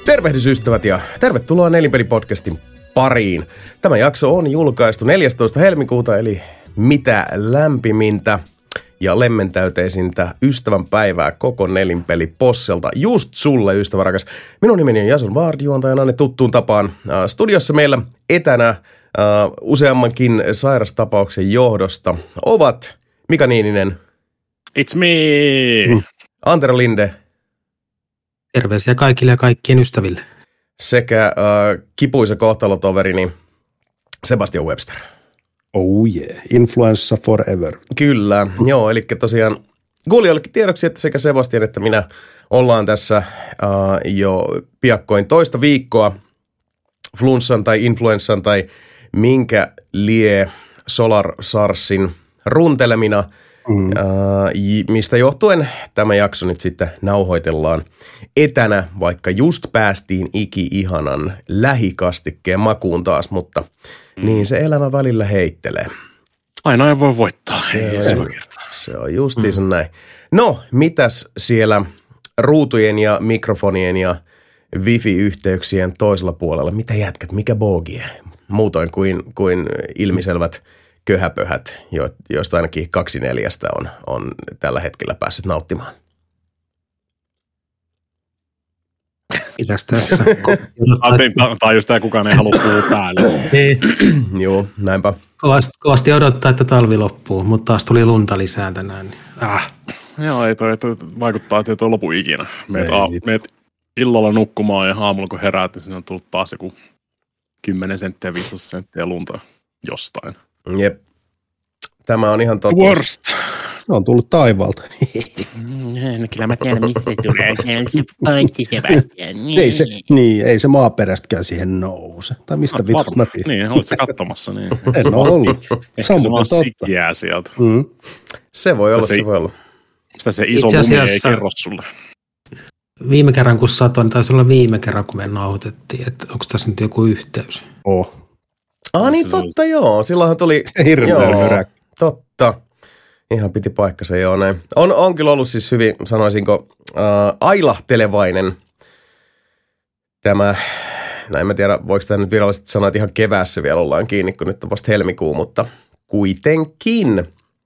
Tervehdysystävät ja tervetuloa Nelinpeli-podcastin pariin. Tämä jakso on julkaistu 14. helmikuuta eli mitä lämpimintä ja lemmentäyteisintä ystävänpäivää koko Nelinpeli-posselta. Just sulle, ystävä rakas. Minun nimeni on Jason Ward, juontajana tuttuun tapaan. Studiossa meillä etänä useammankin sairastapauksen johdosta ovat Mika Niininen. It's me! Antero Linde. Terveisiä kaikille ja kaikkien ystäville. Sekä kipuisa kohtalotoverini Sebastian Webster. Oh yeah, influenssa forever. Kyllä, joo, eli tosiaan kuulijoillekin tiedoksi, että sekä Sebastian että minä ollaan tässä jo piakkoin toista viikkoa flunssan tai influenssan tai minkä lie Solar Sarsin runtelemina, mistä johtuen tämä jakso nyt sitten nauhoitellaan etänä, vaikka just päästiin iki-ihanan lähikastikkeen makuun taas, mutta niin se elämä välillä heittelee. Aina ei voi voittaa. Se on justiinsa näin. No, mitäs siellä ruutujen ja mikrofonien ja wifi-yhteyksien toisella puolella? Mitä jätkät, mikä boogie? Muutoin kuin ilmiselvät köhäpöhät, joista ainakin 2/4 on tällä hetkellä päässyt nauttimaan. Mitäs tässä? Tai jos tämä kukaan ei halua puhua päälle. Joo, näinpä. Kovasti odottaa, että talvi loppuu, mutta taas tuli lunta lisää tänään. Joo, ei toi vaikuttaa, että ei toi lopu ikinä. Meet illalla nukkumaan ja aamulla kun heräät, niin siinä on tullut taas joku 10 senttiä, 15 senttiä lunta jostain. Jep. Tämä on ihan totta. Worst. Se on tullut taivaalta. No kyllä mä tiedän, mistä se tulee. Se on se pointti, Sebastian. Ei se maaperästäkään siihen nouse. Tai mistä vittu mä tiedän. Niin, olet sä katsomassa. Niin. En ole ollut. Se on vaan sikiää sieltä. Se voi olla, se voi olla. Sitä se iso lumi ei kerro sulle. Viime kerran kun satoin, taisi olla viime kerran kun me nauhoitettiin, että onko tässä nyt joku yhteys? Niin totta joo, silloinhan tuli hirveän myräkkä. Totta. Ihan piti paikkansa, joo näin. On kyllä ollut siis hyvin, sanoisinko, ailahtelevainen tämä, en mä tiedä, voiko tämä nyt virallisesti sanoa, että ihan keväässä vielä ollaan kiinni, kun nyt on vasta helmikuu, mutta kuitenkin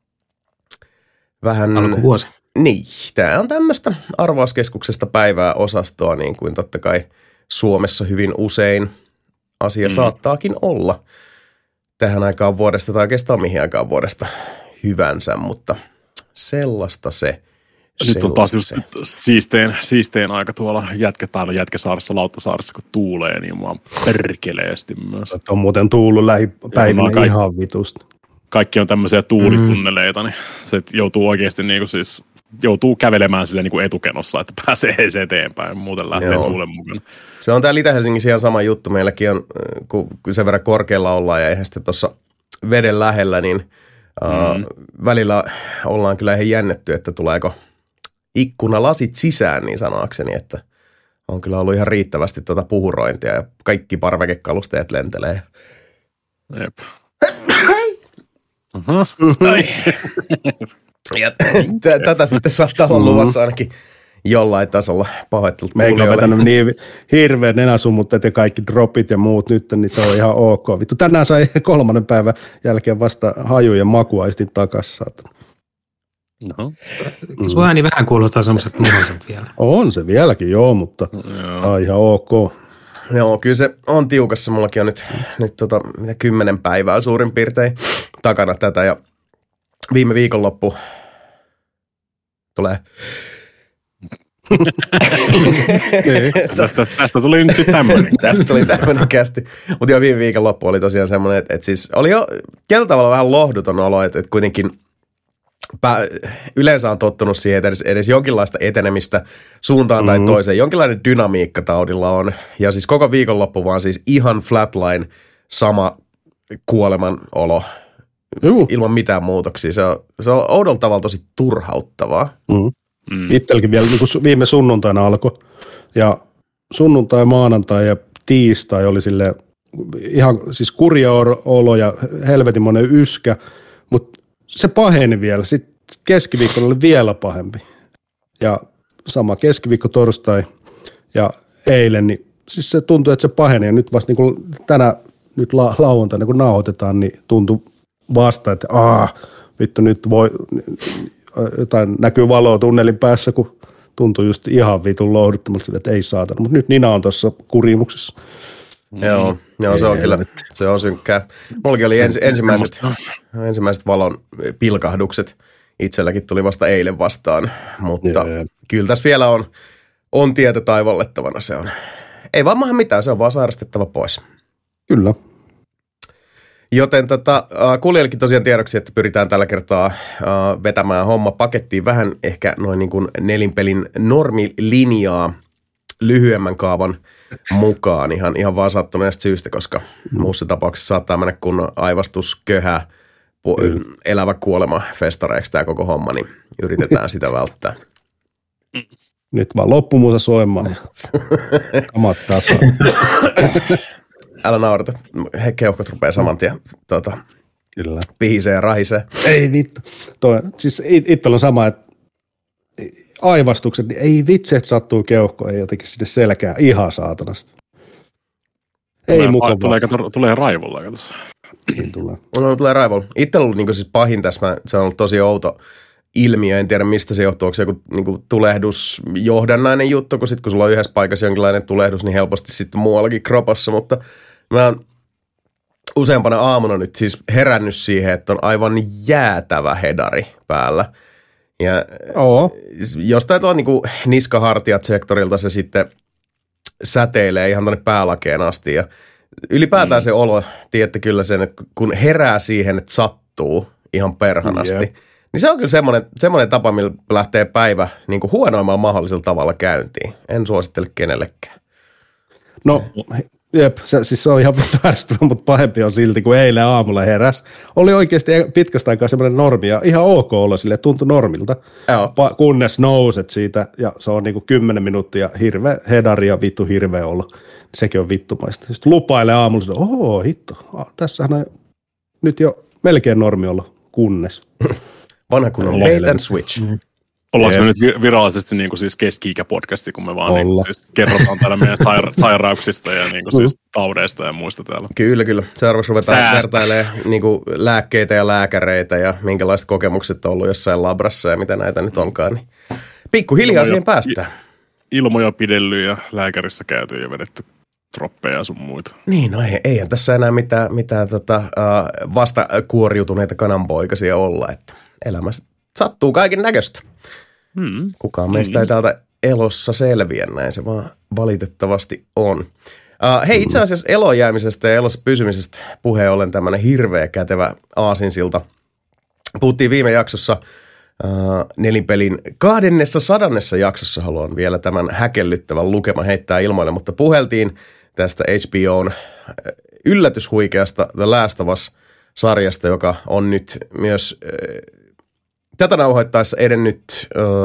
vähän. Alkuvuosi. Niin, tämä on tämmöistä arvauskeskuksesta päivää osastoa, niin kuin totta kai Suomessa hyvin usein asia saattaakin olla tähän aikaan vuodesta tai oikeastaan mihin aikaan vuodesta hyvänsä, mutta sellaista se. Nyt on taas just siisteen aika tuolla Jätkäsaaressa, Lauttasaaressa, kun tuulee, niin vaan perkeleesti myös. On muuten tuullut lähipäivinä ihan vitusta. Kaikki on tämmöisiä tuulitunneleita, niin se joutuu oikeasti niinku siis joutuu kävelemään sille niin kuin etukenossa, että pääsee eteenpäin, muuten lähtee tuulen mukana. Se on täällä Itä-Helsingissä ihan sama juttu. Meilläkin on, kun sen verran korkealla ollaan ja eihän sitten tuossa veden lähellä, niin välillä ollaan kyllä ihan jännetty, että tuleeko ikkunalasit sisään, niin sanoakseni, että on kyllä ollut ihan riittävästi puhurointia ja kaikki parvekekalusteet lentelee. Jep. Ja tätä sitten saattaa olla luvassa ainakin jollain tasolla pahoittelut. Meikä on vetänyt niin hirveän nenäsummutteet ja kaikki dropit ja muut nyt, niin se on ihan ok. Vittu, tänään sai 3. päivän jälkeen vasta haju ja makuaistin takassa. Sun ääni vähän kuulostaa semmoiset muhaiset vielä. On se vieläkin, joo, mutta on ihan ok. Joo, kyllä se on tiukassa. Mullakin on nyt 10 päivää suurin piirtein takana tätä ja viime viikonloppu tulee. Tästä tuli nyt sitten tämmöinen. Tästä tuli tämmöinen kästi. Mutta jo viime viikonloppu oli tosiaan semmoinen, että siis oli jo tällä tavalla vähän lohduton olo, että kuitenkin yleensä on tottunut siihen, että edes jonkinlaista etenemistä suuntaan tai toiseen. Jonkinlainen dynamiikka taudilla on. Ja siis koko viikonloppu vaan siis ihan flatline, sama kuoleman olo. Ilman mitään muutoksia. Se on oudolla tavalla tosi turhauttavaa. Itselläkin vielä niin kuin viime sunnuntaina alkoi. Ja sunnuntai, maanantai ja tiistai oli sille ihan siis kurja olo ja helvetimoinen yskä. Mutta se paheni vielä. Sitten keskiviikkona oli vielä pahempi. Ja sama keskiviikko, torstai ja eilen, niin siis se tuntuu, että se pahenee. Ja nyt vasta niin nyt lauantaina, kun nauhoitetaan, niin tuntuu vasta, että vittu nyt voi, jotain näkyy valoa tunnelin päässä, kun tuntuu just ihan vitun lohduttomalta, että ei saatana. Mutta nyt Nina on tuossa kurimuksessa. Joo, se on kyllä, se on synkkää. Mullakin oli ensimmäiset valon pilkahdukset. Itselläkin tuli vasta eilen vastaan, mutta kyllä tässä vielä on tietä taivallettavana. Se on. Ei vaan mitään, se on vaan sairastettava pois. Kyllä. Joten kuulijoillekin tosiaan tiedoksi, että pyritään tällä kertaa vetämään homma pakettiin vähän ehkä noin niin kuin nelinpelin normilinjaa lyhyemmän kaavan mukaan ihan vaan sattuneesta syystä, koska muussa tapauksessa saattaa mennä kun aivastus, köhä, elävä kuolema festareiksi tämä koko homma, niin yritetään sitä välttää. Nyt vaan loppumuusa soimaan ja kamat kasaan. Älä naurata. Keuhkot rupeaa saman tien Kyllä. Pihisee ja rahisee. Ei vittu. Siis itsellä on sama, että aivastukset, niin ei vitsi, että sattuu keuhkoon, ei jotenkin sinne selkää ihan saatanasti. Ei mukavaa. Tulee raivolla, kato. Tulee raivolla. Itsellä on ollut niin siis pahin tässä, se on ollut tosi outo ilmiö, en tiedä mistä se johtuu, onko se joku niin tulehdusjohdannainen juttu, kun sitten kun sulla on yhdessä paikassa jonkinlainen tulehdus, niin helposti sitten muuallakin kropassa, mutta mä oon useampana aamuna nyt siis herännyt siihen, että on aivan jäätävä hedari päällä. Ja jostain tuolla niin niskahartiat sektorilta se sitten säteilee ihan tuonne päälakeen asti ja ylipäätään se olo, tiedätte kyllä sen, että kun herää siihen, että sattuu ihan perhanasti, niin se on kyllä semmoinen tapa, millä lähtee päivä niin kuin huonoimmalla mahdollisella tavalla käyntiin. En suosittele kenellekään. No, jep, se on ihan vääristävä, mutta pahempi on silti, kun eilen aamulla heräs. Oli oikeasti pitkästä aikaa semmoinen normi ja ihan ok olla silleen, tuntui normilta, kunnes nouset siitä ja se on niinku 10 minuuttia hirveä hedari ja vittu hirveä olla. Sekin on vittumaista. Sitten lupailee aamulla, hitto, tässähän on nyt jo melkein normi olla, kunnes. Vanha kun on bait and switch. Ollaanko me nyt virallisesti niin kuin siis keski-ikäpodcasti, kun me vaan niin kuin siis kerrotaan täällä meidän sairauksista ja niin kuin siis taudeista ja muista täällä. Kyllä. Seuraavaksi ruvetaan vertailemaan niin kuin lääkkeitä ja lääkäreitä ja minkälaiset kokemukset on ollut jossain labrassa ja mitä näitä nyt onkaan. Niin pikkuhiljaa siihen päästään. Ilmoja pidellyt ja lääkärissä käyty ja vedetty troppeja ja sun muita. Niin, no eihän tässä enää mitään vasta kuoriutuneita kananpoikasia olla, että elämässä sattuu kaiken näköistä. Kukaan meistä ei täältä elossa selviä, näin se vaan valitettavasti on. Hei, itse asiassa eloon jäämisestä ja elossa pysymisestä puheen ollen tämmöinen hirveä kätevä aasinsilta. Puhuttiin viime jaksossa nelinpelin 200. jaksossa, haluan vielä tämän häkellyttävän lukeman heittää ilmoille, mutta puheltiin tästä HBOn yllätyshuikeasta The Last of Us-sarjasta, joka on nyt myös tätä nauhoittaessa edennyt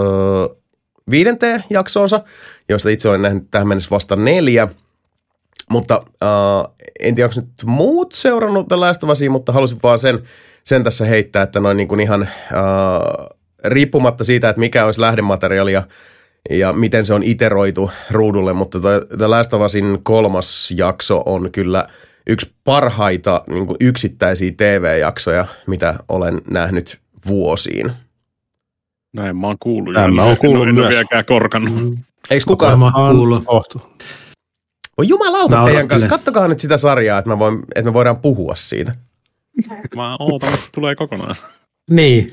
5. jaksoonsa, josta itse olen nähnyt tähän mennessä vasta 4. Mutta en tiedä, onko nyt muut seurannut The Last of Usia, mutta halusin vaan sen tässä heittää, että noin niin kuin ihan riippumatta siitä, että mikä olisi lähdemateriaalia ja miten se on iteroitu ruudulle, mutta The Last of Usin 3. jakso on kyllä yksi parhaita niin kuin yksittäisiä TV-jaksoja, mitä olen nähnyt vuosiin. Näin mä oon kuullut. Mä oon kuullut myös. En ole vieläkään korkannut. Eikö kukaan kuullut? Oi jumalauta teidän kanssa. Kattokaa nyt sitä sarjaa, että me voidaan puhua siitä. Mä ootan, että se tulee kokonaan. Niin.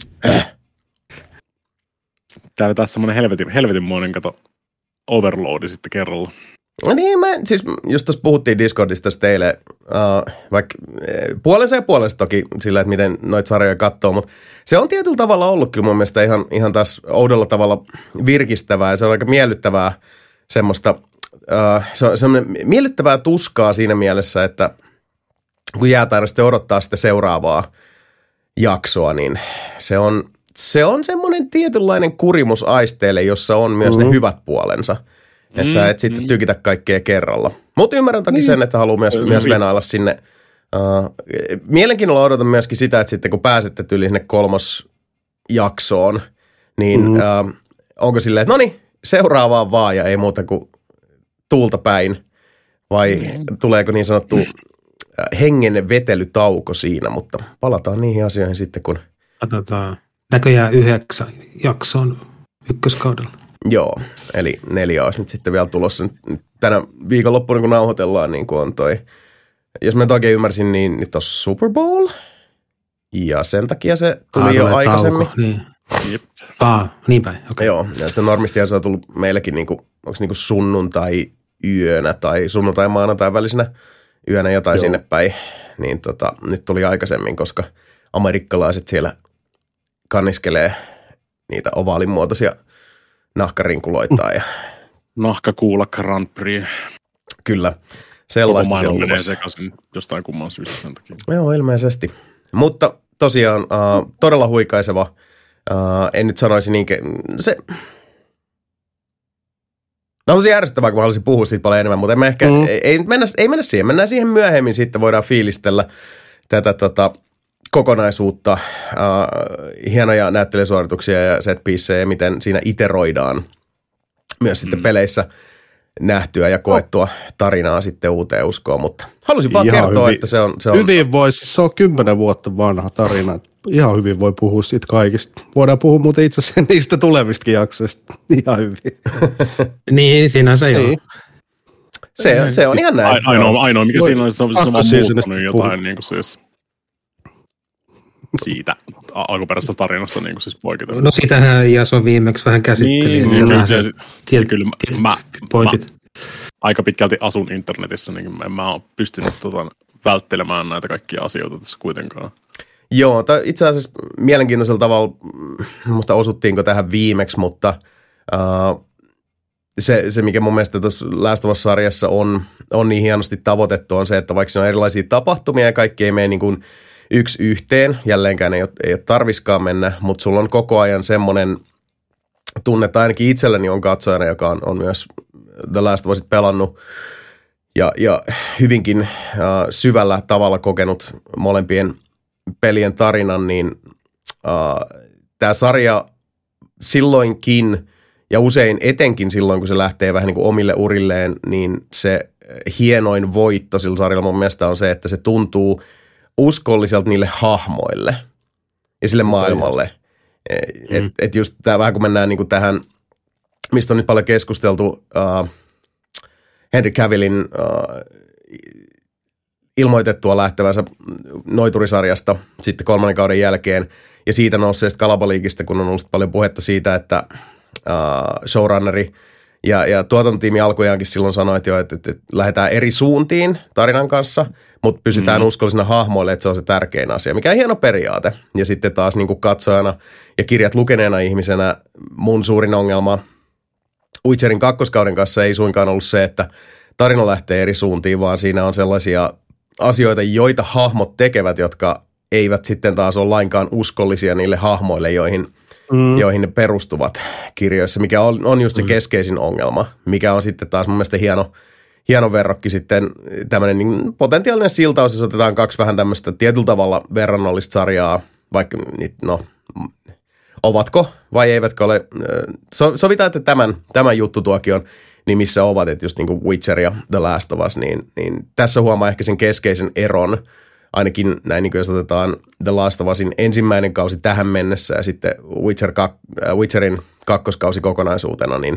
Tää vetää semmonen helvetinmoinen overloadi sitten kerralla. No niin, siis just tuossa puhuttiin Discordista teille, vaikka puolensa ja puolensa toki sillä, että miten noita sarjoja katsoo, mutta se on tietyllä tavalla ollut kyllä mun mielestä ihan taas oudolla tavalla virkistävää ja se on aika miellyttävää semmoista, se on semmoinen miellyttävää tuskaa siinä mielessä, että kun jäätään sitten odottaa sitä seuraavaa jaksoa, niin se on semmoinen tietynlainen kurimus aisteille, jossa on myös ne hyvät puolensa. Että sä et sitten tykitä kaikkea kerralla. Mutta ymmärrän toki sen, että haluaa myös venailla sinne. Mielenkiinnolla odotan myöskin sitä, että sitten kun pääsette yli sinne 3. jaksoon, niin onko silleen, että noniin, seuraavaan vaan ja ei muuta kuin tuulta päin. vai tuleeko niin sanottu hengen vetelytauko siinä, mutta palataan niihin asioihin sitten, kun... Katsotaan. Näköjään 9 jaksoon ykköskaudella. Joo, eli 4 olisi nyt sitten vielä tulossa. Tänä viikonloppuna, kun nauhoitellaan, niin kuin on toi... Jos mä nyt oikein ymmärsin, niin nyt on Super Bowl. Ja sen takia se tuli jo aikaisemmin. Tauko, niin. Niin päin. Okay. Joo, ja se normistihan se on tullut meillekin, niin kuin, onko se niin kuin sunnuntai-yönä tai sunnuntai-maanantai välisenä yönä jotain sinne päin. Niin nyt tuli aikaisemmin, koska amerikkalaiset siellä kanniskelee niitä ovaalimuotoisia nahkarinkuloita. Ja... Nahkakuula Grand Prix. Kyllä, sellaista siellä on menee sekaisin jostain kumman syystä sen takia. Joo, ilmeisesti. Mutta tosiaan todella huikaiseva. En nyt sanoisi niinkään. Se... Tämä on tosi järjestävää, kun mä haluaisin puhua siitä paljon enemmän, mutta ei mennä siihen. Mennään siihen myöhemmin, sitten voidaan fiilistellä tätä kokonaisuutta, hienoja näyttelysuorituksia ja set-piecejä ja miten siinä iteroidaan myös sitten peleissä nähtyä ja koettua tarinaa sitten uuteen uskoon, mutta halusin vaan kertoa, että se on... Hyvin se on 10 vuotta vanha tarina. Ihan hyvin voi puhua siitä kaikista. Voidaan puhua muuten itse asiassa niistä tulevistakin jaksoista. Ihan hyvin. Niin, siinä se joo. Se on ihan näin. Ainoa mikä siinä on, se on muuttunut jotain niin kuin siis siitä alkuperäisestä tarinasta niin kuin siis poiketen. No sitähän Jaso viimeksi vähän käsitteli. Niin, kyllä mä aika pitkälti asun internetissä, niin en mä ole pystynyt välttelemään näitä kaikkia asioita tässä kuitenkaan. Joo, itse asiassa mielenkiintoisella tavalla, musta osuttiinko tähän viimeksi, mutta se mikä mun mielestä tuossa Last of Us-sarjassa on niin hienosti tavoitettu, on se, että vaikka siinä on erilaisia tapahtumia ja kaikki ei mene niin kuin yksi yhteen, jälleenkään ei ole tarviskaan mennä, mutta sulla on koko ajan semmoinen tunne, että ainakin itselläni on katsojana, joka on myös The Last of Usit pelannut ja hyvinkin syvällä tavalla kokenut molempien pelien tarinan, niin tämä sarja silloinkin ja usein etenkin silloin, kun se lähtee vähän niin kuin omille urilleen, niin se hienoin voitto sillä sarjalla mun mielestä on se, että se tuntuu uskolliselta niille hahmoille ja sille maailmalle. Et just tämä vähän kun mennään niin kuin tähän, mistä on nyt paljon keskusteltu, Henry Cavillin ilmoitettua lähtevänsä Noiturisarjasta sitten 3. kauden jälkeen ja siitä nousseesta kalabaliikista, kun on ollut paljon puhetta siitä, että showrunneri ja tuotantotiimi alkujaankin silloin sanoi, että lähdetään eri suuntiin tarinan kanssa, mutta pysytään uskollisina hahmoille, että se on se tärkein asia, mikä on hieno periaate. Ja sitten taas niin kuin katsojana ja kirjat lukeneena ihmisenä mun suurin ongelma Witcherin 2. kauden kanssa ei suinkaan ollut se, että tarina lähtee eri suuntiin, vaan siinä on sellaisia asioita, joita hahmot tekevät, jotka eivät sitten taas ole lainkaan uskollisia niille hahmoille, joihin ne perustuvat kirjoissa, mikä on just se keskeisin ongelma, mikä on sitten taas mun mielestä hieno verrokki sitten tämmöinen niin potentiaalinen siltaus, jos otetaan 2 vähän tämmöistä tietyllä tavalla verrannollista sarjaa, vaikka ovatko vai eivätkö ole. Sovitaan, että tämän juttutuokion nimissä ovat, että just niin kuin Witcher ja The Last of Us, niin tässä huomaa ehkä sen keskeisen eron, ainakin näin niin kuin jos otetaan The Last of Usin ensimmäinen kausi tähän mennessä ja sitten Witcherin 2. kausi kokonaisuutena, niin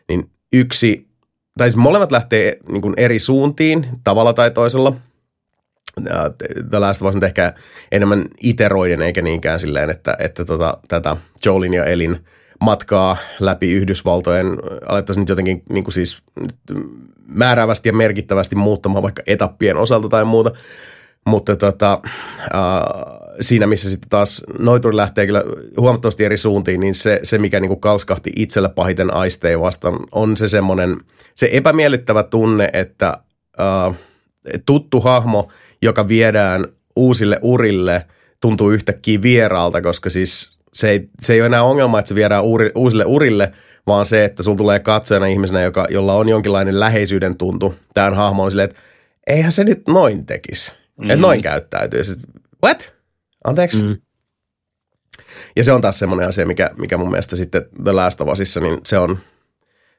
siis molemmat lähtee niin kuin eri suuntiin tavalla tai toisella. The Last of Us on ehkä enemmän iteroiden eikä niinkään silleen, että tätä Joelin ja Elin matkaa läpi Yhdysvaltojen alettaisiin nyt jotenkin niin kuin siis määräävästi ja merkittävästi muuttamaan vaikka etappien osalta tai muuta. Mutta siinä, missä sitten taas Noituri lähtee kyllä huomattavasti eri suuntiin, niin se mikä niin kuin kalskahti itsellä pahiten aisteja vastaan, on se semmoinen, se epämiellyttävä tunne, että tuttu hahmo, joka viedään uusille urille, tuntuu yhtäkkiä vieraalta, koska siis se ei ole enää ongelma, että se viedään uusille urille, vaan se, että sulla tulee katsojana ihmisenä, jolla on jonkinlainen läheisyyden tuntu. Tämän hahmo on silleen, että eihän se nyt noin tekisi. Että noin käyttäytyy. What? Anteeksi? Ja se on taas semmoinen asia, mikä mun mielestä sitten The Last of Usissa, niin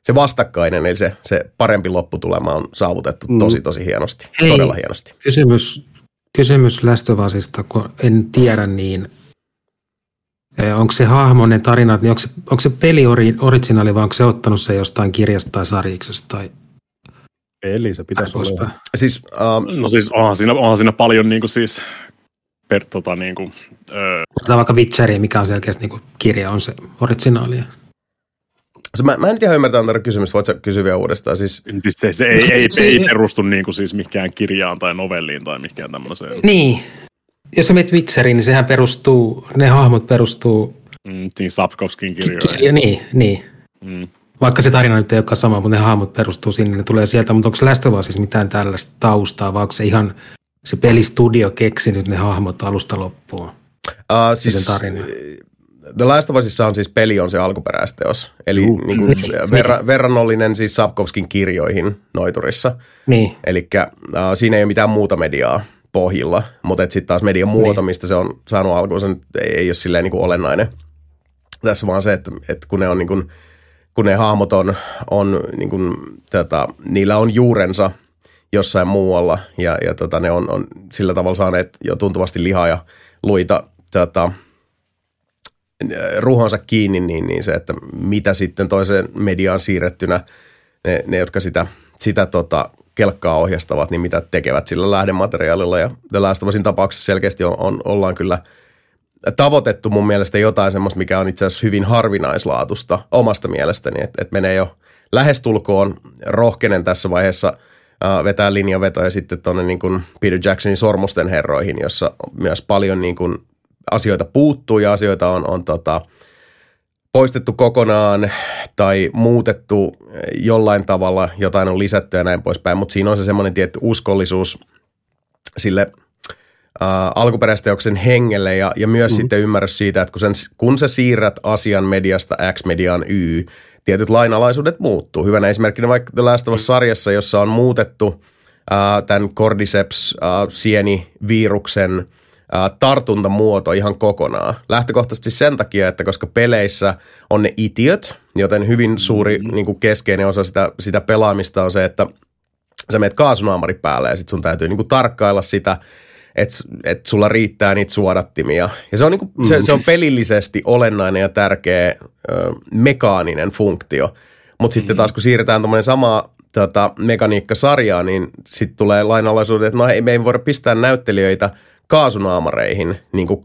se vastakkainen, eli se parempi lopputulema on saavutettu tosi hienosti, todella hienosti. Kysymys Last of Usista, kun en tiedä, niin onko se hahmonen tarina, niin onko se peli originaali vai onko se ottanut se jostain kirjasta tai sarjiksesta? Tai peli se pitäisi olla. Siis, no siis onhan siinä paljon niinku siis niinku, Otetaan vaikka Witcheria, mikä on selkeästi niinku kirja, on se originaalia. Mä en tiedä ymmärtää antaa kysymys, voit sä kysyä vielä uudestaan? Siis se ei perustu niinku siis mikään kirjaan tai novelliin tai mikään tämmöiseen. Niin. Jos sä menet Witcheriin, niin sehän perustuu, ne hahmot perustuu niin Sapkowskin kirjoihin. Niin. Vaikka se tarina nyt ei olekaan sama, mutta ne hahmot perustuu sinne, ne tulee sieltä. Mutta onko Last of Us siis mitään tällaista taustaa, vai onko se ihan se pelistudio keksinyt ne hahmot alusta loppuun? Siis The Last of Usissa on siis peli on se alkuperäisteos. Eli niinku verrannollinen siis Sapkowskin kirjoihin Noiturissa. Niin. Elikkä siinä ei ole mitään muuta mediaa pohjilla, mutta sitten taas median muoto, mistä se on saanut alkuun, se ei ole silleen niinku olennainen. Tässä vaan se, että kun ne on niinku, kun ne hahmot on niinku, niillä on juurensa jossain muualla ja ne on sillä tavalla saaneet jo tuntuvasti lihaa ja luita ruhonsa kiinni, niin se, että mitä sitten toiseen mediaan siirrettynä ne jotka sitä kelkkaa ohjastavat, niin mitä tekevät sillä lähdemateriaalilla. Ja The Last of Usin tapauksessa selkeästi ollaan kyllä tavoitettu mun mielestä jotain semmoista, mikä on itse asiassa hyvin harvinaislaatusta omasta mielestäni, että menee jo lähestulkoon rohkenen tässä vaiheessa vetää linjavetoja sitten tuonne niin kuin Peter Jacksonin Sormusten herroihin, jossa myös paljon niin kuin asioita puuttuu ja asioita on poistettu kokonaan tai muutettu jollain tavalla, jotain on lisätty ja näin poispäin, mutta siinä on se semmoinen tietty uskollisuus sille alkuperäisteoksen hengelle ja myös sitten ymmärrys siitä, että kun sä siirrät asian mediasta X mediaan Y, tietyt lainalaisuudet muuttuu. Hyvänä esimerkkinä vaikka The Last of Us-sarjassa, jossa on muutettu tämän Cordyceps sieniviruksen tartuntamuoto ihan kokonaan. Lähtökohtaisesti sen takia, että koska peleissä on ne itiöt, joten hyvin suuri niin kuin keskeinen osa sitä pelaamista on se, että sä meet kaasunaamari päälle ja sit sun täytyy niin kuin tarkkailla sitä, että sulla riittää niitä suodattimia. Ja se on, niin kuin, se on pelillisesti olennainen ja tärkeä mekaaninen funktio. Mutta sitten taas kun siirretään tuommoinen sama mekaniikka-sarjaa, niin sitten tulee lainalaisuudet, että no me ei voida pistää näyttelijöitä kaasunaamareihin niin kuin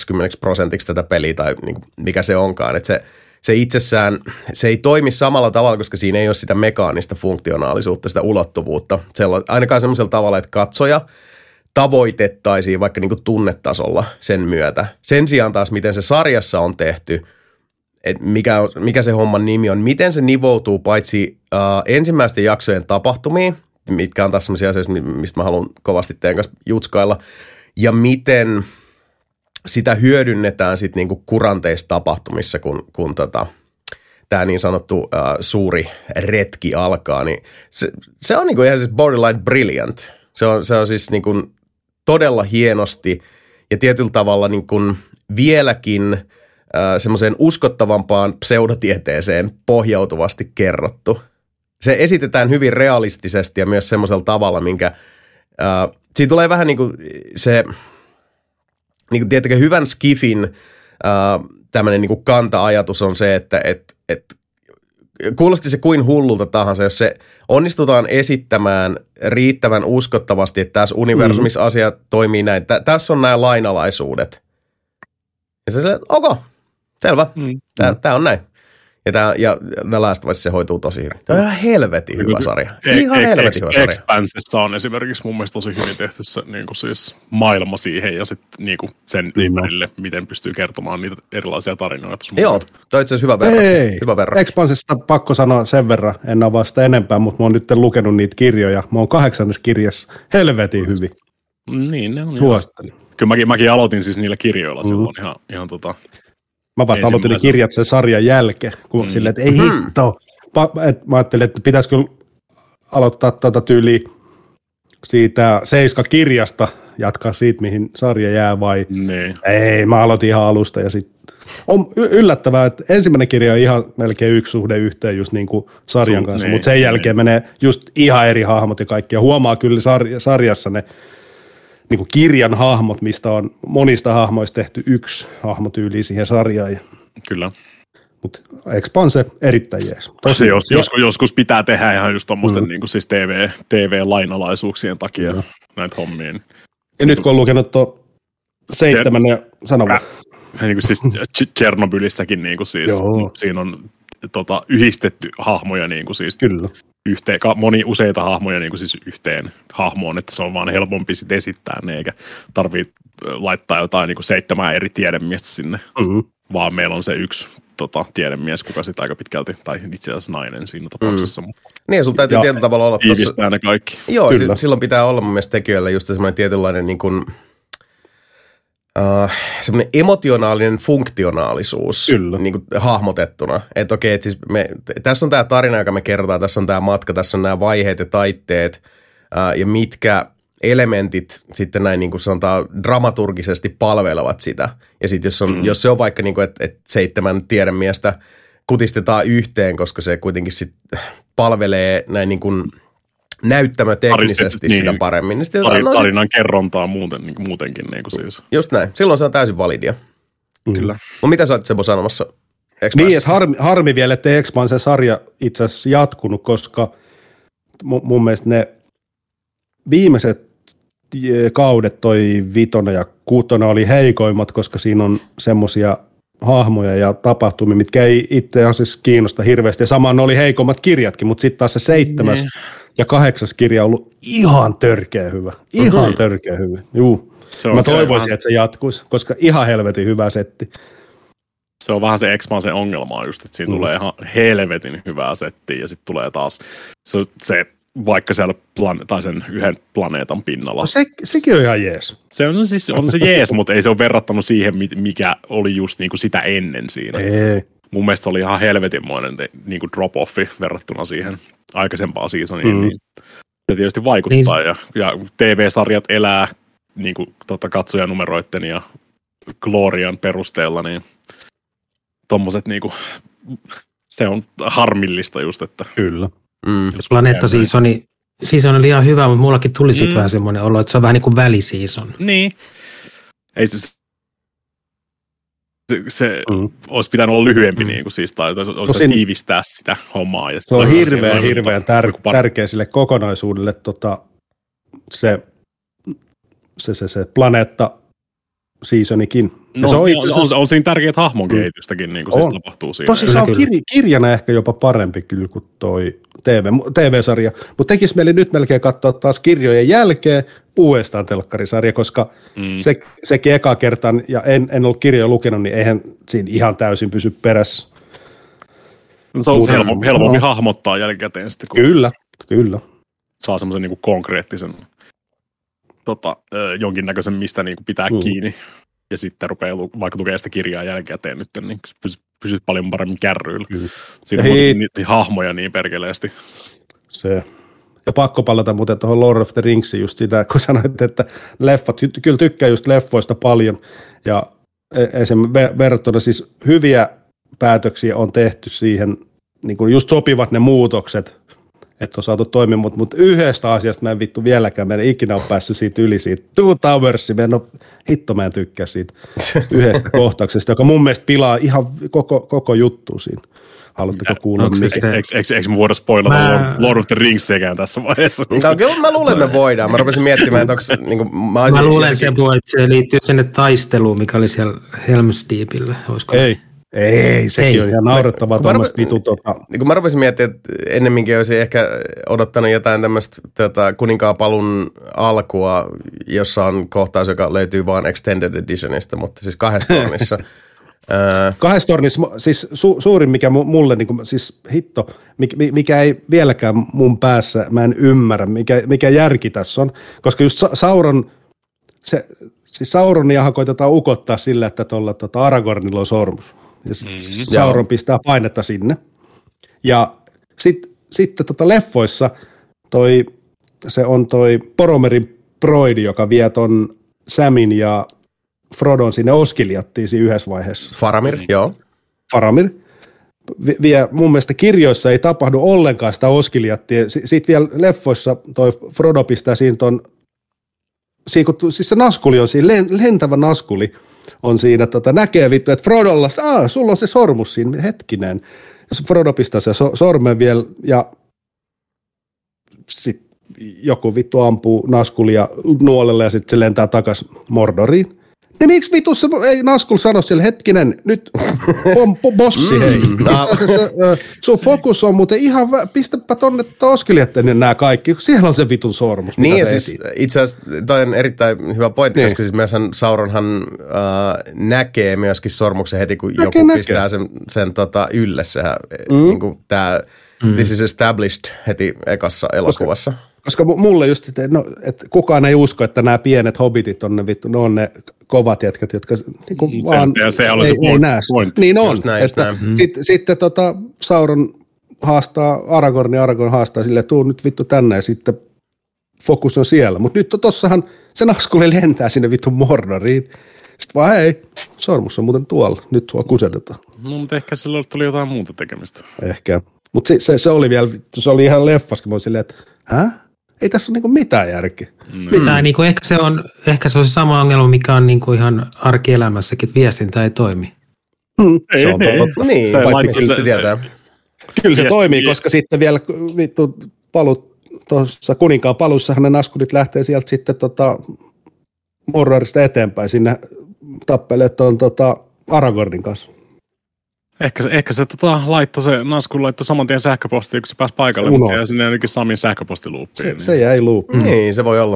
80% tätä peliä tai niin kuin mikä se onkaan. Että se itsessään, se ei toimi samalla tavalla, koska siinä ei ole sitä mekaanista funktionaalisuutta, sitä ulottuvuutta. Ainakaan semmoisella tavalla, että katsoja tavoitettaisiin vaikka niin kuin tunnetasolla sen myötä. Sen sijaan taas, miten se sarjassa on tehty, että mikä se homman nimi on, miten se nivoutuu paitsi ensimmäisten jaksojen tapahtumiin, mitkä on taas sellaisia asioita, mistä mä haluan kovasti teidän kanssa jutskailla, ja miten sitä hyödynnetään sitten niinku kuranteissa tapahtumissa, kun tämä niin sanottu suuri retki alkaa, niin se on niinku ihan siis borderline brilliant. Se on siis niinku todella hienosti ja tietyllä tavalla niinku vieläkin semmoiseen uskottavampaan pseudotieteeseen pohjautuvasti kerrottu. Se esitetään hyvin realistisesti ja myös semmoisella tavalla, minkä siinä tulee vähän niin kuin se, niin kuin tietenkin hyvän skifin tämmöinen niin kuin kanta-ajatus on se, että kuulosti se kuin hullulta tahansa, jos se onnistutaan esittämään riittävän uskottavasti, että tässä universumissa asia toimii näin. Tässä on nämä lainalaisuudet. Ja se ok, selvä, tämä on näin. Ja The Last of Us se hoituu tosi hyvin. Tämä on ihan helvetin hyvä sarja. Ihan helvetin hyvä sarja. Expansessa on esimerkiksi mun mielestä tosi hyvin tehty se niin kuin siis maailma siihen ja sitten niin kuin sen ympärille, miten pystyy kertomaan niitä erilaisia tarinoita. Joo, toi itse asiassa hyvä verran. Expansesta pakko sanoa sen verran, en avaa sitä enempää, mutta mä oon nyt lukenut niitä kirjoja. Mä oon 8. kirjassa helvetin hyvin. Niin, ne on Suosittelen. Kyllä mäkin aloitin siis niillä kirjoilla silloin ihan Mä vasta aloitin ne kirjat sen sarjan jälkeen, kun silleen, että ei hitto. Mä ajattelin, että pitäisikö aloittaa tyyliä siitä 7 kirjasta jatkaa siitä, mihin sarja jää vai Niin. ei, mä aloitin ihan alusta ja sitten on yllättävää, että ensimmäinen kirja on ihan melkein 1:1 just niin kuin sarjan kanssa, niin, mutta sen jälkeen menee just ihan eri hahmot ja kaikki ja huomaa kyllä sarjassa ne niin kuin kirjan hahmot, mistä on monista hahmoista tehty yksi hahmotyyli siihen sarjaan. Kyllä. Mutta Expanse erittäin jees. Tosi joskus pitää tehdä ihan just tommosten niin kuin siis TV-lainalaisuuksien takia näitä hommia. Ja nyt kun on lukenut tuon 7 ja sanoma. Niin kuin siis Tchernobylissäkin niin kuin siis, siinä on yhdistetty hahmoja niin kuin siis Kyllä. useita hahmoja niin kuin siis yhteen hahmoon, että se on vaan helpompi sit esittää ne, eikä tarvitse laittaa jotain niin kuin 7 eri tiedemiestä sinne, vaan meillä on se yksi tiedemies, kuka sitten aika pitkälti, tai itse asiassa nainen siinä tapauksessa. Niin, ja sulla täytyy tietyllä tavalla olla tuossa. Tiivistää ne kaikki. Joo, silloin pitää olla mun mielestä tekijöillä just semmoinen tietynlainen niin kuin, semmoinen emotionaalinen funktionaalisuus niin kuin hahmotettuna. Että okei, että siis tässä on tämä tarina, joka me kerrotaan, tässä on tämä matka, tässä on nämä vaiheet ja taitteet, ja mitkä elementit sitten näin niin kuin sanotaan dramaturgisesti palvelevat sitä. Ja sitten jos se on vaikka niin kuin, että 7 tiedemiestä kutistetaan yhteen, koska se kuitenkin sitten palvelee näin niin kuin näyttämöteknisesti sitä paremmin. Niin tarinan kerrontaa muutenkin. Niin kuin siis. Just näin. Silloin se on täysin validia. Kyllä. Mutta mitä sä oot Sebo sanomassa? Niin, että harmi vielä, että Expansen sarja itse asiassa jatkunut, koska mun mielestä ne viimeiset kaudet, toi 5 ja 6 oli heikoimmat, koska siinä on semmoisia hahmoja ja tapahtumia, mitkä ei itse asiassa kiinnosta hirveästi. Ja samaan oli heikommat kirjatkin, mutta sitten taas se 7. ja 8. kirja on ollut ihan törkeä hyvä. Ihan törkeä hyvä. Juu. Mä toivoisin, että se jatkuisi, koska ihan helvetin hyvä setti. Se on vähän se Expansen ongelma just, että siinä tulee ihan helvetin hyvää settiä ja sitten tulee taas se vaikka siellä tai sen yhden planeetan pinnalla. No sekin on ihan jees. Se on se jees, mutta ei se ole verrattuna siihen, mikä oli just niinku sitä ennen siinä. Ei. Mun mielestä se oli ihan helvetinmoinen niinku drop-offi verrattuna siihen aikaisempaan seasoniin. Niin se tietysti vaikuttaa ja TV-sarjat elää niinku katsojanumeroiden ja glorian perusteella, niin tommoset niinku, se on harmillista just, että kyllä. Planeetta season oli ihan hyvä, mutta mullakin tuli sitten vähän semmoinen olo, että se on vähän niin kuin väliseason. Niin. Ei se olisi pitänyt olla lyhyempi, niin kuin siis, tai olisi tiivistää sitä hommaa. Ja se on hirveän tärkeä sille kokonaisuudelle se planeetta seasonikin. No, on siinä tärkeät hahmon kehitystäkin, niin kuin siis tapahtuu siinä. Tosi se on kirjana ehkä jopa parempi kyllä kuin toi TV-sarja, mutta tekisi meille nyt melkein katsoa taas kirjojen jälkeen uudestaan telkkarisarja, koska sekin eka kertaan, ja en ollut kirjoja lukenut, niin eihän siinä ihan täysin pysy perässä. No, se on helpompi hahmottaa jälkikäteen sitten, kun kyllä. Saa semmoisen niin kuin konkreettisen jonkinnäköisen, mistä niin kuin pitää kiinni. Ja sitten rupeaa vaikka lukea sitä kirjaa jälkikäteen nyt, niin pysyt paljon paremmin kärryillä. Siinä on niitä hahmoja niin perkeleesti. Se. Ja pakko palata muuten tuohon Lord of the Ringsiin just sitä, kun sanoit, että leffat, kyllä tykkää just leffoista paljon. Ja esimerkiksi verrattuna siis hyviä päätöksiä on tehty siihen, niin kuin just sopivat ne muutokset, että on saatu toimimaan, mutta yhdestä asiasta mä en vittu vieläkään, mä en ikinä ole päässyt siitä yli siitä. Two Towersi, mä en tykkää siitä yhdestä kohtauksesta, joka mun mielestä pilaa ihan koko juttu siinä. Haluatteko kuulla? Eikö me voida spoilata Lord of the Rings sekään tässä vaiheessa? Kyllä mä luulen, että me voidaan. Mä rupesin miettimään, että onko... Niin mä luulen, että se liittyy sinne taisteluun, mikä oli siellä Helm's Deepillä. Ei, sekin on ihan naurettavaa tuommoista vitun Niin kun mä rupesin miettimään, että ennemminkin olisi ehkä odottanut jotain tämmöistä Kuninkaan palun alkua, jossa on kohtaus, joka löytyy vaan Extended Editionista, mutta siis 2 tornissa. 2 tornissa, siis suurin mikä mulle, niin kuin, siis hitto, mikä ei vieläkään mun päässä, mä en ymmärrä, mikä järki tässä on, koska just Sauron, siis Sauroniahan koitetaan ukottaa sillä, että tuolla Aragornilla on sormus. Ja Sauron pistää painetta sinne. Ja sitten leffoissa se on toi Boromerin droidi, joka vie ton Samin ja Frodon sinne Oskiliattiin siinä yhdessä vaiheessa. Faramir, joo. Faramir. Mun mielestä kirjoissa ei tapahdu ollenkaan sitä Oskiliattia. Sitten vielä leffoissa toi Frodo pistää siinä ton, siis se naskuli on siinä, lentävä naskuli on siinä, näkee vittu, että Frodolla, sulla on se sormus siinä, hetkinen. Frodo pistää se sormen vielä ja sitten joku vittu ampuu naskulia nuolelle ja sitten se lentää takas Mordoriin. Ne miksi vitussa ei Naskul sano siellä, hetkinen, nyt bossi, hei. Itse asiassa sun fokus on muuten ihan, pistäpä tonne Oskiliatteen nämä kaikki, siellä on se vitun sormus. Niin ja siis itse asiassa toi on erittäin hyvä pointti, koska siis myös Sauronhan näkee myöskin sormuksen heti, kun joku pistää sen ylle, sehän niinku tää this is established heti ekassa elokuvassa. Koska mulle just, että kukaan ei usko, että nämä pienet hobbitit on ne vittu, ne on ne kovat jätkät, jotka niinku vaan ei näe. Niin on. Sitten Sauron haastaa Aragorn haastaa silleen, tuu nyt vittu tänne ja sitten fokus on siellä. Mutta nyt tossahan se naskuli lentää sinne vittu Mordoriin. Sitten vaan hei, sormus on muuten tuolla, nyt sua kusetetaan. No mutta ehkä sillä tuli jotain muuta tekemistä. Ehkä. Mutta se oli vielä, se oli ihan leffaskin, mä olin silleen, että ei tässä ole niinku mitään järkeä. Tai niinku ehkä se on se sama ongelma, mikä on niinku ihan arkielämässäkin, että viestintä ei toimi. Se on totta. Niin, kyllä se toimii, koska sitten vielä vittu tuossa kuninkaan palussahan ne naskulit lähtee sieltä sitten Mordorista eteenpäin sinne tappelemaan tuon Aragornin kanssa. Ehkä se Naskul laittoi saman tien sähköpostiin, kun se pääsi paikalle, mutta jäi sinne ainakin Samin sähköpostiluuppiin. Se jäi luuppiin. Niin, se voi olla.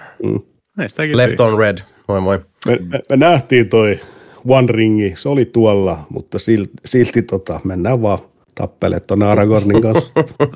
Left on red, moi. Me nähtiin toi One Ringi, se oli tuolla, mutta silti mennään vaan tappelemaan tuonne Aragornin kanssa.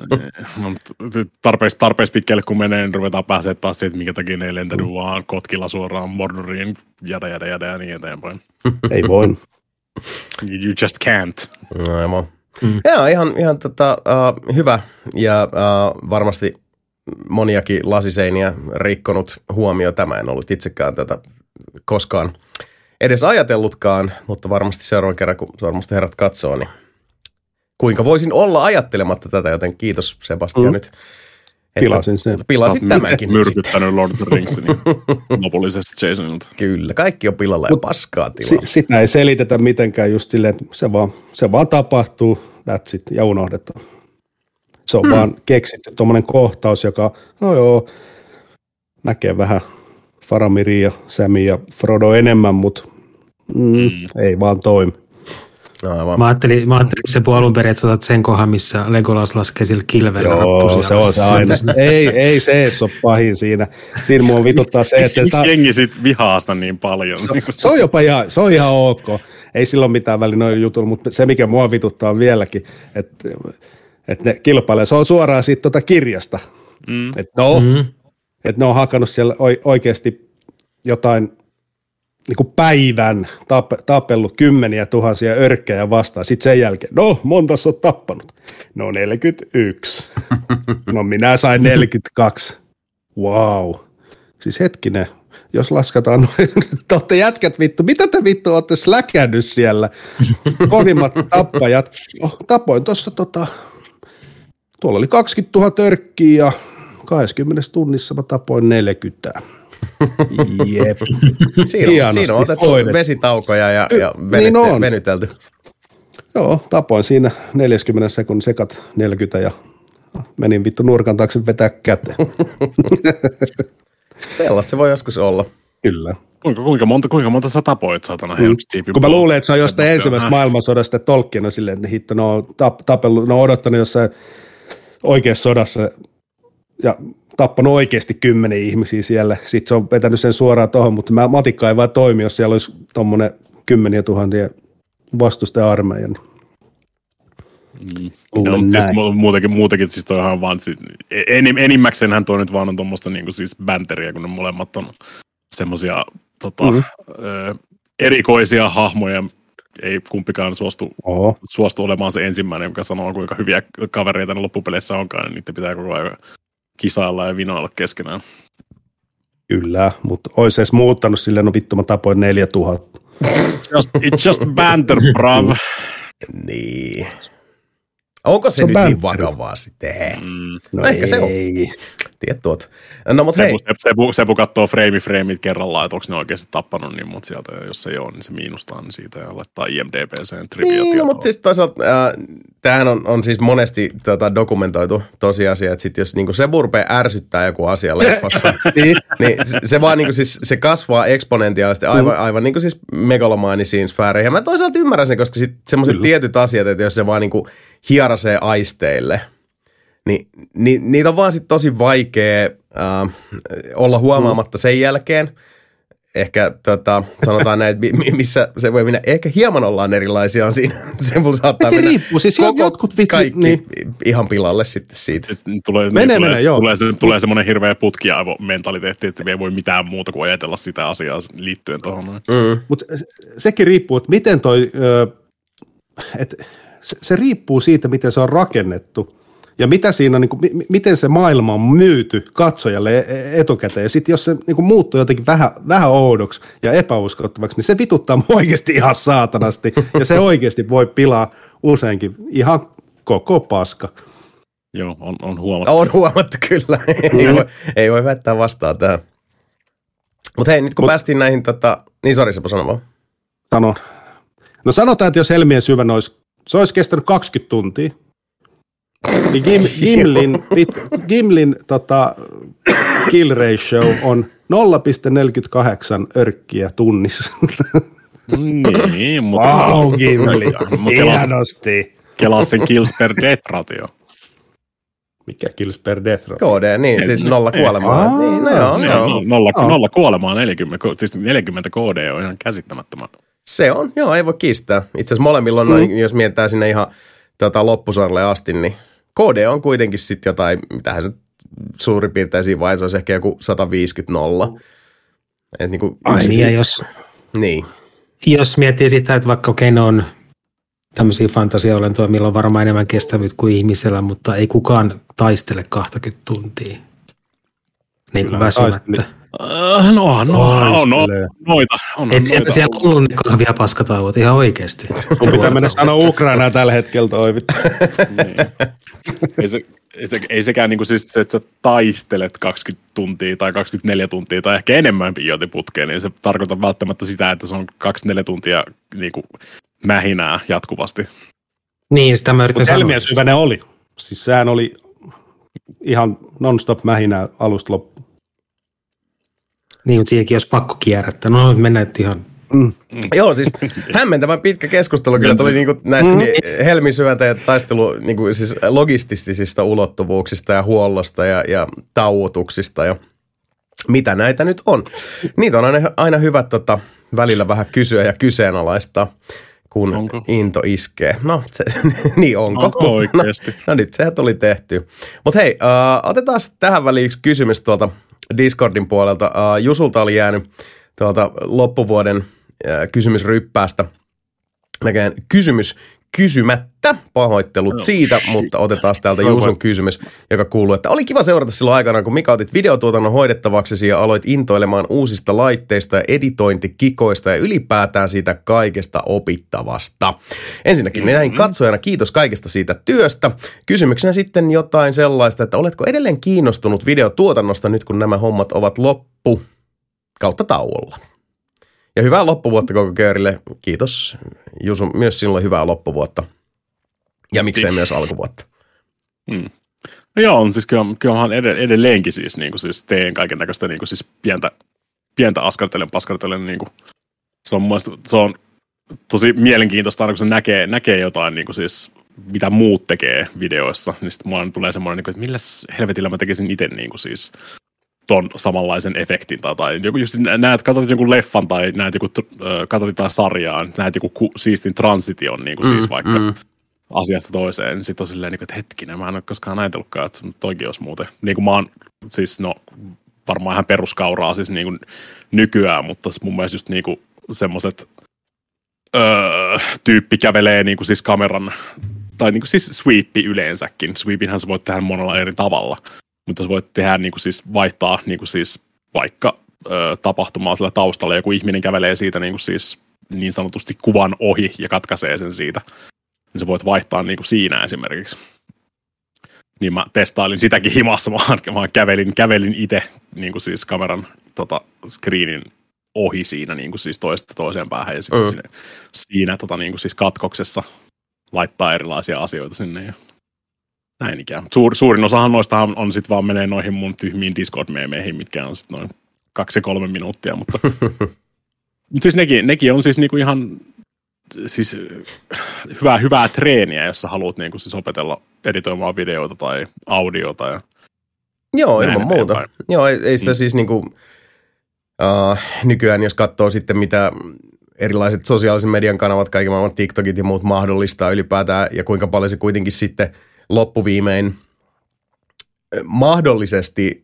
Tarpeeksi pitkälle kun menee, niin ruvetaan pääsemään taas siitä, minkä takia ne ei lentänyt vaan kotkilla suoraan Mordoriin, jada ja niin eteenpäin. Ei voi. You just can't. No, joo, ihan hyvä ja varmasti moniakin lasiseiniä rikkonut huomio. Tämä en ollut itsekään tätä koskaan edes ajatellutkaan, mutta varmasti seuraavan kerran, kun Sormusten herrat katsoo, niin kuinka voisin olla ajattelematta tätä, joten kiitos Sebastian nyt. Pilasin sen. Pilasit tämänkin. Myrkyttänyt Lord of the Rings lopullisesti Jasonilta. Kyllä, kaikki on pilalla ja paskaa tilaa. Sitä ei selitetä mitenkään just silleen, että se vaan tapahtuu, that's it, ja unohdetaan. Se on vaan keksitty tommonen kohtaus, joka, no joo, näkee vähän Faramiria, Samia ja Frodo enemmän, mutta ei vaan toimi. Aivan. Mä ajattelin se alun perin, että sä otat sen kohan, missä Legolas laskee sillä kilvellä. Joo, se on se aina. ei se ole pahin siinä. Siinä mua vituttaa se, että... Miksi jengi sit vihaa sitä niin paljon? Se on ihan ok. Ei sillä ole mitään väliä noin jutulla, mutta se mikä mua vituttaa vieläkin, että ne kilpailee. Se on suoraan siitä kirjasta. Että ne on hakannut siellä oikeasti jotain niin päivän tapellut 10 000 örkkejä vastaan. Sitten sen jälkeen, no monta sä oot tappanut? No 41. No minä sain 42. Wow. Siis hetkinen, jos lasketaan, te olette jätkät vittu, mitä te vittu olette släkännyt siellä? Kovimmat tappajat. No, tapoin tuossa tuolla oli 20 000 örkkiä ja 20 tunnissa mä tapoin 40. Jep. Siinä on otettu vesitaukoja ja venytelty. Joo, tapoin siinä 40 sekunnin sekat 40 ja menin vittu nurkan taakse vetää käteen. Sellaista se voi joskus olla. Kyllä. Kuinka monta sä tapoit, saatana helpsti? Kun mä luulen, että se on jostain ensimmäisestä maailmansodasta, että Tolkien on silleen, että hitto, ne on tapellut, ne on odottanut jossain oikeassa sodassa ja tappanut oikeasti 10 ihmisiä siellä. Sitten se on vetänyt sen suoraan tuohon, mutta matikka ei vaan toimi, jos siellä olisi tuommoinen 10 000 vastusten armeijan. Siis muutenkin siis toihan vaan, siis, enimmäkseenhän tuo nyt vaan on tuommoista niinku siis bänteriä, kun ne molemmat on semmoisia erikoisia hahmoja. Ei kumpikaan suostu olemaan se ensimmäinen, joka sanoo, kuinka hyviä kavereita ne loppupeleissä onkaan, niin niiden pitää koko ajan kisailla ja vinoilla keskenään. Kyllä, mutta olisi edes muuttanut silleen, no vittu mä tapoin 4000. It's just banter, bruv. Niin. Onko se nyt niin vakavaa sitten? No ehkä se on. Tiedät tuot. No mut hei. Sepu katsoo frame kerrallaan, että onko ne oikeasti tappanut niin monta sieltä, ja jos ei ole, niin se miinustaa niin siitä ja laittaa IMDb:seen trivia-tietoa. Niin, no, mutta siis toisaalta tämähän on siis monesti dokumentoitu tosiasia, että sit jos niinku Sebu rupeaa ärsyttää joku asia leffassa, niin se vaan niinku siis se kasvaa eksponentiaalisesti aivan niinku siis megalomaanisiin sfääreihin. Ja mä toisaalta ymmärrän sen, koska sit semmoiset tietyt asiat, että jos se vaan niinku hierasee aisteille, niin niitä on vaan sit tosi vaikea olla huomaamatta sen jälkeen. Ehkä sanotaan näin, missä se voi mennä, ehkä hieman ollaan erilaisia on siinä. Se saattaa mennä riippuu, siis jotkut vitsit, kaikki ihan pilalle sitten siitä. Tulee semmoinen hirveä putkiaivomentaliteetti, että ei voi mitään muuta kuin ajatella sitä asiaa liittyen tuohon. Mutta sekin riippuu, että miten se riippuu siitä, miten se on rakennettu. Ja mitä siinä on, miten se maailma on myyty katsojalle etukäteen. Ja sitten jos se muuttuu jotenkin vähän oudoksi ja epäuskottavaksi, niin se vituttaa mua oikeasti ihan saatanasti. Ja se oikeasti voi pilaa useinkin ihan koko paska. Joo, on huomattu. On huomattu kyllä. Ei voi väittää vastaan tähän. Mutta hei, nyt kun päästiin näihin, niin sori Sepo, sano vaan. Sano. No sanotaan, että jos Helmien syvän se olisi kestänyt 20 tuntia. Niin Gimlin kill ratio on 0,48 örkkiä tunnissa. Niin, mutta... Wow, Gimli, hienosti. Kelaa sen kills per death ratio. Mikä kills per death ratio? KD, niin, siis 0 kuolemaa. Niin, Nolla kuolemaa 40, siis 40 KD on ihan käsittämättömän. Se on, joo, ei voi kiistää. Itse asiassa molemmilla on, jos mietitään sinne ihan loppusarille asti, niin KD on kuitenkin sitten jotain, mitähän se suurin piirtein siinä vaiheessa olisi ehkä joku 150-0. Niin, jos miettii sitä, että vaikka ne on tämmöisiä fantasiaolentoja, millä on varmaan enemmän kestävyyttä kuin ihmisellä, mutta ei kukaan taistele 20 tuntia. Niin väsymättä. Noita. Et siellä on ollut ne kahvia paskatauot ihan oikeasti. Sun pitää mennä sanoa Ukrainaa tällä hetkellä, Toivi. Ei sekään niinku siis se, että sä taistelet 20 tuntia tai 24 tuntia tai ehkä enemmän piiotiputkeen, niin se tarkoittaa välttämättä sitä, että se on 24 tuntia niinku mähinää jatkuvasti. Niin, sitä mä yritän sanoa. Helmien syvänen oli. Siis sehän oli ihan non-stop mähinää alusta loppuun. Niin, mutta siinäkin olisi pakko kierrättää. No, mennään nyt ihan... Joo, siis hämmentävän pitkä keskustelu kyllä tuli niinku näistä helmisyväntä ja taistelu niinku siis logistisista ulottuvuuksista ja huollosta ja tauotuksista ja mitä näitä nyt on. Niitä on aina hyvä välillä vähän kysyä ja kyseenalaistaa, kun into iskee. No, niin onko? Oikeasti. No nyt sehän tuli tehty. Mutta hei, otetaan tähän väliin yksi kysymys tuolta Discordin puolelta. Jusulta oli jäänyt tuolta loppuvuoden kysymysryppäästä näkään kysymys kysymättä. Pahoittelut siitä, mutta otetaan täältä Jusun kysymys, joka kuuluu, että oli kiva seurata silloin aikana, kun Mika otit videotuotannon hoidettavaksesi ja aloit intoilemaan uusista laitteista ja editointikikoista ja ylipäätään siitä kaikesta opittavasta. Ensinnäkin näin katsojana kiitos kaikesta siitä työstä. Kysymyksenä sitten jotain sellaista, että oletko edelleen kiinnostunut videotuotannosta nyt, kun nämä hommat ovat loppu kautta tauolla? Ja hyvää loppuvuotta koko köörille. Kiitos Jusu, myös sinulle hyvää loppuvuotta. Ja miksei myös alkuvuotta. No joo, on siis kyllähän edelleenkin siis, niin kuin siis teen kaiken näköistä niin kuin siis pientä paskartelen. Niin kuin. Se on tosi mielenkiintoista, aina kun se näkee jotain, niin kuin siis, mitä muut tekee videoissa. Niin sitten mulla tulee semmoinen, niin kuin, että milläs helvetillä mä tekisin itse niin kuin siis ton samanlaisen efektin tai joku just näet, katsot jonkun leffan tai näet katsot jotain sarjaa, näet joku siistin transition niin kuin siis vaikka asiasta toiseen, niin sitten on silleen, että hetkinen, mä en ole koskaan ajatellutkaan, että toikin olisi muuten. Niin kuin mä oon siis, no varmaan ihan peruskauraa siis niin kuin nykyään, mutta mun mielestä just niin kuin semmoiset tyyppi kävelee niin kuin siis kameran, tai niin kuin siis sweepi yleensäkin. Sweepinhän sä voit tehdä monella eri tavalla. Mutta jos voit tehdä, niin kuin siis vaihtaa niin kuin siis vaikka tapahtumaa sillä taustalla, joku ihminen kävelee siitä niin kuin siis niin sanotusti kuvan ohi ja katkaisee sen siitä, niin sä voit vaihtaa niin kuin siinä esimerkiksi. Niin mä testailin sitäkin himassa, vaan kävelin itse niin kuin siis kameran screenin ohi siinä niin kuin siis toisesta toiseen päähän ja sitten siinä niin kuin siis katkoksessa laittaa erilaisia asioita sinne ja näin ikään. Suurin osahan noista on sitten vaan menee noihin mun tyhmiin Discord-meemeihin, mitkä on sitten noin 2-3 minuuttia, mutta siis nekin on siis niinku ihan siis hyvää treeniä, jos sä haluat niinku siis opetella editoimaan videoita tai audiota. Ja joo, ilman muuta. Joo, ei sitä siis niinku nykyään, jos katsoo sitten mitä erilaiset sosiaalisen median kanavat, kaiken maailman TikTokit ja muut mahdollistaa ylipäätään ja kuinka paljon se kuitenkin sitten loppuviimein mahdollisesti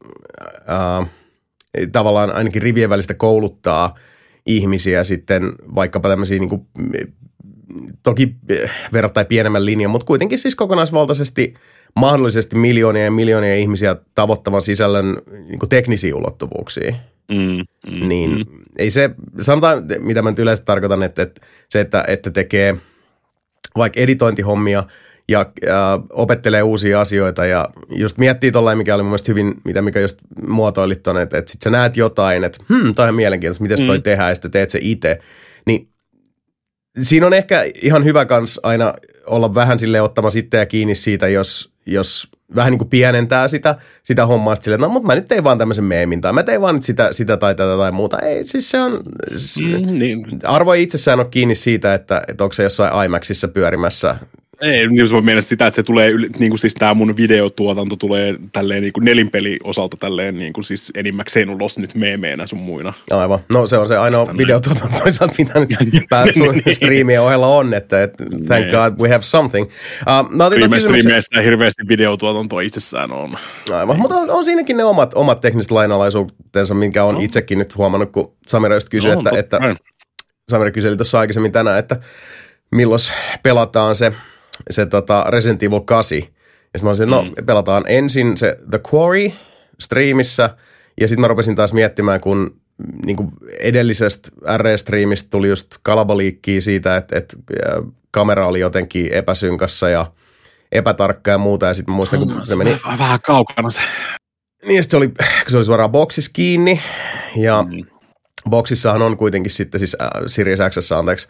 tavallaan ainakin rivien välistä kouluttaa ihmisiä sitten vaikkapa tämmöisiä niin kuin, toki verrattain pienemmän linjan, mutta kuitenkin siis kokonaisvaltaisesti mahdollisesti miljoonia ja miljoonia ihmisiä tavoittavan sisällön niin kuin teknisiä ulottuvuuksia. Niin ei se, sanotaan mitä mä nyt yleensä tarkoitan, että se, että tekee vaikka editointihommia ja opettelee uusia asioita ja just miettii tollain, mikä oli mun mielestä hyvin, mikä just muotoilit ton, että sit sä näet jotain, että toi on mielenkiintoista, miten se toi tehdään ja sitten teet se itse. Niin siinä on ehkä ihan hyvä kans aina olla vähän silleen ottamassa itseä kiinni siitä, jos vähän niin kuin pienentää sitä hommaa silleen, että no mutta mä nyt tein vaan tämmöisen meemin tai mä tein vaan nyt sitä tai tätä tai muuta. Ei, siis se on, niin. Arvo ei itsessään ole kiinni siitä, että onko se jossain IMAXissa pyörimässä. Ei, niin mä mielestä sitä, että se tulee, niin kuin siis tää mun videotuotanto tulee tälleen niin kuin nelinpeli osalta tälleen niin kuin siis enimmäkseen ulos nyt meemeenä sun muina. Aivan. No se on se ainoa videotuotanto toisaalta, mitä nyt sun striimien ohella on, että thank God we have something. Striimeistä hirveästi videotuotantoa itsessään on. Aivan, mutta on siinäkin ne omat tekniset lainalaisuutensa, minkä on itsekin nyt huomannut, kun Samira just kysyi, että Samira kyseli tuossa aikaisemmin tänään, että milloin pelataan se Resident Evil 8. Ja sitten mä olisin, no pelataan ensin se The Quarry striimissä, ja sitten mä rupesin taas miettimään, kun niin kuin edellisestä RE-striimistä tuli just kalabaliikkiä siitä, että kamera oli jotenkin epäsynkassa ja epätarkka ja muuta, ja sitten mä muistan, kun se meni vähän kaukana se. Niin, se oli suoraan boksissa kiinni, ja boksissahan on kuitenkin sitten, siis Series X:ssä, anteeksi,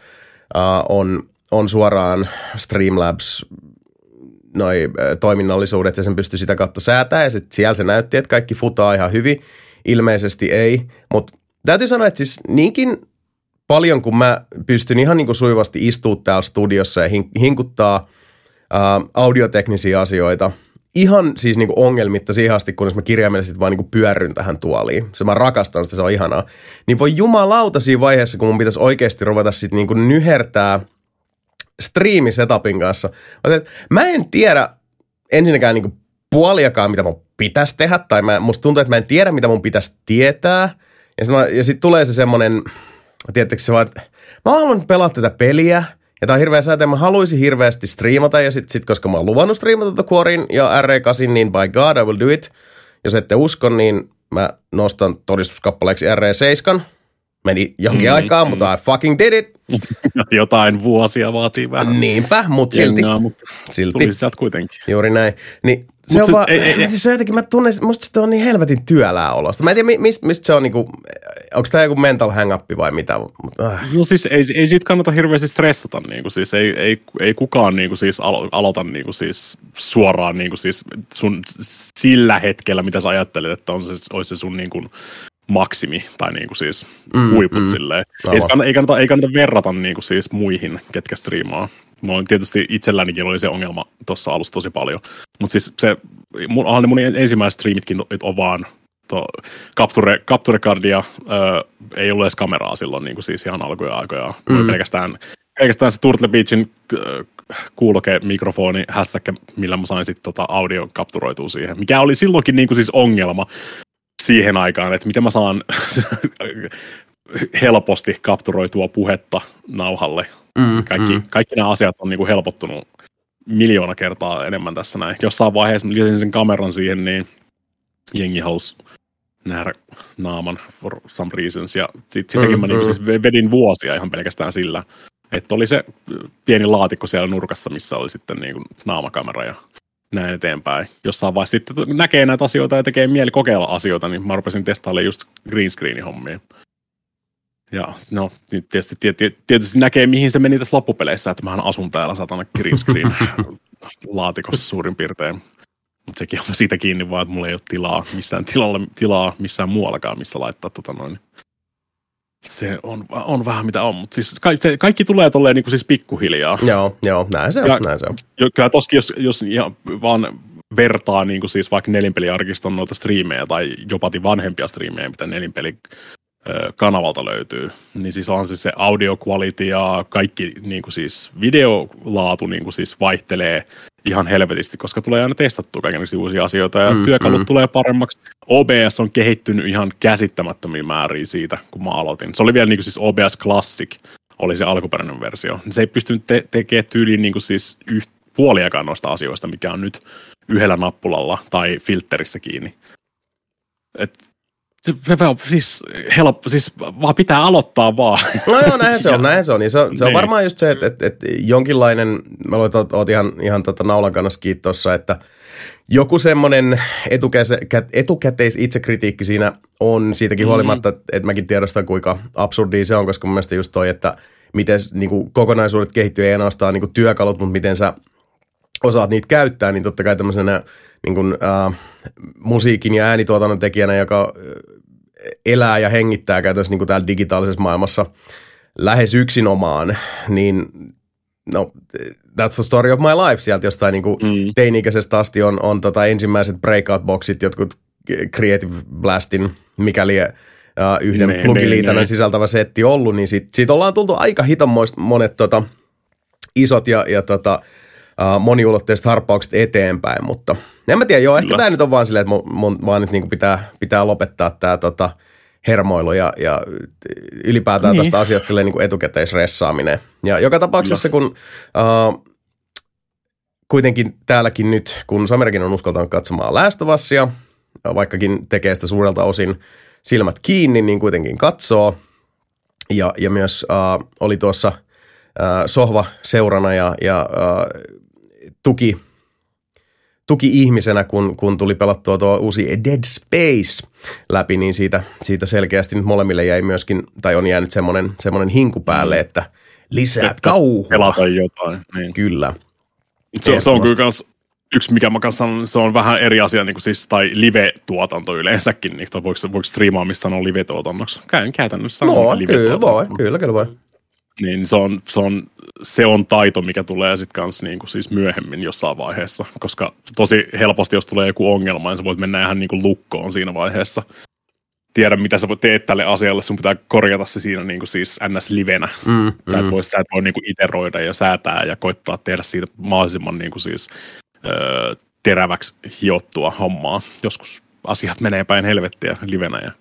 on suoraan Streamlabs noi toiminnallisuudet ja sen pystyi sitä kautta säätämään ja sitten siellä se näytti, että kaikki futaa ihan hyvin. Ilmeisesti ei, mutta täytyy sanoa, että siis niinkin paljon kun mä pystyn ihan niin kuin sujuvasti istumaan täällä studiossa ja hinkuttaa audioteknisiä asioita ihan siis niin kuin ongelmitta siihen asti, kunnes mä kirjaimellisesti vaan niin kuin pyörryn tähän tuoliin. Mä rakastan sitä, se on ihanaa. Niin voi jumalauta siinä vaiheessa, kun mun pitäisi oikeasti ruveta sitten niin kuin nyhertää striimisetupin kanssa. Mä en tiedä ensinnäkään niin kuin puoliakaan, mitä mun pitäisi tehdä, tai musta tuntuu, että mä en tiedä, mitä mun pitäisi tietää. Ja sitten tulee se semmoinen, tiedättekö se vaan, että mä haluan pelata tätä peliä, ja tää on hirveä säätä, mä haluaisin hirveästi striimata, ja sit koska mä oon luvannut striimata tätä Quarryn ja RE8, niin by God, I will do it. Jos ette usko, niin mä nostan todistuskappaleeksi RE7. Meni jonkin aikaa, mutta I fucking did it. Jotain vuosia vaatii vähän. Niinpä, mutta silti. Tuli sieltä kuitenkin. Juuri näin. Niin se on vaan, se on jotenkin, mä tunnen, musta se on niin helvetin työlää olosta. Mä en tiedä, mistä se on niinku, onko tää joku mental hang-up vai mitä? No siis ei siitä kannata hirveästi stressata, niinku siis ei kukaan niinku siis aloita niinku siis suoraan niinku siis sun sillä hetkellä, mitä sä ajattelet, että olisi se sun niinku maksimi tai niinku siis huiput silleen. Ei kannata verrata niinku siis muihin, ketkä striimaa. Mulla tietysti itsellänikin oli se ongelma tuossa alussa tosi paljon. Mutta siis se, mun ensimmäiset striimitkin on vaan Capture Cardia, ei ollut edes kameraa silloin niinku siis ihan alkuja. Pelkästään se Turtle Beachin kuuloke-mikrofoni hässäkkä, millä mä sain sitten audio kapturoitua siihen. Mikä oli silloinkin niinku siis ongelma siihen aikaan, että miten mä saan helposti kapturoitua puhetta nauhalle. Kaikki nämä asiat on niinku helpottunut 1,000,000 kertaa enemmän tässä näin. Jossain vaiheessa lisäsin sen kameran siihen, niin jengi halusi nähdä naaman for some reasons. Ja sitäkin mä niin siis vedin vuosia ihan pelkästään sillä, että oli se pieni laatikko siellä nurkassa, missä oli sitten niin kuin naamakamera ja näin eteenpäin. Jossain vaiheessa sitten näkee näitä asioita ja tekee mieli kokeilla asioita, niin mä rupesin testailemaan just green screenin hommia. Ja no, tietysti näkee, mihin se meni tässä loppupeleissä, että mähän asun täällä satana green screen laatikossa suurin piirtein. Mutta sekin on siitä kiinni vaan, että mulla ei ole tilaa missään muuallakaan, missä laittaa Se on vähän mitä on, mutta siis kaikki tulee tolleen niin kuin siis pikkuhiljaa. Joo, näin se on. Kyllä toskin, jos ihan vaan vertaa niin kuin siis vaikka Nelinpeliarkiston noita striimejä tai jopa vanhempia striimejä, mitä Nelinpeli kanavalta löytyy, niin siis on siis se audio quality ja kaikki niin kuin siis videolaatu niin kuin siis vaihtelee ihan helvetisti, koska tulee aina testattua kaikenlaisia uusia asioita ja työkalut tulee paremmaksi. OBS on kehittynyt ihan käsittämättömiin määriin siitä, kun mä aloitin. Se oli vielä niin kuin siis OBS Classic, oli se alkuperäinen versio. Se ei pystynyt tekemään tyyliin niin kuin siis puoliakaan noista asioista, mikä on nyt yhdellä nappulalla tai filterissä kiinni. Siis vaan pitää aloittaa vaan. No joo, näinhän se on. Ja se on varmaan just se, että jonkinlainen, mä luulen, että oot ihan naulan kannassa kiinni tossa, että joku semmoinen etukäteis itsekritiikki siinä on siitäkin huolimatta, että mäkin tiedostan, kuinka absurdia se on, koska mun mielestä just toi, että miten niin kuin kokonaisuudet kehittyy, ei ainoastaan niin kuin työkalut, mutta miten sä osaat niitä käyttää, niin totta kai tämmöisenä niin kuin, musiikin ja äänituotannon tekijänä, joka elää ja hengittää käytännössä niin kuin täällä digitaalisessa maailmassa lähes yksinomaan, niin no, that's the story of my life. Sieltä jostain niin kuin teini-ikäisestä asti on ensimmäiset breakout-boksit, jotkut Creative Blastin, mikäli yhden plugiliitännän sisältävä setti ollut, niin siitä ollaan tultu aika hitonmoista monet isot ja moniulotteiset harppaukset eteenpäin, mutta en mä tiedä, ehkä tämä nyt on vaan silleen, että mun vaan nyt niinku pitää lopettaa tämä hermoilu ja ylipäätään tästä asiasta silleen niinku etukäteisressaaminen. Ja joka tapauksessa, kun kuitenkin täälläkin nyt, kun Samerakin on uskaltanut katsomaan Last of Usia, vaikkakin tekee sitä suurelta osin silmät kiinni, niin kuitenkin katsoo. Ja myös oli tuossa sohva-seurana ja tuki-ihmisenä, kun tuli pelattua tuo uusi Dead Space läpi, niin siitä selkeästi nyt molemmille jäi myöskin, tai on jäänyt semmoinen hinku päälle, että lisää kauhua. Pelata jotain. Niin. Kyllä. Se on kyllä kans yksi, mikä mä kanssa sanon, se on vähän eri asia, niin kuin siis, tai live-tuotanto yleensäkin, niin voiko striimaamista sanoa live-tuotannoksi? Käytännössä sanoa live-tuotanto. Kyllä voi. Niin se on taito, mikä tulee sitten kanssa niinku siis myöhemmin jossain vaiheessa, koska tosi helposti, jos tulee joku ongelma, niin sä voit mennä ihan niinku lukkoon siinä vaiheessa. Tiedä, mitä sä teet tälle asialle, sun pitää korjata se siinä niinku siis NS-livenä. Sä et voi niinku iteroida ja säätää ja koittaa tehdä siitä mahdollisimman niinku siis teräväksi hiottua hommaa. Joskus asiat menee päin helvettiä livenä ja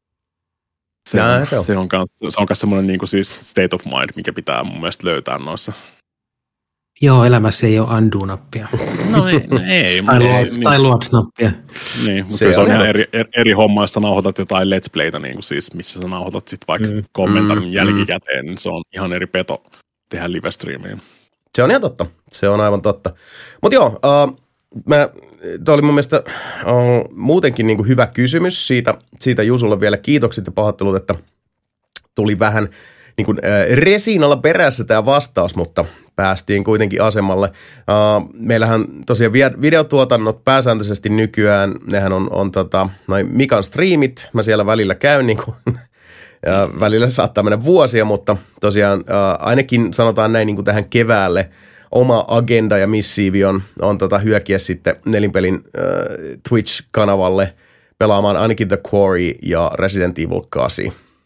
se on myös semmoinen niin kuin siis state of mind, mikä pitää mun mielestä löytää noissa. Joo, elämässä ei ole undo-nappia. No ei. Tai load-nappia. Niin, mutta se on ihan eri homma, jos sä nauhoitat jotain let's playtä, niin kuin siis, missä sä nauhoitat sit vaikka kommentarin jälkikäteen, niin se on ihan eri peto tehdä live-streamiin. Se on ihan totta. Se on aivan totta. Mutta joo, tämä oli mun mielestä muutenkin niin kuin hyvä kysymys siitä Jusulle vielä kiitokset ja pahoittelut, että tuli vähän niin kuin resiinalla perässä tämä vastaus, mutta päästiin kuitenkin asemalle. Meillähän tosiaan videotuotannot pääsääntöisesti nykyään, nehän on noin Mikan striimit, mä siellä välillä käyn niin kuin, ja välillä saattaa mennä vuosia, mutta tosiaan ainakin sanotaan näin niin kuin tähän keväälle oma agenda ja missiivi on hyökiä sitten Nelinpelin Twitch-kanavalle pelaamaan ainakin The Quarry ja Resident Evil 8.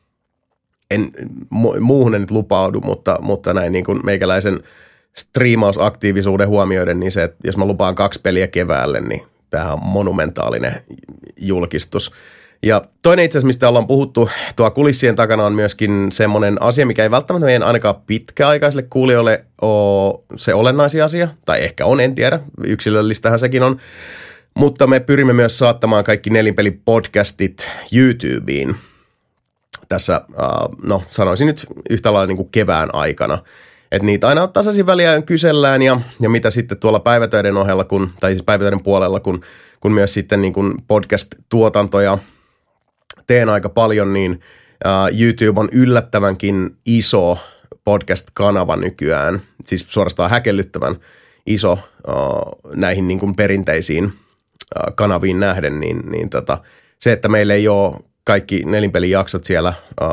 Muuhun en nyt lupaudu, mutta näin niin kuin meikäläisen striimausaktiivisuuden huomioiden, niin se, että jos mä lupaan 2 peliä keväälle, niin tämähän on monumentaalinen julkistus. Ja toinen itse asiassa, mistä ollaan puhuttu tuo kulissien takana, on myöskin semmoinen asia, mikä ei välttämättä meidän ainakaan pitkäaikaisille kuulijoille ole se olennaisin asia, tai ehkä on, en tiedä, yksilöllistähän sekin on. Mutta me pyrimme myös saattamaan kaikki Nelinpeli-podcastit YouTubeen tässä, sanoisin nyt yhtä lailla niin kuin kevään aikana. Että niitä aina tasaisin väliä kysellään ja mitä sitten tuolla päivätöiden ohella, tai siis päivätöiden puolella, kun myös sitten niin kuin podcast-tuotantoja teen aika paljon, niin YouTube on yllättävänkin iso podcast-kanava nykyään, siis suorastaan häkellyttävän iso näihin niin kuin perinteisiin kanaviin nähden, niin se, että meillä ei ole kaikki Nelinpelijaksot siellä,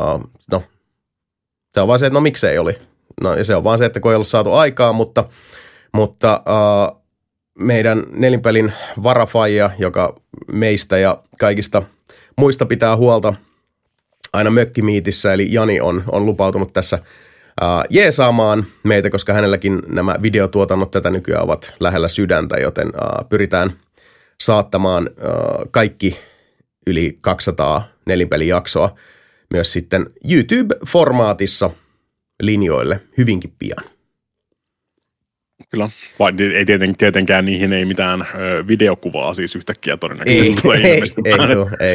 se on vaan se, että miksei oli. No ja se on vaan se, että kun ei ollut saatu aikaa, mutta meidän Nelinpelin varafaija, joka meistä ja kaikista muista pitää huolta aina mökkimiitissä, eli Jani on lupautunut tässä jeesaamaan meitä, koska hänelläkin nämä videotuotannot tätä nykyään ovat lähellä sydäntä, joten pyritään saattamaan kaikki yli 200 Nelinpelijaksoa myös sitten YouTube-formaatissa linjoille hyvinkin pian. Kyllä, vai ei tietenkään niihin ei mitään videokuvaa siis yhtäkkiä todennäköisesti tulee ilmestymään.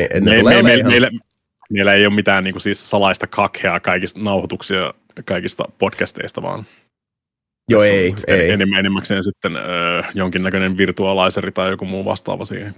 Meillä ei ole mitään niin kuin siis salaista kakhea kaikista nauhoituksia kaikista podcasteista, vaan joo, ei. Enimmäkseen sitten jonkinnäköinen virtualaiseri tai joku muu vastaava siihen.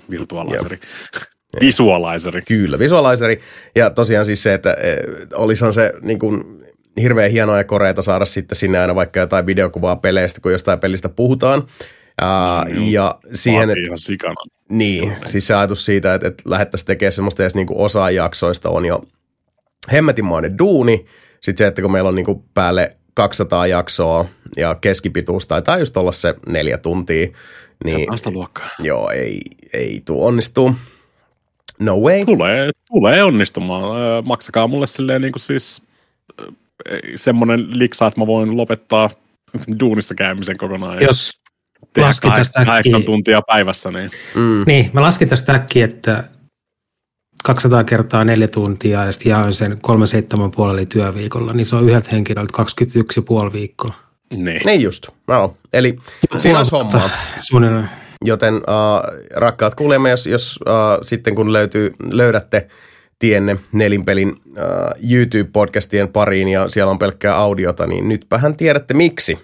Visualizeri. Kyllä, visualizeri. Ja tosiaan siis se, että olisihan se niin kuin hirveän hienoa ja koreata saada sitten sinne aina vaikka jotain videokuvaa peleistä, kun jostain pelistä puhutaan. Ja siihen, niin, siis se ajatus siitä, että lähdettäisiin tekemään semmoista edes niinku osaa jaksoista on jo hemmetinmoinen duuni. Sitten se, että kun meillä on niinku päälle 200 jaksoa ja keskipituus taitaa just olla se 4 tuntia. Niin, luokkaa. Joo, ei tuu onnistuu. No way. Tulee onnistumaan. Maksakaa mulle silleen niinku siis semmoinen liksa, että mä voin lopettaa duunissa käymisen kokonaan. Jos laskin tästä 8 tuntia päivässä. Niin, mä laskin tästä äkkiä, että 200 kertaa 4 tuntia ja sitten jaoin sen 37,5 työviikolla, niin se on yhdeltä henkilöltä 21,5 viikkoa. Niin just. No, eli siinä on hommaa. Joten rakkaat kuulemme, jos sitten kun löydätte tienne Nelinpelin YouTube-podcastien pariin ja siellä on pelkkää audiota, niin nytpähän tiedätte miksi.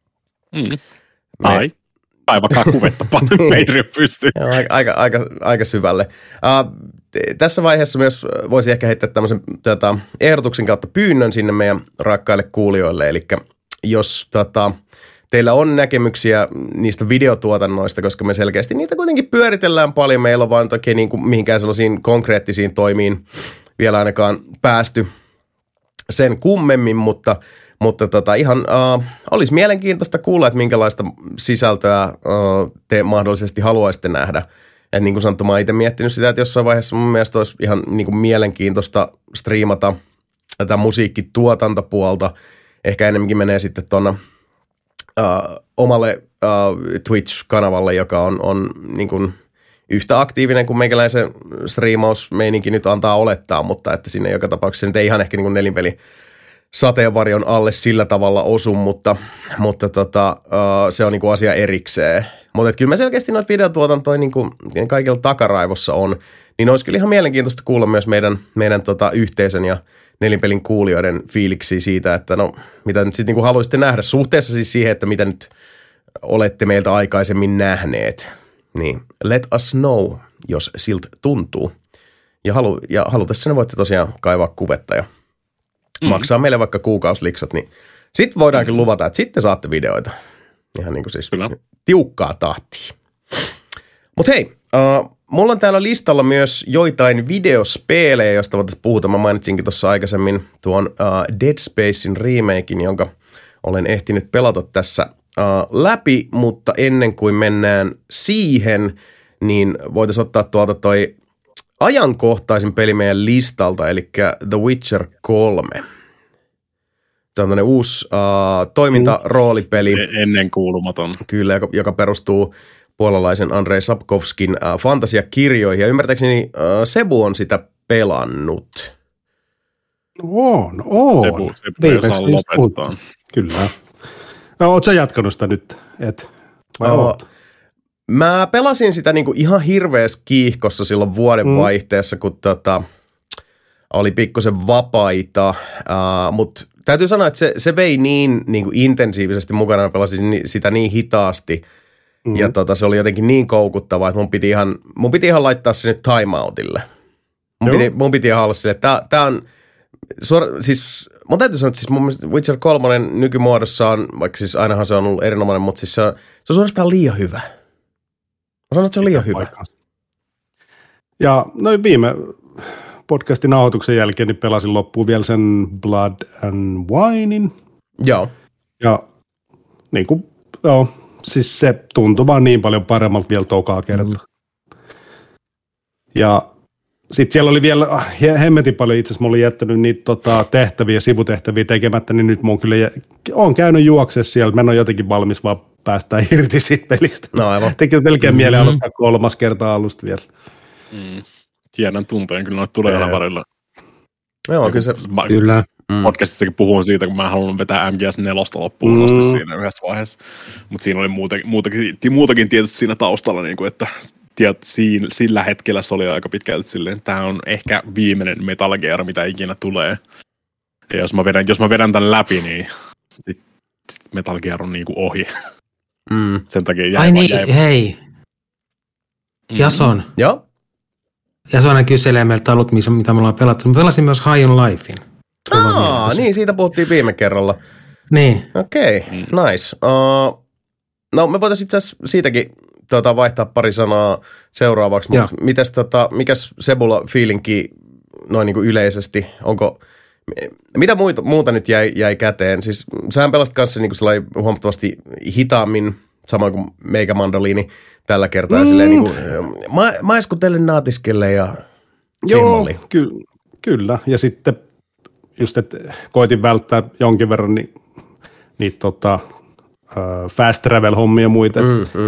Tai vaikka kuvetta Patreon pystyy. Aika syvälle. Tässä vaiheessa myös voisi ehkä heittää tämmöisen ehdotuksen kautta pyynnön sinne meidän rakkaille kuulijoille. Eli jos teillä on näkemyksiä niistä videotuotannoista, koska me selkeästi niitä kuitenkin pyöritellään paljon. Meillä on vaan toki niin kuin mihinkään sellaisiin konkreettisiin toimiin vielä ainakaan päästy sen kummemmin, mutta ihan olisi mielenkiintoista kuulla, että minkälaista sisältöä te mahdollisesti haluaisitte nähdä. Et niin kuin sanottu, mä oon itse miettinyt sitä, että jossain vaiheessa mun mielestä olisi ihan niin kuin mielenkiintoista striimata tätä musiikkituotantopuolta. Ehkä enemmänkin menee sitten tuonne omalle Twitch-kanavalle, joka on niin kuin yhtä aktiivinen kuin meikäläisen striimausmeininki nyt antaa olettaa, mutta että sinne joka tapauksessa nyt ei ihan ehkä niin kuin Nelinpeli sateenvarjon alle sillä tavalla osu, mutta se on niinku asia erikseen. Mutta kyllä me selkeästi noita videotuotantoja niinku kaikilla takaraivossa on, niin olisi kyllä ihan mielenkiintoista kuulla myös meidän yhteisön ja Nelinpelin kuulijoiden fiiliksiä siitä, että no mitä nyt sitten niinku haluaisitte nähdä suhteessa siis siihen, että mitä nyt olette meiltä aikaisemmin nähneet. Niin let us know, jos siltä tuntuu. Ja halutessa ne voitte tosiaan kaivaa kuvetta ja maksaa meille vaikka kuukausliksat, niin sitten voidaankin luvata, että sitten saatte videoita. Ihan niin kuin siis tiukkaa tahtia. Mutta hei, mulla on täällä listalla myös joitain videospelejä, joista voitaisiin puhuta. Mä mainitsinkin tuossa aikaisemmin tuon Dead Spacein remakein, jonka olen ehtinyt pelata tässä läpi, mutta ennen kuin mennään siihen, niin voitaisiin ottaa tuolta toi ajankohtaisin peli meidän listalta, eli The Witcher 3. Se on tämmöinen uusi toimintaroolipeli. Ennen kuulumaton. Kyllä, joka perustuu puolalaisen Andrei Sapkovskin fantasiakirjoihin. Ja ymmärtääkseni Sebu on sitä pelannut. On. Sebu saa lopettaa. Kyllä. No, ootko sä jatkanut sitä nyt? Vai oot? Mä pelasin sitä niinku ihan hirveässä kiihkossa silloin vuodenvaihteessa, kun oli pikkusen vapaita, mutta täytyy sanoa, että se vei niin intensiivisesti mukana, mä pelasin sitä niin hitaasti, ja se oli jotenkin niin koukuttavaa, että mun piti ihan laittaa se nyt timeoutille. Mun piti ihan olla silleen, että tää on, siis mun täytyy sanoa, että siis mun mielestä Witcher 3 nykymuodossa on, vaikka siis ainahan se on ollut erinomainen, mutta siis se on suorastaan liian hyvä. Mä sanon, että se on liian hyvä. Ja noin viime podcastin nauhoituksen jälkeen niin pelasin loppuun vielä sen Blood and Winein. Joo. Ja niin kuin, siis se tuntui vaan niin paljon paremmalta vielä tokaa kertaa. Ja sitten siellä oli vielä hemmetin paljon, itse asiassa mä olin jättänyt niitä tehtäviä, sivutehtäviä tekemättä, niin nyt mun kyllä on käynyt juokseessa siellä, mä en ole jotenkin valmis vaan päästään irti siitä pelistä. No aivan. Tekee melkein mieleen aloittaa 3. kertaa alusta vielä. Tiedän tunteen, kyllä noita tulee aina välillä. Joo, kyllä se. Kyllä. Podcastissakin puhun siitä, kun mä haluan vetää MGS4 loppuun asti siinä yhdessä vaiheessa. Mutta siinä oli muutakin tietysti siinä taustalla, niin kuin, että sillä hetkellä se oli aika pitkälti silleen, että tämä on ehkä viimeinen Metal Gear, mitä ikinä tulee. Ja jos mä vedän tämän läpi, niin sit Metal Gear on niinku ohi. Sen takia jäi. Ai niin, hei. Jason. Joo. Jason kyselee meiltä alut, mitä me ollaan pelattu. Mä pelasin myös High on Lifein. Niin, siitä puhuttiin viime kerralla. Niin. Okei, nice. No me voitaisiin itse asiassa siitäkin vaihtaa pari sanaa seuraavaksi, mutta mikäs Sebulla fiilinki noin niin kuin yleisesti, mitä muuta nyt jäi käteen? Siis sähän pelasit kanssa niin kuin huomattavasti hitaammin, samoin kuin meikä mandoliini tällä kertaa, ja silleen niin kuin, maiskutellen naatiskelle ja simmalli. Kyllä, ja sitten just, että koitin välttää jonkin verran niitä fast travel-hommia ja muita.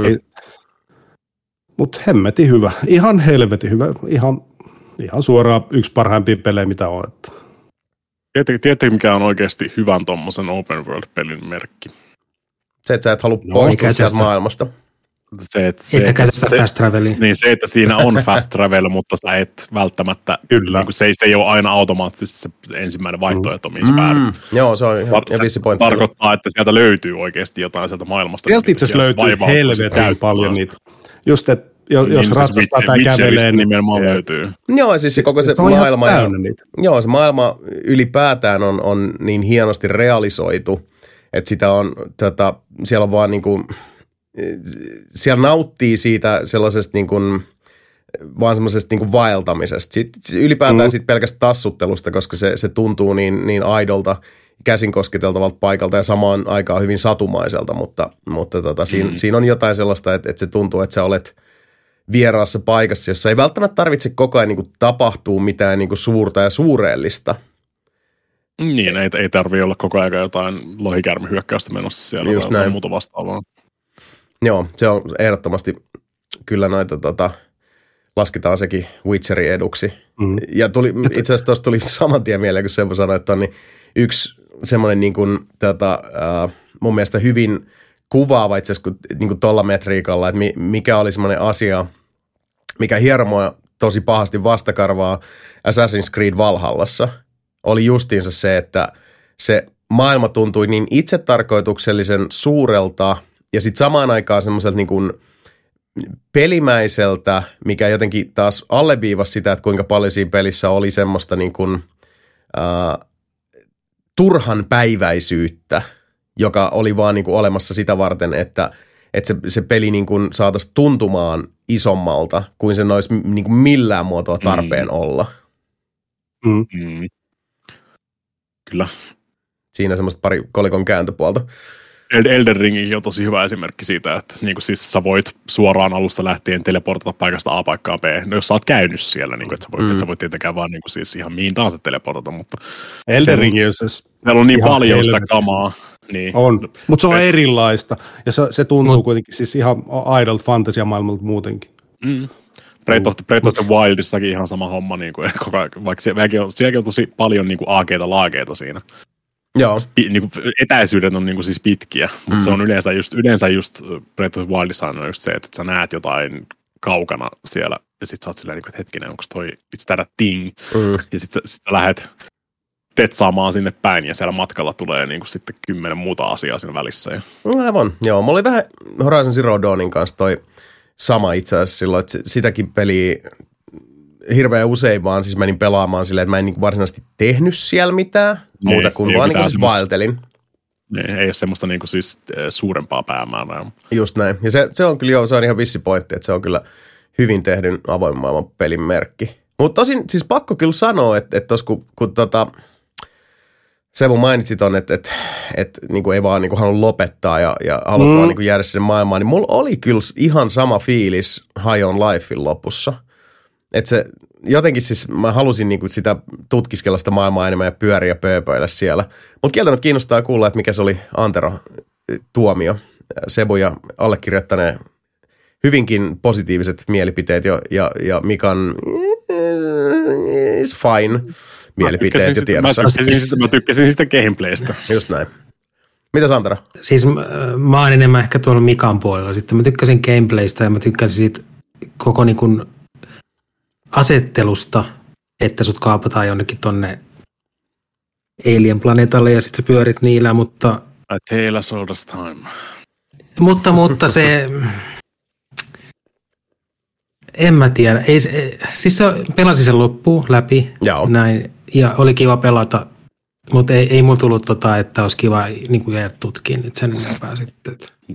Mutta hemmetin hyvä. Ihan helvetin hyvä. Ihan suoraan yksi parhaimpia pelejä, mitä on. Tiedättekö, mikä on oikeasti hyvän tommosen open world-pelin merkki? Se, että sä et halua poistua sieltä maailmasta. Se, että siinä on fast travel, mutta sä et välttämättä, kyllä. Niin se ei ole aina automaattisesti se ensimmäinen vaihtoehto, mihin sä päädyt. Joo, se on ihan vissi pointti. Tarkoittaa, että sieltä löytyy oikeasti jotain sieltä maailmasta. Sieltä itse asiassa löytyy helvetin paljon niitä. Just, että jos ratsastaa tai kävelee, nimenomaan löytyy. Joo, siis koko se maailma, se maailma ylipäätään on niin hienosti realisoitu, että sitä on, siellä on vaan niin kuin, siellä nauttii siitä sellaisesta niin kuin, vaan semmoisesta niin kuin vaeltamisesta. Ylipäätään siitä pelkästä tassuttelusta, koska se tuntuu niin aidolta, käsin kosketeltavalta paikalta ja samaan aikaan hyvin satumaiselta, mutta siinä on jotain sellaista, että se tuntuu, että sä olet vieraassa paikassa, jossa ei välttämättä tarvitse koko ajan niin kuin tapahtua mitään niin kuin suurta ja suureellista. Niin, ei tarvitse olla koko ajan jotain lohikärmihyökkäystä menossa siellä just tai muuta vastaavaa. Joo, se on ehdottomasti kyllä noita lasketaan sekin Witcherin eduksi. Ja itse asiassa tuossa tuli saman tien mieleen, kun Seppo sanoi, että on niin yksi semmoinen niin kuin, mun mielestä hyvin kuvaava itse asiassa niin kuin tuolla metriikalla, että mikä oli semmoinen asia, mikä hiermoa tosi pahasti vastakarvaa Assassin's Creed Valhallassa, oli justiinsa se, että se maailma tuntui niin itsetarkoituksellisen suurelta ja sitten samaan aikaan semmoiselta niin kuin pelimäiseltä, mikä jotenkin taas alleviivasi sitä, että kuinka paljon siinä pelissä oli semmoista niin kuin, turhan päiväisyyttä, joka oli vaan niin kuin olemassa sitä varten, että se peli niin kuin saataisiin tuntumaan isommalta, kuin sen olisi niin kuin millään muotoa tarpeen olla. Kyllä. Siinä semmoista pari kolikon kääntöpuolta. Elden Ring on tosi hyvä esimerkki siitä, että niin kuin siis sä voit suoraan alusta lähtien teleportata paikasta A paikkaan B. No jos sä oot käynyt siellä, niin kuin, että sä voit tietenkään vaan niin kuin siis ihan mihin tahansa teleportata, mutta Elden Ring siellä on niin paljon sitä kamaa. Niin. On, mutta se on erilaista ja se tuntuu kuitenkin siis ihan idle fantasia-maailmalta muutenkin. Breath of the Wildissakin ihan sama homma, niin kuin, vaikka sielläkin on tosi paljon niin kuin aakeita laakeita siinä. Joo. Niinku, etäisyydet on niinku siis pitkiä, mutta se on yleensä just Breath of the Wildissa on just se, että sä näet jotain kaukana siellä, ja sit sä oot silleen, että hetkinen, onko toi it's that a thing, ja sit sä lähet tetsaamaan sinne päin, ja siellä matkalla tulee niinku sitten 10 muuta asiaa siinä välissä. Ja... Aivan, joo. Mulla oli vähän Horizon Zero Dawnin kanssa toi sama itse asiassa silloin, että sitäkin peliä hirveän usein vaan siis menin pelaamaan silleen, että mä en niin varsinaisesti tehnyt siellä mitään, muuta kuin vaan niin siis vaeltelin. Ei ole semmoista niin kuin siis suurempaa päämäärää. Just näin. Ja se on kyllä se on ihan vissi pointti, että se on kyllä hyvin tehdyn avoimen maailman pelin merkki. Mutta tosin siis pakko kyllä sanoa, että tos kun Sebu mainitsi ton, että niinku ei vaan niinku halunnut lopettaa ja halunnut vaan niinku jäädä sinne maailmaan, niin mulla oli kyllä ihan sama fiilis High on Lifein lopussa. Että se jotenkin siis mä halusin niinku sitä tutkiskella sitä maailmaa enemmän ja pyöriä pööpöillä siellä. Mutta kieltämättä kiinnostaa kuulla, että mikä se oli Antero tuomio. Sebu ja allekirjoittaneen hyvinkin positiiviset mielipiteet ja Mikan is fine mielipiteet jo tiedossa. Mä tykkäsin sitä gameplaystä. Just näin. Mitäs Antero? Siis mä oon enemmän ehkä tuolla Mikan puolella. Sitten mä tykkäsin gameplaystä ja mä tykkäsin siitä koko niin kuin asettelusta, että sut kaapataan jonnekin tonne Alien-planeetalle ja sit sä pyörit niillä, mutta... A Tale as Old as Time. Mutta se... En mä tiedä. Siis se pelasi sen loppuun läpi. Näin, ja oli kiva pelata, mutta ei mulla tullut että olisi kiva niin jäädä tutkiin nyt sen enempää sitten.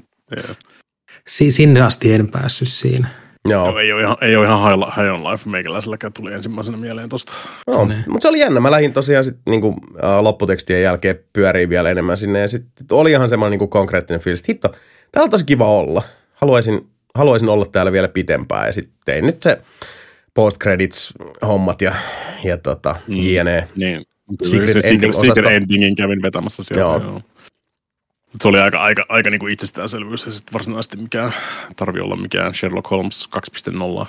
Sinne asti en päässyt siinä. Joo. Ei ole ihan High on Life meikäläiselläkään tuli ensimmäisenä mieleen tosta. No, mutta se oli jännä. Mä lähdin tosiaan sit, niinku, lopputekstien jälkeen pyöriin vielä enemmän sinne. Ja sitten oli ihan semmoinen niinku konkreettinen fiilis, että hitto, täällä on tosi kiva olla. Haluaisin olla täällä vielä pitempään. Ja sitten tein nyt se post-credits-hommat ja jne. Niin. Secret endingin kävin vetämässä sieltä. Joo. Se oli aika niin kuin itsestäänselvyys ja sitten varsinaisesti mikään tarvii olla mikään Sherlock Holmes 2.0.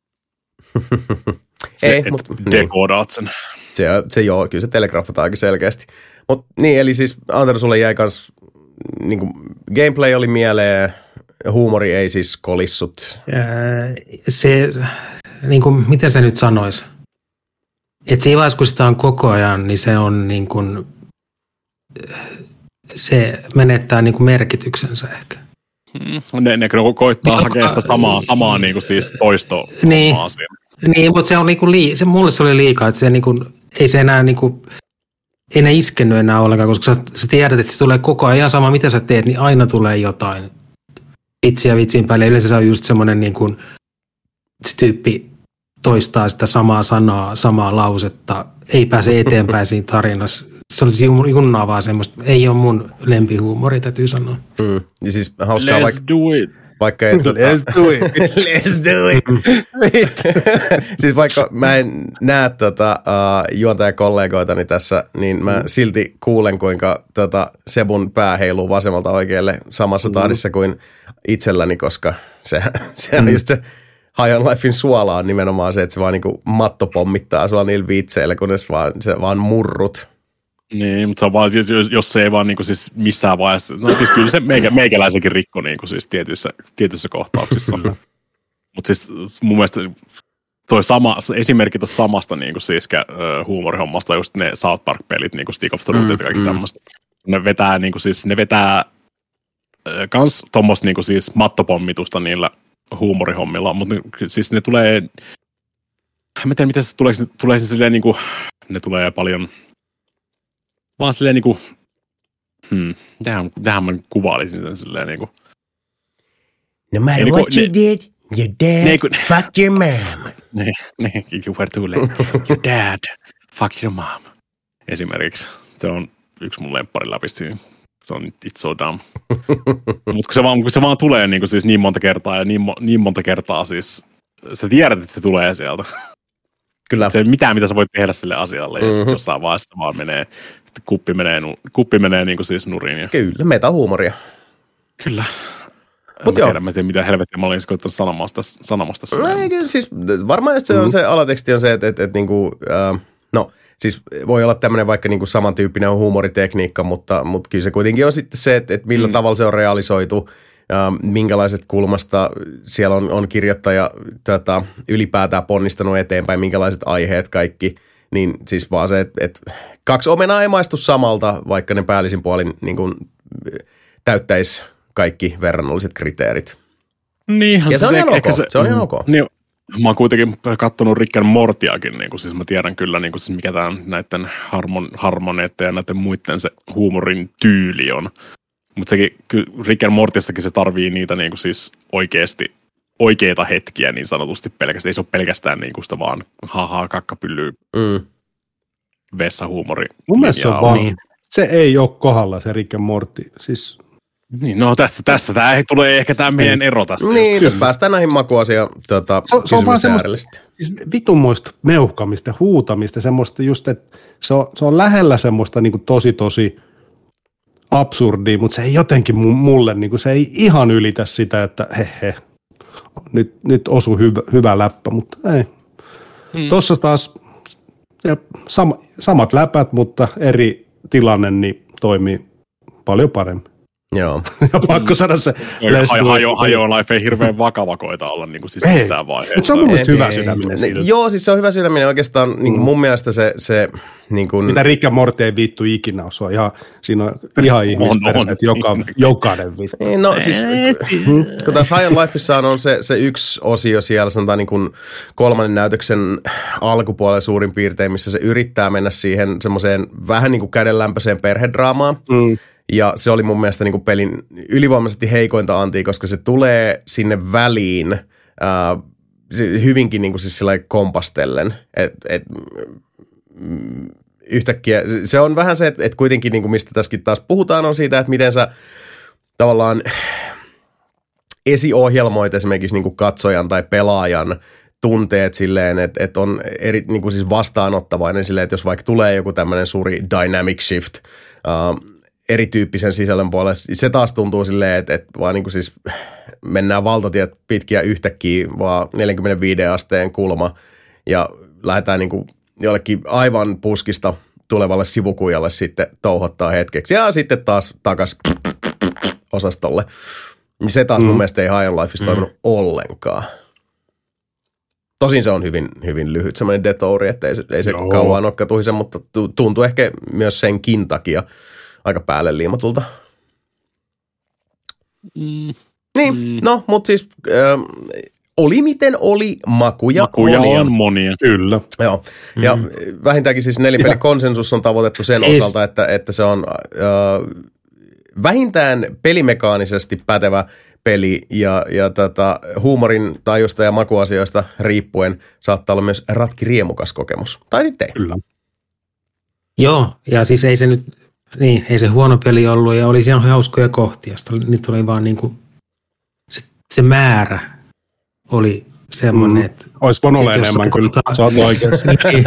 Ei, mutta dekoodaat sen. Se joo, kyllä se telegraafataan aika selkeästi. Mutta niin, eli siis Antero, sulle jäi kans, niin kuin gameplay oli mieleen, huumori ei siis kolissut. Se, niin kuin, miten se nyt sanoisi? Että siinä vaiheessa, kun sitä on koko ajan, niin se on niin kuin... Se menettää niinku merkityksensä ehkä. Ne koittaa hakea sitä samaa niinku siis toistoa. Niin, mutta se on niinku mulle se oli liikaa, että se niinku, ei se enää niinku, ei enää iskennyt enää ollenkaan, koska sä tiedät, että se tulee koko ajan, ihan sama mitä sä teet, niin aina tulee jotain vitsiä vitsin päälle. Yleensä se on just semmoinen niinku, se tyyppi toistaa sitä samaa sanaa, samaa lausetta, ei pääse eteenpäin siinä tarinassa. Se olisi junnaavaa semmoista. Ei ole mun lempihuumori, täytyy sanoa. Ja siis hauskaa Let's do it. Vaikka ei... Let's do it. Let's do it. Siis vaikka mä en näe juontajakollegoitani tässä, niin mä silti kuulen, kuinka Sebun pää heiluu vasemmalta oikealle samassa tahdissa kuin itselläni, koska se on just se High on Lifein suola on nimenomaan se, että se vaan niinku matto pommittaa sua niillä viitseillä, kunnes se vaan murrut. Niin, mutta se on vaan, jos se ei vaan niinku siis missään vaiheessa, no siis kyllä se meikäläisenkin rikko niinku siis tietyissä kohtauksissa. Mutta siis mun mielestä toi esimerkki tuosta samasta niinku siis huumorihommasta, just ne South Park-pelit, niinku Stick of Truth ja kaikki tämmöistä. Ne vetää kans tommoista niinku siis mattopommitusta niillä huumorihommilla, mutta siis ne tulee, en tiedä miten se tulee silleen niinku, ne tulee paljon vaan silleen niinku, tähän mä kuvailisin sen silleen niinku. No matter what you did, your dad fucked your mom. Ne, you were too late. Your dad fucked your mom. Esimerkiksi. Se on yksi mun lemppari läpisti. Se on it's so dumb. Mutta kun se vaan tulee niinku siis niin monta kertaa ja niin monta kertaa siis, sä tiedät, että se tulee sieltä. Kyllä. Se ei mitään, mitä sä voit tehdä sille asialle, ja sitten jossain vaiheessa vaan menee, kuppi menee niin kuin siis nurin. Ja... Kyllä, metahuumoria. Kyllä. En tiedä, mitä helvettiä mä olin koittanut sanomasta. No ei, kyllä, siis varmaan se on se alateksti on se, että niinku, no siis voi olla tämmöinen vaikka niin kuin samantyyppinen huumoritekniikka, mutta kyllä se kuitenkin on sitten se, että millä tavalla se on realisoitu, minkälaiset kulmasta siellä on kirjoittaja ylipäätään ponnistanut eteenpäin, minkälaiset aiheet kaikki, niin siis vaan se, että kaksi omenaa ei maistu samalta, vaikka ne päällisin puolin niin kuin täyttäisi kaikki verrannolliset kriteerit. Niinhän ja se on ihan ok. Se on ihan ok. Niin, mä oon kuitenkin katsonut Rick and Mortiakin, niin siis mä tiedän kyllä, niin siis mikä tämä näiden harmoneiden ja näiden muiden se huumorin tyyli on. Mutta sekin, Rick and Mortistakin se tarvii niitä niin siis oikeita hetkiä niin sanotusti pelkästään. Ei se ole pelkästään niin sitä vaan kakkapyllyä vessahuumori. Mun mielestä se on vaan, niin. Se ei ole kohdalla se Rick and Morty. Siis niin, no tässä tämä ei tule ehkä tämä meidän ero tässä. Niin, jos päästään näihin makuasiaan se on vaan semmoista siis vitunmoista meuhkamista, huutamista, semmoista just, että se on lähellä semmoista niin kuin tosi absurdia, mutta se ei jotenkin mulle, niin kuin se ei ihan ylitä sitä, että nyt osu hyvä läppä, mutta ei. Tuossa taas samat läpät, mutta eri tilanne niin toimii paljon paremmin. Joo. Ja pakko saada se. Hajo Life ei hirveän vakava koita olla niin kuin siis missään vaiheessa. Mutta se on mun mielestä hyvä sydäminen. Joo, siis se on hyvä sydäminen. Oikeastaan niin kuin mun mielestä se niin kuin mitä Rick and Morty ei vittu ikinä osaa. Siinä on ihan ihmisperäistä, että jokainen vittu. No siis, kun taas High on Lifeissa on se yksi osio siellä, sanotaan niin kuin kolmannen näytöksen alkupuolella suurin piirtein, missä se yrittää mennä siihen semmoiseen vähän niin kuin kädenlämpöiseen perhedraamaan. Ja se oli mun mielestä niin kuin pelin ylivoimaisesti heikointa antia, koska se tulee sinne väliin hyvinkin niin kuin siis sillai kompastellen. Yhtäkkiä se on vähän se, että kuitenkin niin kuin mistä tässäkin taas puhutaan on siitä, että miten sä tavallaan esiohjelmoit esimerkiksi niin kuin katsojan tai pelaajan tunteet silleen, että on eri, niin kuin siis vastaanottavainen silleen, että jos vaikka tulee joku tämmöinen suuri dynamic shift erityyppisen sisällön puolella, se taas tuntuu silleen, että vaan niin kuin siis mennään valtatiet pitkiä yhtäkkiä vaan 45 asteen kulma ja lähdetään niin kuin jollekin aivan puskista tulevalle sivukujalle sitten touhottaa hetkeksi ja sitten taas takas osastolle. Se taas mun mielestä ei High on Lifeissa toiminut ollenkaan. Tosin se on hyvin, hyvin lyhyt semmoinen detouri, että ei se kauan ole katuhisen, mutta tuntuu ehkä myös senkin takia aika päälle liimatulta. Niin, no, mutta siis oli miten oli, makuja on monia. Kyllä. Joo, ja vähintäänkin siis nelipelikonsensus on tavoitettu sen osalta, että se on vähintään pelimekaanisesti pätevä peli ja huumorin tajusta ja makuasioista riippuen saattaa olla myös ratkiriemukas kokemus. Tai sitten ei. Kyllä. Joo, ja siis ei se nyt, niin, ei se huono peli ollut ja oli ihan hauskoja kohtia. Nyt oli vaan niin kuin se määrä oli semmoinen, että olisi voinut olla enemmän, kun sä oot oikeassa.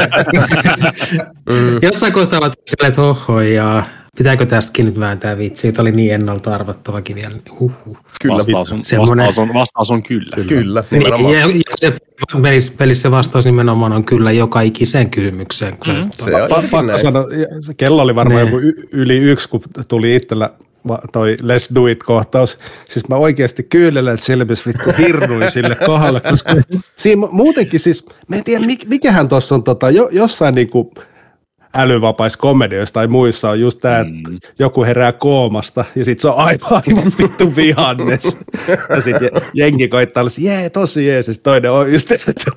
Jossain kohtaa olet silleen, että ja pitääkö tästäkin nyt vääntää vitsiä? Tämä oli niin ennalta arvattavakin vielä. Kyllä. Vastaus on kyllä. Kyllä. Ja se pelissä vastaus nimenomaan on kyllä joka ikiseen kysymykseen. Pakko sanoa, kello oli varmaan joku yli 1, kun tuli itsellä toi Let's Do It-kohtaus. Siis mä oikeasti kyylellä silmissä vittu hirnuin sille kohdalle, koska siinä muutenkin siis, mä en tiedä mikähän tuossa on jossain niinku älyvapaissa komedioissa tai muissa on just tää, että joku herää koomasta ja sit se on aivan vittu vihannes. Ja sit jengi koittaa olla, tosi jees, ja sit toinen on just,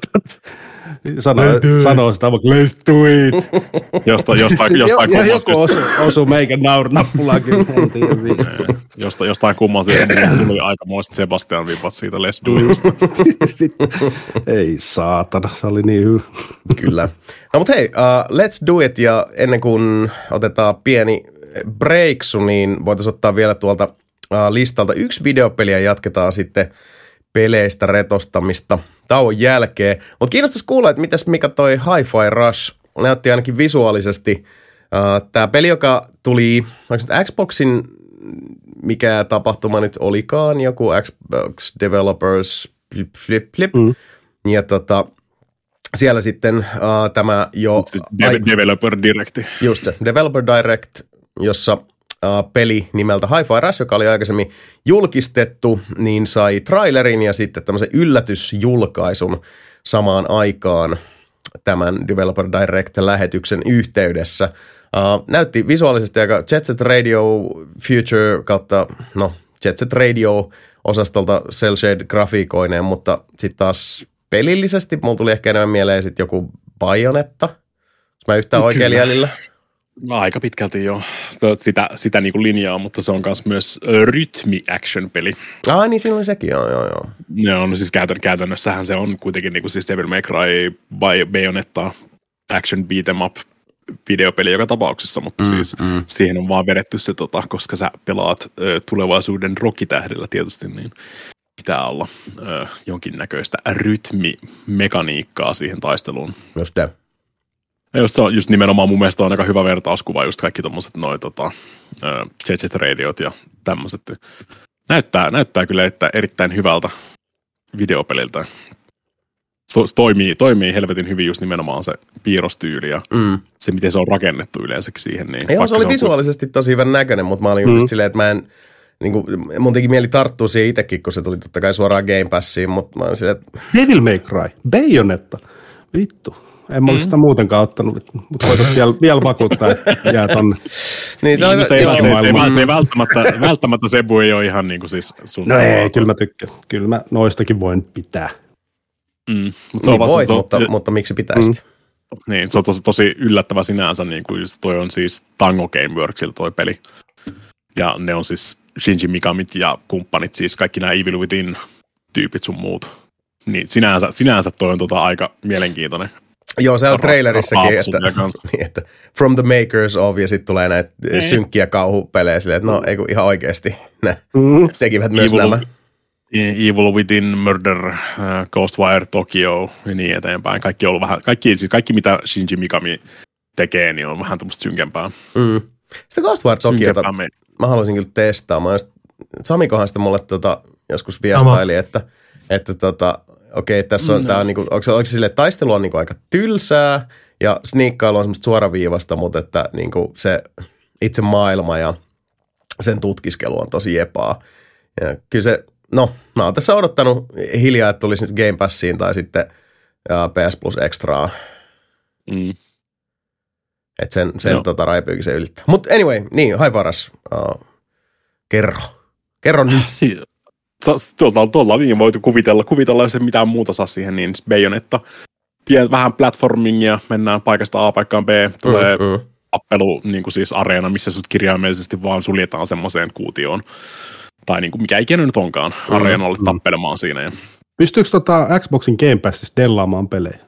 sanoo sitä vaikka let's do it. Jostain ja joku osuu meikän naurunappulaan kyllä. Jostain kumman siitä tuli aikamoista Sebastian vipat siitä let's do itista. Ei saatana, se oli niin hyvä. Kyllä. No mutta hei, let's do it, ja ennen kuin otetaan pieni breaksu, niin voitaisiin ottaa vielä tuolta listalta yksi videopeli ja jatketaan sitten peleistä retostamista tauon jälkeen. Mutta kiinnostaisi kuulla, että mitäs mikä toi Hi-Fi Rush näytti ainakin visuaalisesti. Tämä peli, joka tuli, Xboxin, mikä tapahtuma nyt olikaan, joku Xbox Developers Flip. Ja siellä sitten tämä jo... Siis Developer Direct. Just se, Developer Direct, jossa peli nimeltä Hi-Fi Rush, joka oli aikaisemmin julkistettu, niin sai trailerin ja sitten tämmöisen yllätysjulkaisun samaan aikaan tämän Developer Direct-lähetyksen yhteydessä. Näytti visuaalisesti aika Jet Set Radio Future kautta, Jet Set Radio-osastolta cel shade-grafiikoineen, mutta sitten taas pelillisesti mulla tuli ehkä enemmän mieleen sitten joku Bayonetta, jos mä yhtään oikein jäljellä. No, aika pitkälti joo. Sitä niin kuin linjaa, mutta se on myös rytmi-action-peli. Niin siinä oli sekin, joo. Joo, no siis käytännössähän se on kuitenkin niin kuin siis Devil May Cry, Bayonetta, action beat'em up videopeli joka tapauksessa, mutta siihen on vaan vedetty se, koska sä pelaat tulevaisuuden rockitähdellä tietysti, niin pitää olla jonkinnäköistä rytmimekaniikkaa siihen taisteluun. Just det. Ja se on just nimenomaan mun mielestä on aika hyvä vertauskuva, just kaikki tommoset Jet Radiot ja tämmöiset. Näyttää kyllä erittäin hyvältä videopeliltä. Toimii helvetin hyvin just nimenomaan se piirrostyyli ja se, miten se on rakennettu yleensäkin siihen. Niin joo, se oli visuaalisesti tosi hyvän näköinen, mutta mä olin just silleen, että mä en, mun teki mieli tarttua siihen itsekin, kun se tuli totta kai suoraan Game Passiin, mutta mä olin silleen, että... Devil May Cry, Bayonetta, vittu. En mä olisi sitä muutenkaan ottanut, mutta voitaisiin vielä vakuuttaa, että jää tonne. Niin, se ei välttämättä Sebu ei ole ihan niin kuin siis sun... No ei, kyllä mä tykkään. Kyllä mä noistakin voin pitää. Mutta miksi pitäisi? Niin, se on tosi yllättävä sinänsä, niin kuin toi on siis Tango Gameworksilta toi peli. Ja ne on siis Shinji Mikamit ja kumppanit, siis kaikki nämä Evil Within-tyypit sun muut. Niin sinänsä toi on aika mielenkiintoinen. Joo, se on trailerissakin, että from the makers of, ja sitten tulee näitä synkkiä kauhupelejä silleen, että ei kun ihan oikeasti ne tekivät myös nämä. Evil Within, Murder, Ghostwire Tokyo ja niin eteenpäin. Kaikki mitä Shinji Mikami tekee, niin on vähän tämmöistä synkempää. Sitten Ghostwire Tokyota mä haluaisin kyllä testaamaan. Samikohan sitä mulle joskus viestaili, että okei, tässä on tää niinku, onko se silleen, että taistelu on niinku aika tylsää ja sniikkailu on semmoista suoraviivasta, mutta että niinku se itse maailma ja sen tutkiskelu on tosi epaa. Ja kyllä se, mä oon tässä odottanut hiljaa, että tulisi nyt Game Passiin tai sitten PS Plus Extraa. Että sen raipyykin se ylittää. Mutta anyway, niin, Hi-Fi Rush, kerro nyt. Tuolla niin voitu kuvitella, jos ei mitään muuta saa siihen, niin Bayonetta. Vähän platformingia, mennään paikasta A paikkaan B, tulee tappelu, niin kuin siis areena, missä sut kirjaimellisesti vaan suljetaan semmoiseen kuutioon. Tai niin kuin mikä ikinä nyt onkaan areenalle tappelemaan siinä. Ja... Pystyykö Xboxin Game Passissa dellaamaan pelejä?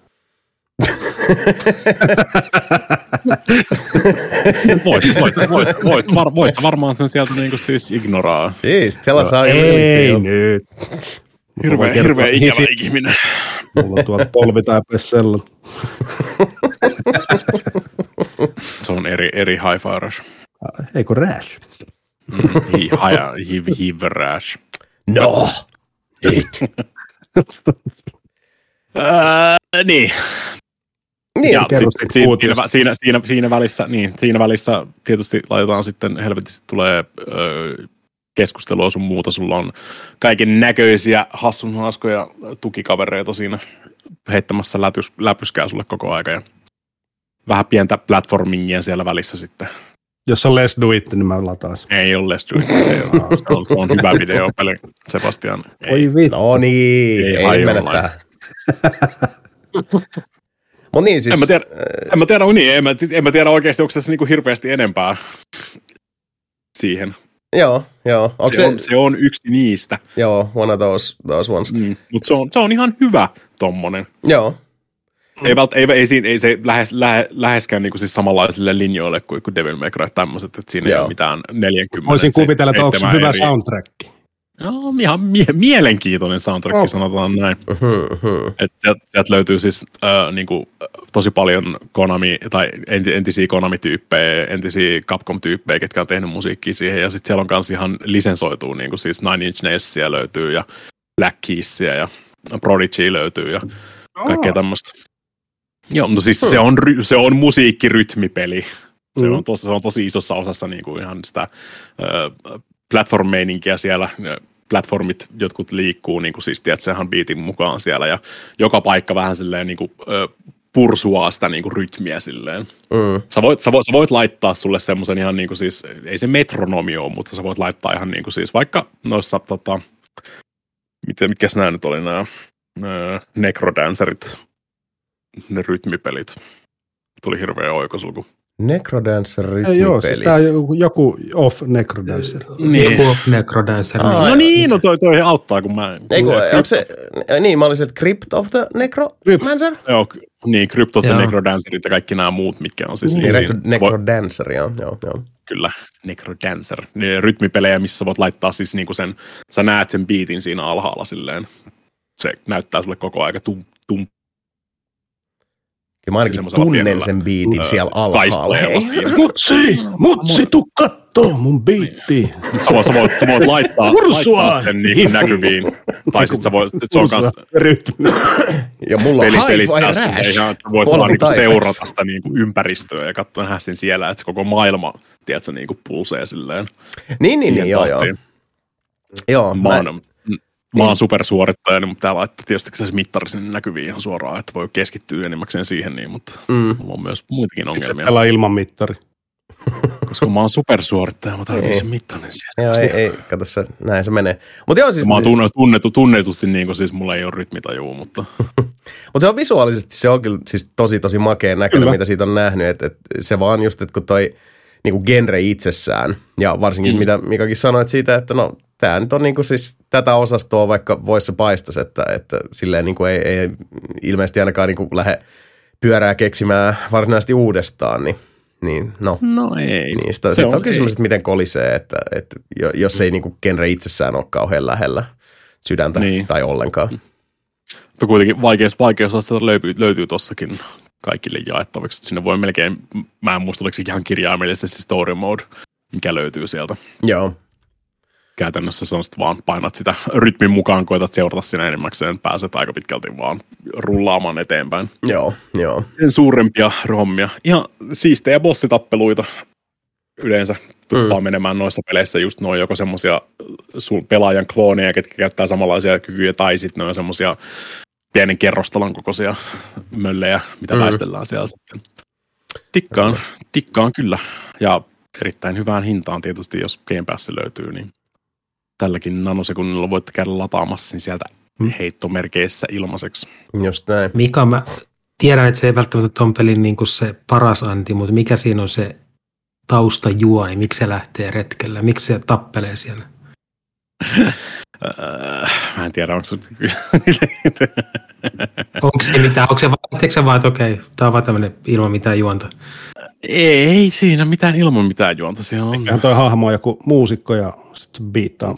Voit varmaan sen sieltä niinku siis ignoraa. Siis, sellaisia ei nyt. Hirveä ikävä ikiminen. Mulla on tuolta polvitaipeessa sellainen. Se on eri Hi-Fi Rush. Eikö Rash? Hive Rash. No, it. Niin. Ja siinä välissä tietysti laitetaan sitten, helvetisti tulee keskustelua sun muuta. Sulla on kaiken näköisiä hassun hauskoja tukikavereita siinä heittämässä läpyskää sulle koko aika. Ja vähän pientä platformingia siellä välissä sitten. Jos on Let's Do It, niin mä lataan. Ei ole Let's Do It. Se on hyvä videopeli, Sebastian. Oi vittu. No niin, ei mennä tähän. Niin, siis, en mä tiedä oikeasti, onko tässä niinku hirveästi enempää siihen. Joo. Se on yksi niistä. Joo, one of those ones. Mutta se on ihan hyvä tommonen. Joo. Ei se läheskään niinku siis samanlaisille linjoille kuin Devil May Cry tämmöiset, että siinä ei ole mitään 40. Voisin kuvitella, että onko se hyvä soundtrack. No, ihan mielenkiintoinen soundtrack, sanotaan näin. Sieltä löytyy siis niinku, tosi paljon Konami, tai entisiä Konami-tyyppejä, entisiä Capcom-tyyppejä, ketkä on tehnyt musiikkia siihen, ja sitten siellä on myös ihan lisensoitua, niinku siis Nine Inch Nailsia löytyy, ja Black Keysia, ja Prodigy löytyy, ja kaikkea tämmöistä. Joo, no siis se on musiikkirytmipeli. Se on tosi isossa osassa niin kuin ihan sitä platform-meininkiä siellä. Platformit jotkut liikkuu niin kuin siis sehän beatin mukaan siellä ja joka paikka vähän silleen niin kuin, pursuaa sitä niin kuin rytmiä silleen. Sä voit laittaa sulle semmoisen ihan niin kuin siis, ei se metronomi ole, mutta sä voit laittaa ihan niin kuin siis vaikka noissa mitkäs nämä nyt oli nämä Necrodancerit, ne rytmipelit. Tuli hirveä oikosulku. Necrodancer-rytmipelit. Joo, siis tää on joku off Necrodancer. Niin. Joku off Necrodancer. No niin, no toi auttaa, kun mä... Onko se... Niin, mä olisin, että Crypt of the Necromancer? Joo, niin, Crypt of the Necrodancerit ja kaikki nämä muut, mitkä on siis... Necrodancer, joo. Kyllä, Necrodancer. Ne rytmipelejä, missä voit laittaa siis niinku sen... Sä näet sen beatin siinä alhaalla silleen. Se näyttää sulle koko aika Ja mä ainakin tunnen sen biitin siellä alhaalla. Mutsi, tuu kattoo mun biittiin. Sä voit laittaa sen niin näkyviin. Tai sit sä voit, se on kanssa ja mulla on hi-fi rash. Voit vaan niinku seurata sitä niinku ympäristöä ja katsoa nähdä sen siellä, että se koko maailma, tiedätkö, niinku pulsee silleen. Niin, joo. Mä oon supersuorittaja, mutta tää laittaa tietysti se mittari sinne näkyviin ihan suoraan, että voi keskittyä enimmäkseen siihen, niin, mutta mulla on myös muitakin ongelmia. Pelaa ilman mittari. Koska mä oon supersuorittaja, mä tarvitsen sen mittarin siellä. Joo, ei, kato se, näin se menee. Mut joo, siis... Mä oon tunnetusti niin kuin siis mulla ei ole rytmitajua, mutta... Mutta se on visuaalisesti, se on kyllä siis tosi makea näköinen, mitä siitä on nähnyt, että se vaan just, että kun toi niinku genre itsessään, ja varsinkin mitä Mikakin sanoit siitä, että no tää nyt on niinku siis tätä osastoa, vaikka vois se paistaisi, että silleen niinku ei ilmeisesti ainakaan niinku lähde pyörää keksimään varsinaisesti uudestaan, niin no ei. Niin, se on kysymys, että miten kolisee, että jos ei niinku genre itsessään ole kauhean lähellä sydäntä tai ollenkaan. Mutta kuitenkin vaikeusasteita löytyy tossakin kaikille jaettaviksi. Sinne voi melkein, mä en muista, oliko se ihan kirjaimellisesti se story mode, mikä löytyy sieltä. Joo. Käytännössä se on sitten vaan painat sitä rytmin mukaan, koetat seurata sinä enimmäkseen, pääset aika pitkälti vaan rullaamaan eteenpäin. Joo. Sen suurempia hommia. Ihan siistejä bossitappeluita yleensä tuppaa menemään noissa peleissä just noin joko semmosia pelaajan klooneja, ketkä käyttää samanlaisia kykyjä, tai sitten ne on semmosia pienen kerrostalon kokoisia möllejä, mitä väistellään siellä sitten. Tikkaan kyllä. Ja erittäin hyvään hintaan tietysti, jos Game Pass löytyy, niin tälläkin nanosekunnilla voitte käydä lataamassa niin sieltä heittomerkeissä ilmaiseksi. Just näin. Mika, mä tiedän, että se ei välttämättä ton pelin niin kuin se paras anti, mutta mikä siinä on se taustajuoni, miksi se lähtee retkelle, miksi se tappelee siellä? Mä en tiedä, onko se... Onko se mitään? Onko se vaan, että okei, tää on vaan tämmönen ilman mitään juonta? Ei siinä mitään ilman mitään juonta. Eiköhän toi hahmo on joku muusikko ja sitten biittaa.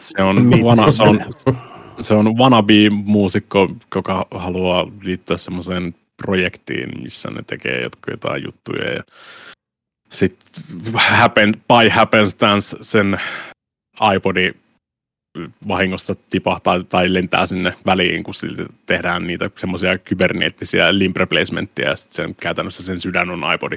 Se on wannabe-muusikko, joka haluaa liittyä semmoiseen projektiin, missä ne tekee jotain juttuja. Ja sitten by happenstance sen iPodi vahingossa tipahtaa tai lentää sinne väliin, kun tehdään niitä semmoisia kyberneettisiä limb replacementteja, ja sitten käytännössä sen sydän on iPodi.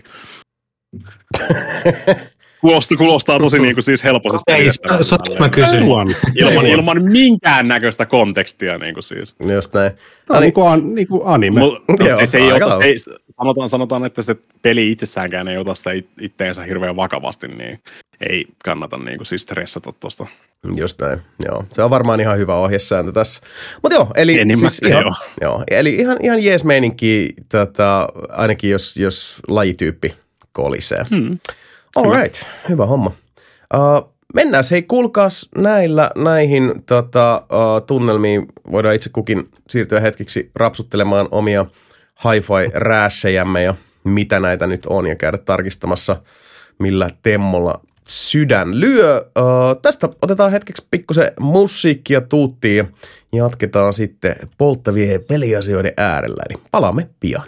Kuulostaa tosi niin kuin siis helposti. Mä kysyn. Ilman minkään näköistä kontekstia. Niin kuin siis. Just näin. Tämä on niin kuin anime. Sanotaan, että se peli itsessäänkään ei ota sitä itteensä hirveän vakavasti, niin ei kannata niin kuin siis stressata tuosta. Just näin, joo. Se on varmaan ihan hyvä ohjesääntö tässä. Mutta joo, eli siis ihan jees meininki, ainakin jos lajityyppi kolisee. All right, hyvä homma. Mennään, hei kuulkaas näihin tunnelmiin. Voidaan itse kukin siirtyä hetkeksi rapsuttelemaan omia hi-fi-räässejämme ja mitä näitä nyt on ja käydä tarkistamassa, millä temmolla sydän lyö. Tästä otetaan hetkeksi pikkusen musiikkia tuuttiin ja jatketaan sitten polttavien peliasioiden äärellä. Eli palaamme pian.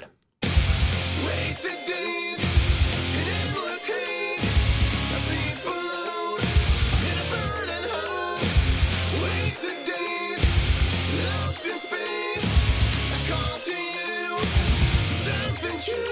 Something true.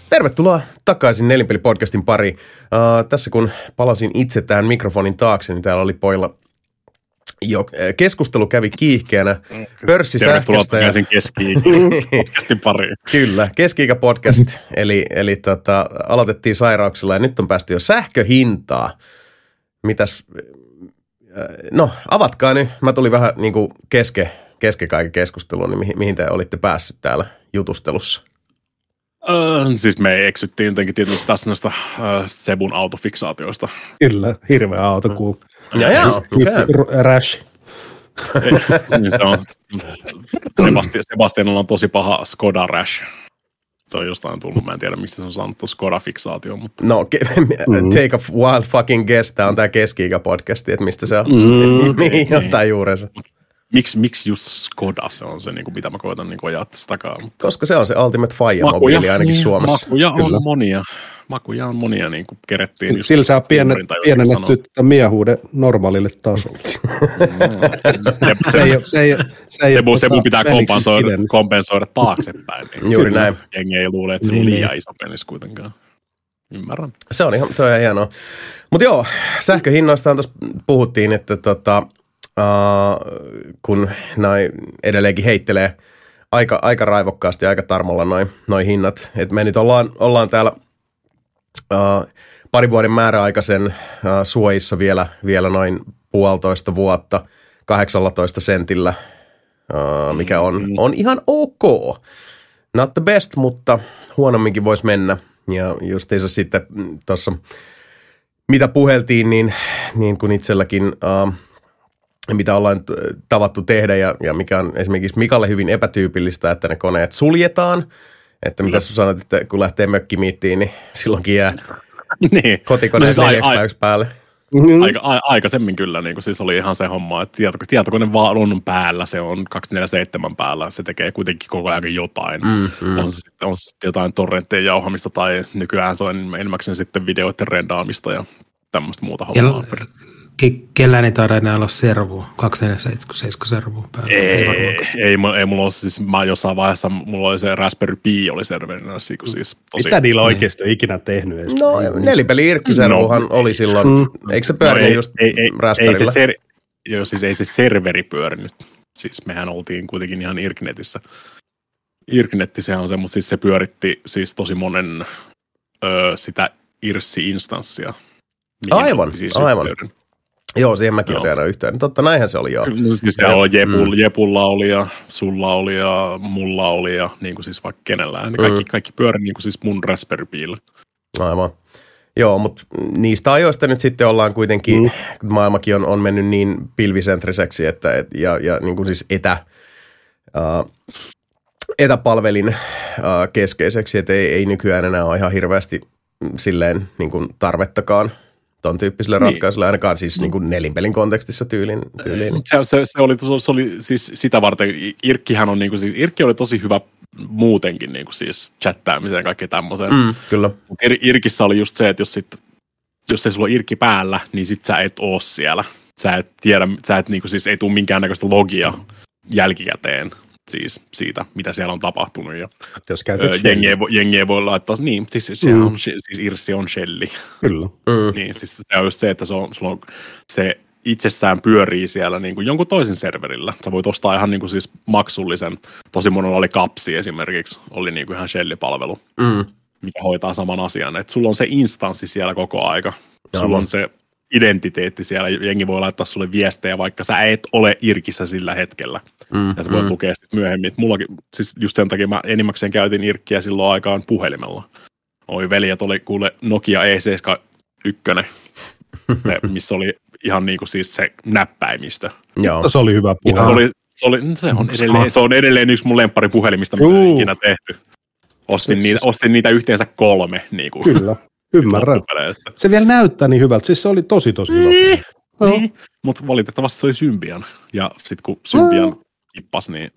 Tervetuloa takaisin Nelinpeli-podcastin pariin. Tässä kun palasin itse tähän mikrofonin taakse, niin täällä oli pojilla jo keskustelu kävi kiihkeänä pörssisähköstä. Tervetuloa takaisin Keski-podcastin pariin. Kyllä, Keski-podcast, eli aloitettiin sairauksilla ja nyt on päästy jo sähköhintaa. Mitäs, no avatkaa nyt, mä tulin vähän niin kuin kesken kaiken keskusteluun, niin mihin te olitte päässyt täällä jutustelussa? Siis me eksyttiin jotenkin tietysti tässä noista Sebun autofiksaatioista. Kyllä, hirveä autokuu. Rash. Se on, Sebastianilla on tosi paha Skoda Rash. Se on jostain tullut, mä en tiedä mistä se on saanut tuon Skoda-fiksaatio. Mutta... No, take a wild fucking guess, tää on tää Keski-ikä-podcasti, että mistä se on, mihin ottaa juurensa. Miksi just Skoda, se on se, niin mitä mä koitan niin ajaa tässä takaa. Mutta... Koska se on se Ultimate Faija-mobiili ainakin Suomessa. Makuja on monia, niin kuin kerettiin. Sillä saa pienennetty miehuuden normaalille tasolle. Sebu pitää kompensoida taaksepäin. Niin juuri näin. Jengi ei luule, että se on liian iso penis kuitenkaan. Ymmärrän. Se on ihan hienoa. Mutta joo, sähköhinnoistaan tuossa puhuttiin, että kun noi edelleenkin heittelee aika raivokkaasti, aika tarmolla noi hinnat. Et me nyt ollaan täällä parin vuoden määräaikaisen suojissa vielä noin 1,5 vuotta 18 sentillä, mikä on ihan ok. Not the best, mutta huonomminkin voisi mennä. Ja justiinsa sitten tuossa, mitä puheltiin, niin kun itselläkin... mitä ollaan tavattu tehdä ja mikä on esimerkiksi Mikalle hyvin epätyypillistä, että ne koneet suljetaan. Että mitä sä sanot, että kun lähtee mökkimiittiin, niin silloinkin jää kotikoneet 4x päälle. Aikaisemmin kyllä, niin siis oli ihan se homma, että tietokone vaan on päällä, se on 247 päällä, se tekee kuitenkin koko ajan jotain. On sitten jotain torrenttien jauhamista tai nykyään se on enimmäkseen sitten videoiden rendaamista ja tämmöistä muuta hommaa. Kellään ei taida enää olla servua, 247 servua päällä. Ei mulla ole siis, mä jossain vaiheessa, mulla oli se Raspberry Pi oli serverinä. Siis tosi... Mitä niillä oikeasti on ikinä tehnyt edes? No, nelipeli-irkkiservuhan oli silloin, eikö se pyörinyt just Raspberryllä? Ei se serveri pyörinyt. Siis mehän oltiin kuitenkin ihan Irknetissä. Irknetti sehän on se, mutta siis se pyöritti siis tosi monen sitä IRSI-instanssia. Aivan. Joo, siihen mäkin otin aina yhteen. Totta, näinhän se oli joo. No, siis se on Jepulla oli ja sulla oli ja mulla oli ja niin kuin siis vaikka kenellään. Kaikki pyöri niin kuin siis mun Raspberry Pillä. Aivan. Joo, mutta niistä ajoista nyt sitten ollaan kuitenkin, maailmakin on mennyt niin pilvisentriseksi, että ja niin kuin siis etäpalvelin keskeiseksi, että ei nykyään enää ole ihan hirveästi silleen niin kuin tarvettakaan ton tyyppiselle ratkaisulle, ainakaan siis niin kuin nelinpelin kontekstissa tyyliin. Se oli siis sitä varten, Irkkihän on niin kuin siis, Irkki oli tosi hyvä muutenkin niin kuin siis chattaamiseen ja kaikkeen tämmöiseen. Kyllä. Mutta Irkissä oli just se, että jos ei sulla ole Irkki päällä, niin sit sä et oo siellä. Sä et tiedä, niin kuin siis ei tule minkäännäköistä logia jälkikäteen siis siitä, mitä siellä on tapahtunut. Ja jos jengi ei voi laittaa, niin siis siellä on, siis Irssi on shelli. Kyllä. Niin, siis se on just se, että sulla on se itsessään pyörii siellä niin kuin jonkun toisen serverillä. Sä voit ostaa ihan niin kuin siis maksullisen, tosi monella oli Kapsi esimerkiksi, oli niin kuin ihan shellipalvelu, mikä hoitaa saman asian. Että sulla on se instanssi siellä koko aika. Sulla on se identiteetti siellä, jengi voi laittaa sulle viestejä, vaikka sä et ole Irkissä sillä hetkellä. Ja sä voit lukea sitten myöhemmin. Mullakin, siis just sen takia mä enimmäkseen käytin Irkkiä silloin aikaan puhelimella. Oi veljet, oli kuule Nokia E71, missä oli ihan niinku siis se näppäimistö. Joo. Se oli hyvä puhe. Se on edelleen yksi mun lempparipuhelimista, mitä on ikinä tehty. Ostin niitä yhteensä 3. Niinku. Kyllä. Ymmärrän. Se vielä näyttää niin hyvältä. Siis se oli tosi hyvä. Niin. Mutta valitettavasti se oli Symbian. Ja sitten kun Symbian kippas, niin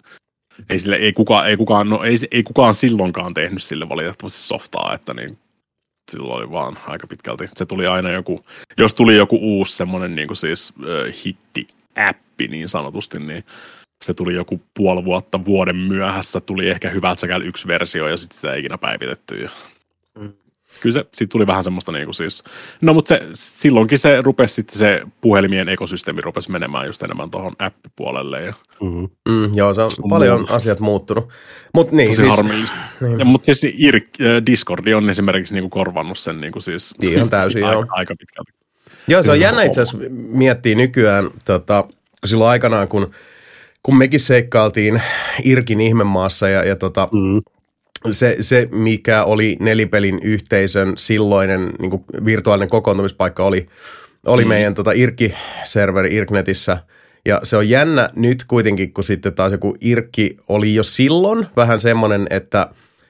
ei kukaan silloinkaan tehnyt sille valitettavasti softaa, että niin silloin oli vaan aika pitkälti. Se tuli aina jos tuli joku uusi semmoinen niin kuin siis hitti-appi niin sanotusti, niin se tuli joku puoli vuotta vuoden myöhässä, tuli ehkä hyvältä sekä yksi versio ja sitten sitä ei ikinä päivitetty. Kyllä siitä tuli vähän semmoista niinku siis, no mutta silloinkin se rupesi sitten se puhelimien ekosysteemi rupesi menemään just enemmän tuohon appipuolelle. Ja joo, se on paljon asiat muuttunut. Mut niin, tosi siis, harmillista. Niin. Mutta siis Discordi on esimerkiksi niinku korvannut sen niinku siis ihan täysin, joo. Aika pitkälti. Joo, se on jännä itse asiassa miettiä nykyään, kun silloin aikanaan, kun mekin seikkailtiin Irkin ihmemaassa ja se, mikä oli Nelipelin yhteisön silloinen niin kuin virtuaalinen kokoontumispaikka, oli meidän Irkki-serveri Irknetissä. Ja se on jännä nyt kuitenkin, kun sitten taas joku Irkki oli jo silloin vähän semmoinen, että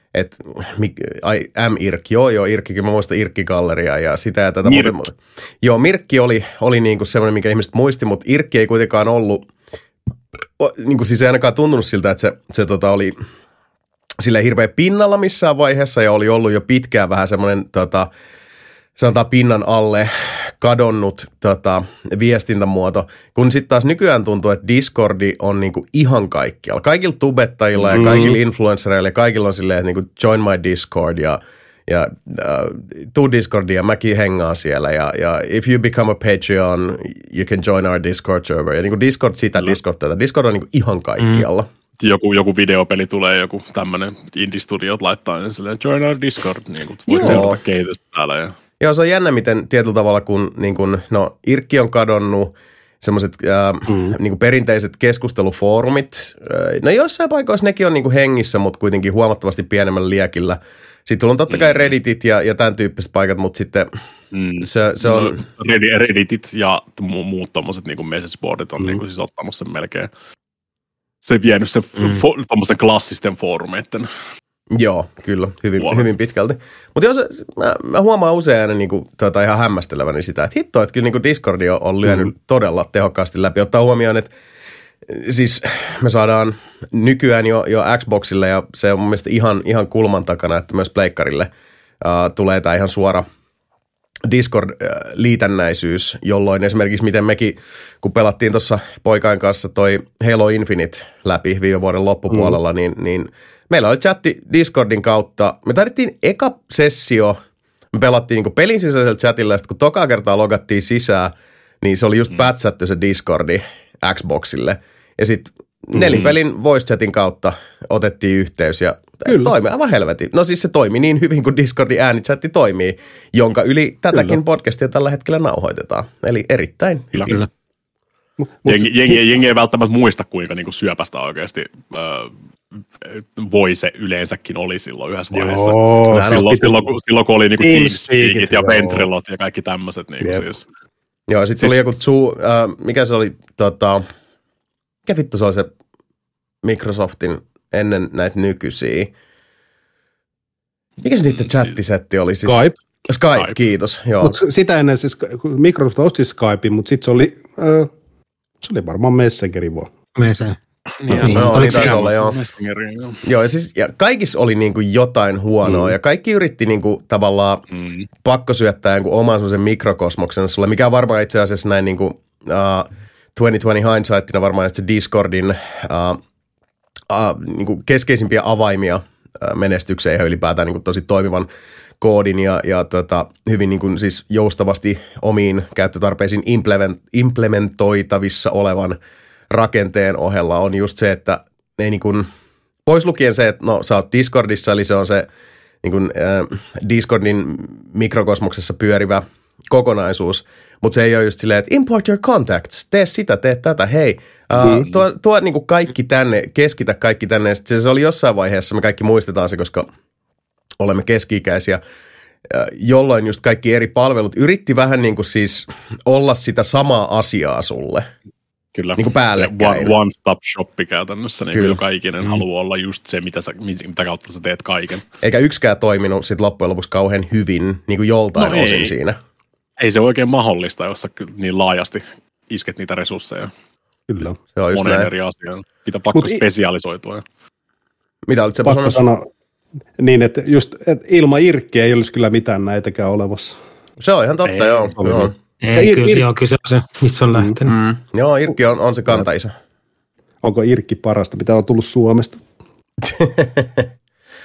M-Irkki, joo, Irkkikin, mä muistan Irkki-galleria ja sitä ja tätä. Joo, Mirkki oli niin kuin semmoinen, mikä ihmiset muisti, mutta Irkki ei kuitenkaan ollut, niin kuin siis ei ainakaan tuntunut siltä, että se oli silleen hirveän pinnalla missään vaiheessa ja oli ollut jo pitkään vähän semmoinen sanotaan pinnan alle kadonnut viestintämuoto, kun sitten taas nykyään tuntuu, että Discordi on niinku ihan kaikkialla. Kaikilla tubettajilla ja kaikilla influenssereilla ja kaikilla on silleen, että niinku join my Discord ja tuu Discordia, mäkin hengaan siellä ja if you become a Patreon, you can join our Discord server. Ja niinku Discord sitä, Discord tätä. Discord on niinku ihan kaikkialla. Joku videopeli tulee, joku tämmöinen indie-studiot laittaa ja silleen join our Discord, niin kuin voit seurata kehitystä täällä. Ja joo, se on jännä, miten tietyllä tavalla, kun Irkki on kadonnut, semmoiset niin perinteiset keskustelufoorumit, no jossain paikoissa nekin on niin hengissä, mutta kuitenkin huomattavasti pienemmällä liekillä. Sitten on totta kai Redditit ja tämän tyyppiset paikat, mutta sitten se on Redditit ja muut tommoset niin messageboardit on niin siis ottamassa sen melkein. Se vienyt sen tommosten klassisten foorumeiden. Joo, kyllä, hyvin pitkälti. Mutta mä huomaan usein aina niinku, ihan hämmästeleväni sitä, että hitto, että kyllä niinku Discordi on lyönyt todella tehokkaasti läpi. Ottaa huomioon, että siis me saadaan nykyään jo Xboxille ja se on mun mielestä ihan kulman takana, että myös pleikkarille tulee tämä ihan suora Discord-liitännäisyys, jolloin esimerkiksi miten mekin, kun pelattiin tuossa poikain kanssa toi Halo Infinite läpi viime vuoden loppupuolella, niin meillä oli chatti Discordin kautta. Me tarvittiin eka sessio, me pelattiin niinku pelin sisäisellä chatilla, ja sitten kun tokaa kertaa logattiin sisään, niin se oli just pätsätty se Discordi Xboxille. Ja sitten Nelipelin voice chatin kautta otettiin yhteys ja toimi aivan helvetin. No siis se toimi niin hyvin kuin Discordin äänichatti toimii, jonka yli tätäkin podcastia tällä hetkellä nauhoitetaan. Eli erittäin hyvin. Kyllä. Jengi ei välttämättä muista, kuinka niinku syöpästä oikeasti voice yleensäkin oli silloin yhdessä vaiheessa. Silloin kun oli niinku TeamSpeakit ja Ventrilot ja kaikki tämmöiset. Niinku siis. Joo, sitten oli joku mikä se oli, mikä vittu se oli se Microsoftin ennen näitä nykyisiä. Mikä se niiden chattisetti oli? Siis? Skype, kiitos. Mut sitä ennen siis Microsoft osti Skypein, mutta sitten se oli varmaan Messengeri vaan. Messenger. Niin taisi olla, joo. Joo, ja kaikissa oli niinku jotain huonoa, ja kaikki yritti niinku tavallaan pakkosyöttää jonkun oman semmoisen mikrokosmoksen sulle, mikä on varmaan itse asiassa näin niinku 2020 hindsightina varmaan se Discordin niinku keskeisimpiä avaimia menestykseen ja ylipäätään niinku tosi toimivan koodin ja hyvin niinku siis joustavasti omiin käyttötarpeisiin implementoitavissa olevan rakenteen ohella on just se, että ne niin kuin, pois lukien se, että no sä oot Discordissa, eli se on se niin kuin, Discordin mikrokosmoksessa pyörivä kokonaisuus, mutta se ei ole just silleen, että import your contacts, tee sitä, tee tätä, hei, tuo niin kuin kaikki tänne, keskitä kaikki tänne, ja se oli jossain vaiheessa, me kaikki muistetaan se, koska olemme keski-ikäisiä, jolloin just kaikki eri palvelut yritti vähän niin kuin siis olla sitä samaa asiaa sulle. Kyllä, niin kuin päällekkäin. One-stop shoppi käytännössä, niin joka ikinen haluaa olla just se, mitä kautta sä teet kaiken. Eikä yksikään toiminut sit loppujen lopuksi kauhean hyvin niin kuin joltain osin siinä. Ei se oikein mahdollista, jos sä niin laajasti isket niitä resursseja. Kyllä. Se on just monen näin. Eri asiaan. Pitää pakko spesialisoitua. Mitä olit se sanoa? Niin, että just että ilman Irkkiä ei olisi kyllä mitään näitäkään olemassa. Se on ihan totta, joo. Kyllä se on se, missä on lähtenyt. Joo, Irkki on se kantaisa. Onko Irkki parasta, mitä on tullut Suomesta?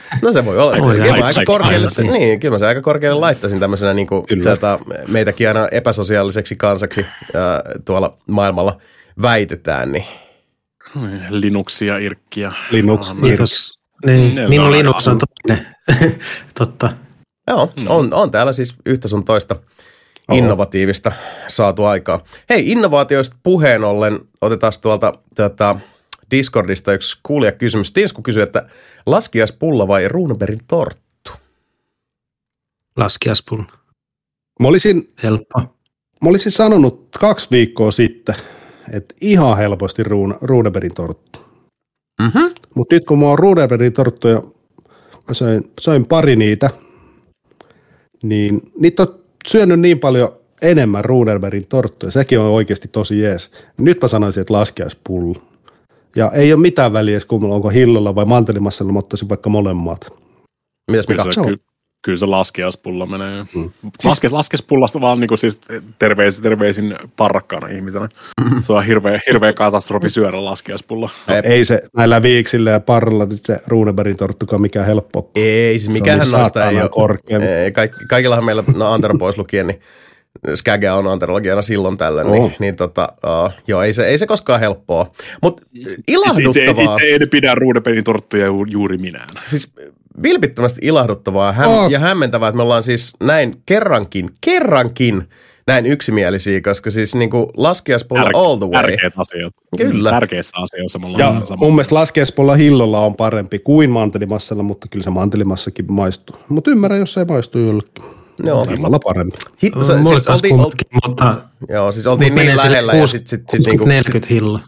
No se voi olla. Kyllä mä se aika korkealle laittaisin tämmöisenä niin kuin, meitäkin aina epäsosiaaliseksi kansaksi tuolla maailmalla väitetään. Niin. Linuxia, Irkkiä. Linux. Minun Linux on toinen. Totta. Joo, on täällä siis yhtä sun toista innovatiivista saatu aikaa. Hei, innovaatioista puheen ollen otetaan tuolta Discordista yksi kuulijakysymys. Tinsku kysyy, että laskiaispulla vai Runebergin torttu? Laskiaispulla. Helppo. Mä olisin sanonut 2 viikkoa sitten, että ihan helposti Runebergin torttu. Mm-hmm. Mutta nyt kun mä oon Runebergin torttuja, mä söin pari niitä, niin niitä on syönyt niin paljon enemmän Runebergin torttuja. Sekin on oikeasti tosi jees. Nyt mä sanoisin, että laskiaispullo. Ja ei ole mitään väliä, kun onko hillolla vai mantelimassalla, mä ottaisin vaikka molemmat. Mitäs Mika? Kyllä se laskiaispulla menee. Laskiaispullasta vaan niin siis terveisin parrakkaana ihmisenä. Se on hirveä katastrofi syödä laskiaispulla. Ei se näillä viiksillä ja parralla nyt se Runebergin torttukaan mikään helppo. Ei, siis mikähän noista ei ole. Kaikillahan meillä, Antero pois lukien, niin Skagea on anterologiana silloin tällä, niin joo, ei se koskaan helppoa. Mutta ilahduttavaa. Itse ei pidä Runebergin torttuja juuri minään. Siis vilpittömästi ilahduttavaa ja hämmentävää, että me ollaan siis näin kerrankin näin yksimielisiä, koska siis niinku laskiaispulla all the way. Tärkeät asiat. Kyllä. Tärkeissä asioissa me ollaan ja mun mielestä laskiaispulla hillolla on parempi kuin mantelimassalla, mutta kyllä se mantelimassakin maistuu. Mutta ymmärrän, jos ei maistu jollekin. Joo. Hillolla parempi. Siis oltiin niin lähellä ja sit niinku 40 hilloa.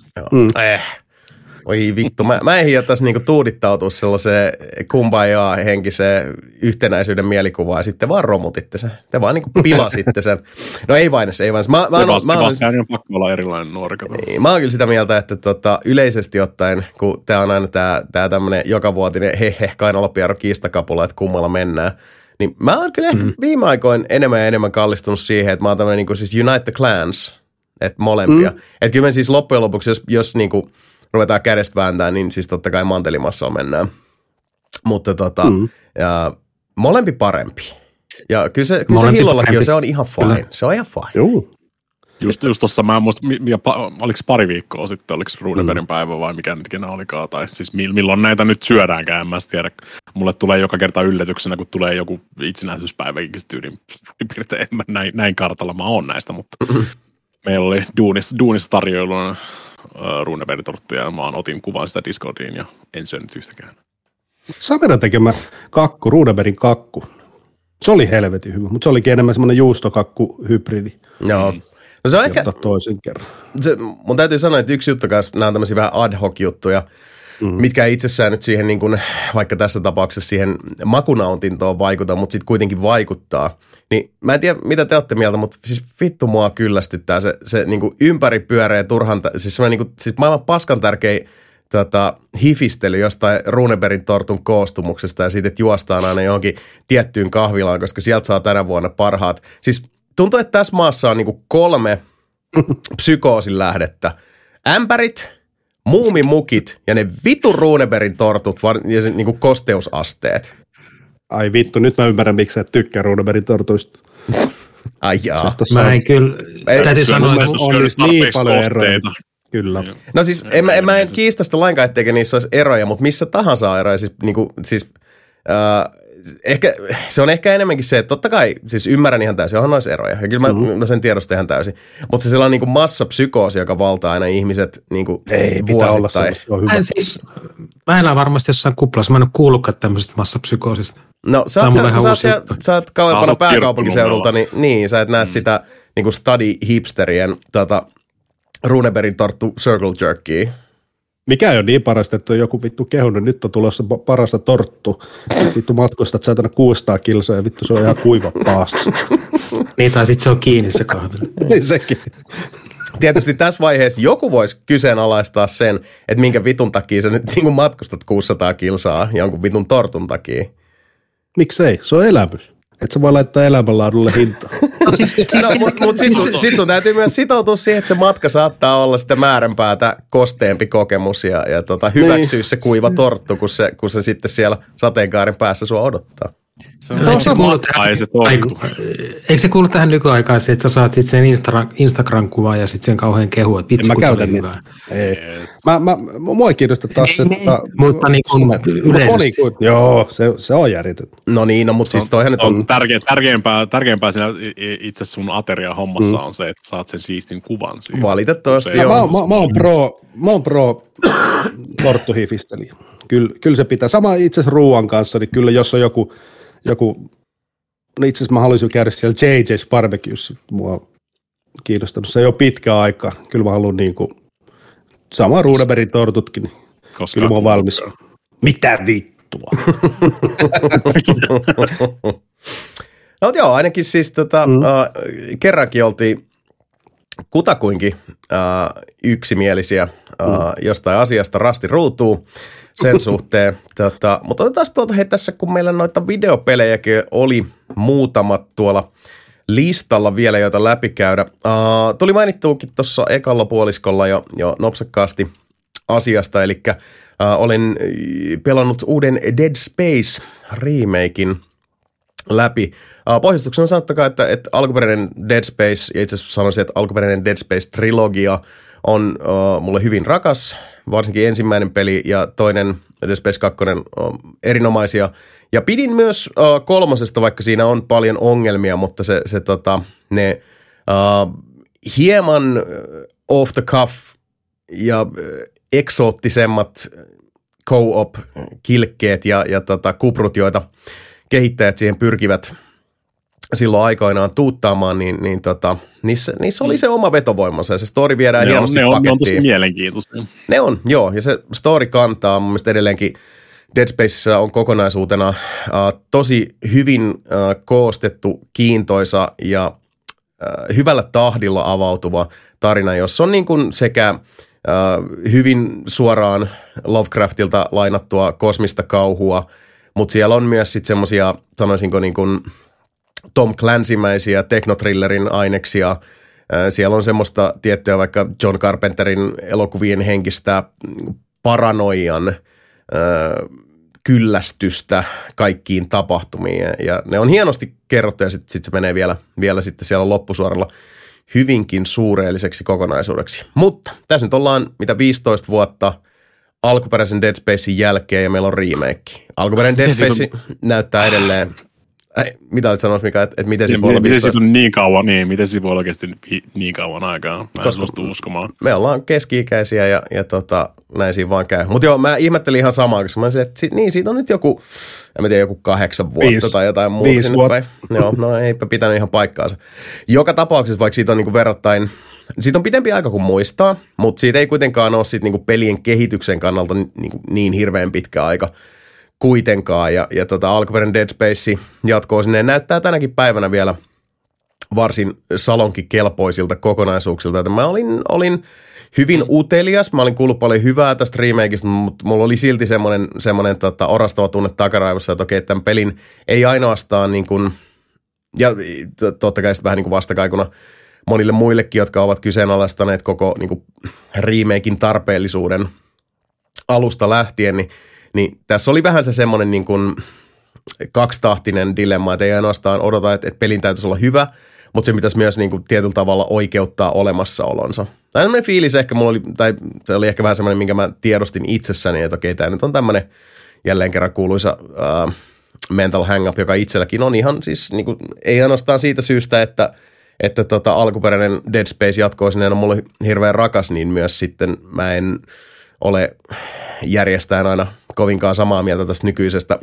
Oi vittu, mä en hiottaisi niinku tuudittautua sellaiseen kumbajaa henkiseen yhtenäisyyden mielikuvaan ja sitten vaan romutitte sen. Te vaan niinku pilasitte sen. No ei vain. Sebastian on pakko olla erilainen nuori. Mä oon kyllä sitä mieltä, että yleisesti ottaen, kun tää on aina tää tämmönen jokavuotinen kainalopiero kiistakapula, että kummalla mennään, niin mä oon kyllä ehkä viime aikoin enemmän ja enemmän kallistunut siihen, että mä oon tämmönen niinku siis Unite the Clans, että molempia. Että kyllä me siis loppujen lopuksi, jos niinku ruvetaan kädestä vääntää, niin siis totta kai mantelimassalla mennään. Mutta ja molempi parempi. Ja kyllä se hillollakin se on ihan fine. Se on ihan fine. Joo. Just tossa mä en muista, oliko se pari viikkoa sitten, oliko Runebergin päivä vai mikä nyt ikinä olikaan, tai siis milloin näitä nyt syödäänkään, en mä tiedä. Mulle tulee joka kerta yllätyksenä, kun tulee joku itsenäisyyspäiväkin tyyliin, näin kartalla mä oon näistä, mutta meillä oli duunissa tarjoiluna Runebergin torttuja, ja mä otin kuvan sitä Discordiin ja en syönyt yhtäkään. Sameran tekemä kakku, Runebergin kakku. Se oli helvetin hyvä, mutta se olikin enemmän semmoinen juustokakku-hybridi. Joo. No se on ehkä toisen kerran. Mun täytyy sanoa, että yksi juttu kanssa, nämä on tämmöisiä vähän ad hoc juttuja, mitkä ei itsessään nyt siihen, niin kuin, vaikka tässä tapauksessa siihen makunautintoon vaikuta, mutta sitten kuitenkin vaikuttaa. Niin mä en tiedä, mitä te olette mieltä, mutta siis vittu mua kyllästyttää se niin kuin ympäripyöreä turhan, siis semmoinen niin kuin, siis maailman paskan tärkein hifistely jostain Runebergin tortun koostumuksesta ja siitä, että juostaan aina johonkin tiettyyn kahvilaan, koska sieltä saa tänä vuonna parhaat. Siis tuntuu, että tässä maassa on niin kuin 3 psykoosin lähdettä. Ämpärit, muumimukit ja ne vitun Runebergin tortut ja niin kuin kosteusasteet. Ai vittu, nyt mä ymmärrän, miksi sä et tykkää Runebergin tortuista. Ai jaa. Mä en kyllä, täytyy sanoa, että on niin paljon eroja. Kyllä. No siis mä en kiistä sitä lainkaan, etteikö niissä olisi eroja, mutta missä tahansa on eroja. Ehkä, se on ehkä enemmänkin se, että totta kai, siis ymmärrän ihan täysin, onhan noissa eroja. Ja kyllä mä sen tiedostan ihan täysin. Mutta se sellainen niin kuin massapsykoosi, joka valtaa aina ihmiset niin kuin vuosittain. Mä elän varmasti jossain kuplassa. Mä en ole kuullutkaan tämmöisestä massapsykoosista. No sä oot kauempana pääkaupunkiseudulta, niin sä et näe sitä niin kuin study-hipsterien Runebergin torttu circle jerkia. Mikä ei ole niin parasta, että on joku vittu kehunut, nyt on tulossa parasta torttu. Vittu matkustat saatana 600 kilsoa ja vittu se on ihan kuiva paassa. Niin, tai sitten se on kiinni se kahvila. Niin sekin. Tietysti tässä vaiheessa joku voisi kyseenalaistaa sen, että minkä vitun takia sä nyt niin kuin matkustat 600 kilsaa jonkun vitun tortun takia. Miksei? Se on elämys. Et sä voi laittaa elämänlaadulle hintaa. Mutta sit sun täytyy myös sitoutua siihen, että se matka saattaa olla sitä määränpäätä kosteempi kokemus ja hyväksyä se kuiva torttu, kun se sitten siellä sateenkaaren päässä sua odottaa. Eikö se kuulu tähän nykyaikaan se, että sä saat sitten sen Instagram-kuvan ja sitten sen kauhean kehu, että vitsi kun oli hyvää? Mua ei kiinnosta taas se... Mutta niin kuin yleisesti. Joo, se on järjetöntä. No niin, mutta siis toihan nyt on... Tärkeämpää siinä itse sun ateria-hommassa on se, että saat sen siistin kuvan siihen. Valitettavasti joo. Mä oon pro torttuhifisteli. Kyllä se pitää. Sama itse asiassa ruuan kanssa, niin kyllä jos on joku no itse asiassa mä haluaisin käydä siellä JJ's Barbecuessa, mua on kiinnostanut se jo pitkä aika. Kyllä mä haluan niinku sama Runebergin tortutkin, niin kyllä mä oon valmis. Mitä vittua? No mutta joo, ainakin siis kerrankin oltiin kutakuinkin yksimielisiä jostain asiasta rasti ruutuu sen suhteen. Mutta otetaan tässä, kun meillä noita videopelejäkin oli muutamat tuolla listalla vielä, joita läpikäydä. Tuli mainittuukin tuossa ekalla puoliskolla jo nopsakkaasti asiasta, eli olen pelannut uuden Dead Space remakein läpi. Pohjustuksena sanottakaa, että alkuperäinen Dead Space, ja itse asiassa sanoisin, että alkuperäinen Dead Space-trilogia on mulle hyvin rakas, varsinkin ensimmäinen peli ja toinen Dead Space 2 on erinomaisia. Ja pidin myös kolmosesta, vaikka siinä on paljon ongelmia, mutta ne hieman off the cuff ja eksoottisemmat co-op-kilkkeet ja kuprut, kehittäjät siihen pyrkivät silloin aikoinaan tuuttaamaan, niin niissä oli se oma vetovoimansa ja se story viedään hienosti pakettiin. Ne on tosi mielenkiintoisia. Ne on, joo, ja se story kantaa. Mun mielestä edelleenkin Dead Spacessa on kokonaisuutena tosi hyvin koostettu, kiintoisa ja hyvällä tahdilla avautuva tarina, jossa on niin kuin sekä hyvin suoraan Lovecraftilta lainattua kosmista kauhua, mutta siellä on myös sitten semmoisia, sanoisinko niin kuin Tom Clancy-mäisiä teknotrillerin aineksia. Siellä on semmoista tiettyä vaikka John Carpenterin elokuvien henkistä paranoian kyllästystä kaikkiin tapahtumiin. Ja ne on hienosti kerrottu ja sitten se menee vielä sitten siellä loppusuoralla hyvinkin suureelliseksi kokonaisuudeksi. Mutta tässä nyt ollaan 15 vuotta alkuperäisen Dead Spacein jälkeen ja meillä on remake. Alkuperäinen Dead Space näyttää edelleen... Mitä olet sanoa, Mika, että miten se voi olla 15? Miten siitä on niin kauan, miten se voi olla oikeasti niin kauan aikaa? Mä en suostu uskomaan. Me ollaan keski-ikäisiä ja näin siinä vaan käy. Mutta joo, mä ihmettelin ihan samaa, koska mä olisin, että siitä on nyt joku 8 vuotta tai jotain muuta. 5 vuotta. Joo, no eipä pitänyt ihan paikkaansa. Joka tapauksessa, vaikka siitä on niinku verrattain, siitä on pitempi aika kuin muistaa, mutta siitä ei kuitenkaan ole sit niinku pelien kehityksen kannalta niin hirveän pitkä aika kuitenkaan, ja alkuperäinen Dead Space jatkoo sinne, näyttää tänäkin päivänä vielä varsin salonkikelpoisilta kokonaisuuksilta, että mä olin hyvin utelias, mä olin kuullut paljon hyvää tästä remakeista, mutta mulla oli silti semmoinen orastava tunne takaraivossa, että okei, tämän pelin ei ainoastaan niin kuin, ja totta kai sitten vähän niin kuin vastakaikuna monille muillekin, jotka ovat kyseenalaistaneet koko niin kuin remakein tarpeellisuuden alusta lähtien, niin tässä oli vähän se semmoinen niin kuin kaksitahtinen dilemma, että ei ainoastaan odota, että pelin täytyisi olla hyvä, mutta se pitäisi myös niin kuin tietyllä tavalla oikeuttaa olemassaolonsa. Tai semmoinen fiilis ehkä mulla oli, tai se oli ehkä vähän semmoinen, minkä mä tiedostin itsessäni, että okei, tämä nyt on tämmöinen jälleen kerran kuuluisa mental hang-up, joka itselläkin on ihan siis niin kuin, ei ainoastaan siitä syystä, että alkuperäinen Dead Space jatkoisineen on mulle hirveän rakas, niin myös sitten mä en ole järjestäen aina kovinkaan samaa mieltä tästä nykyisestä